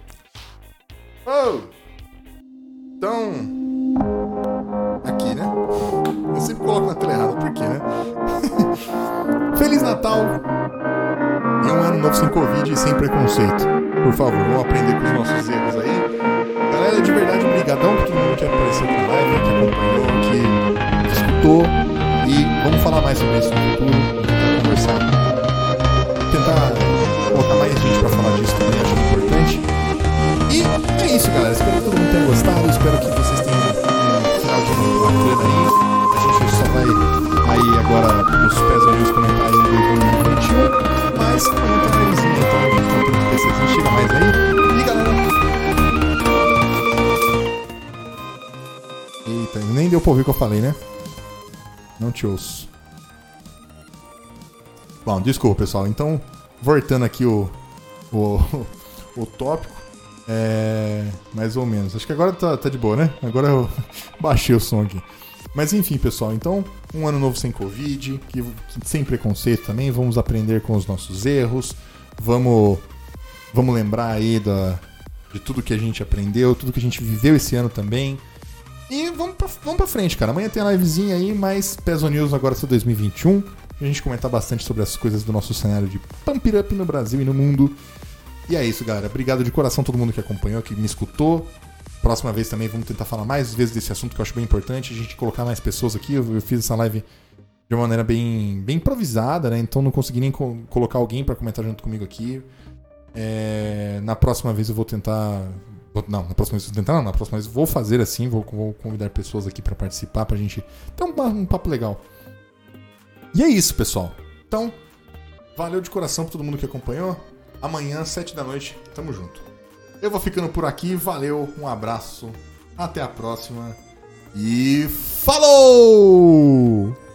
aqui, né? Eu sempre coloco na tela errada, por quê, né? Feliz Natal e um ano novo sem Covid e sem preconceito. Por favor, vamos aprender com os nossos erros aí. Galera, de verdade, brigadão por todo mundo que apareceu na live, que acompanhou, que escutou. E vamos falar mais sobre isso no futuro, tentar conversar. Tentar colocar mais gente pra falar disso também, acho importante. E é isso, galera. Espero que todo mundo tenha gostado. Espero que vocês tenham um final de ano bacana aí. A gente só vai aí agora nos pés ali os comentários em 2021. Mas amanhã tem uma livezinha, então a gente vai ter que ver se a gente chega mais aí. E galera. Eita, nem deu pra ouvir o que eu falei, né? Não te ouço. Bom, desculpa, pessoal. Então, voltando aqui o tópico. Mais ou menos. Acho que agora tá de boa, né? Agora eu baixei o som aqui. Mas enfim, pessoal. Então, um ano novo sem Covid, sem preconceito também. Vamos aprender com os nossos erros. Vamos lembrar aí de tudo que a gente aprendeu, tudo que a gente viveu esse ano também. E vamos pra frente, cara. Amanhã tem a livezinha aí, mais Peso News agora para 2021. A gente comentar bastante sobre as coisas do nosso cenário de Pump It Up no Brasil e no mundo. E é isso, galera. Obrigado de coração a todo mundo que acompanhou, que me escutou. Próxima vez também vamos tentar falar mais vezes desse assunto que eu acho bem importante. A gente colocar mais pessoas aqui. Eu fiz essa live de uma maneira bem improvisada, né? Então não consegui nem colocar alguém pra comentar junto comigo aqui. Na próxima vez eu vou tentar... Não, na próxima vez vou fazer assim, vou convidar pessoas aqui pra participar, pra gente ter um papo legal. E é isso, pessoal. Então, valeu de coração pra todo mundo que acompanhou. Amanhã, 7 da noite, tamo junto. Eu vou ficando por aqui, valeu, um abraço, até a próxima e falou!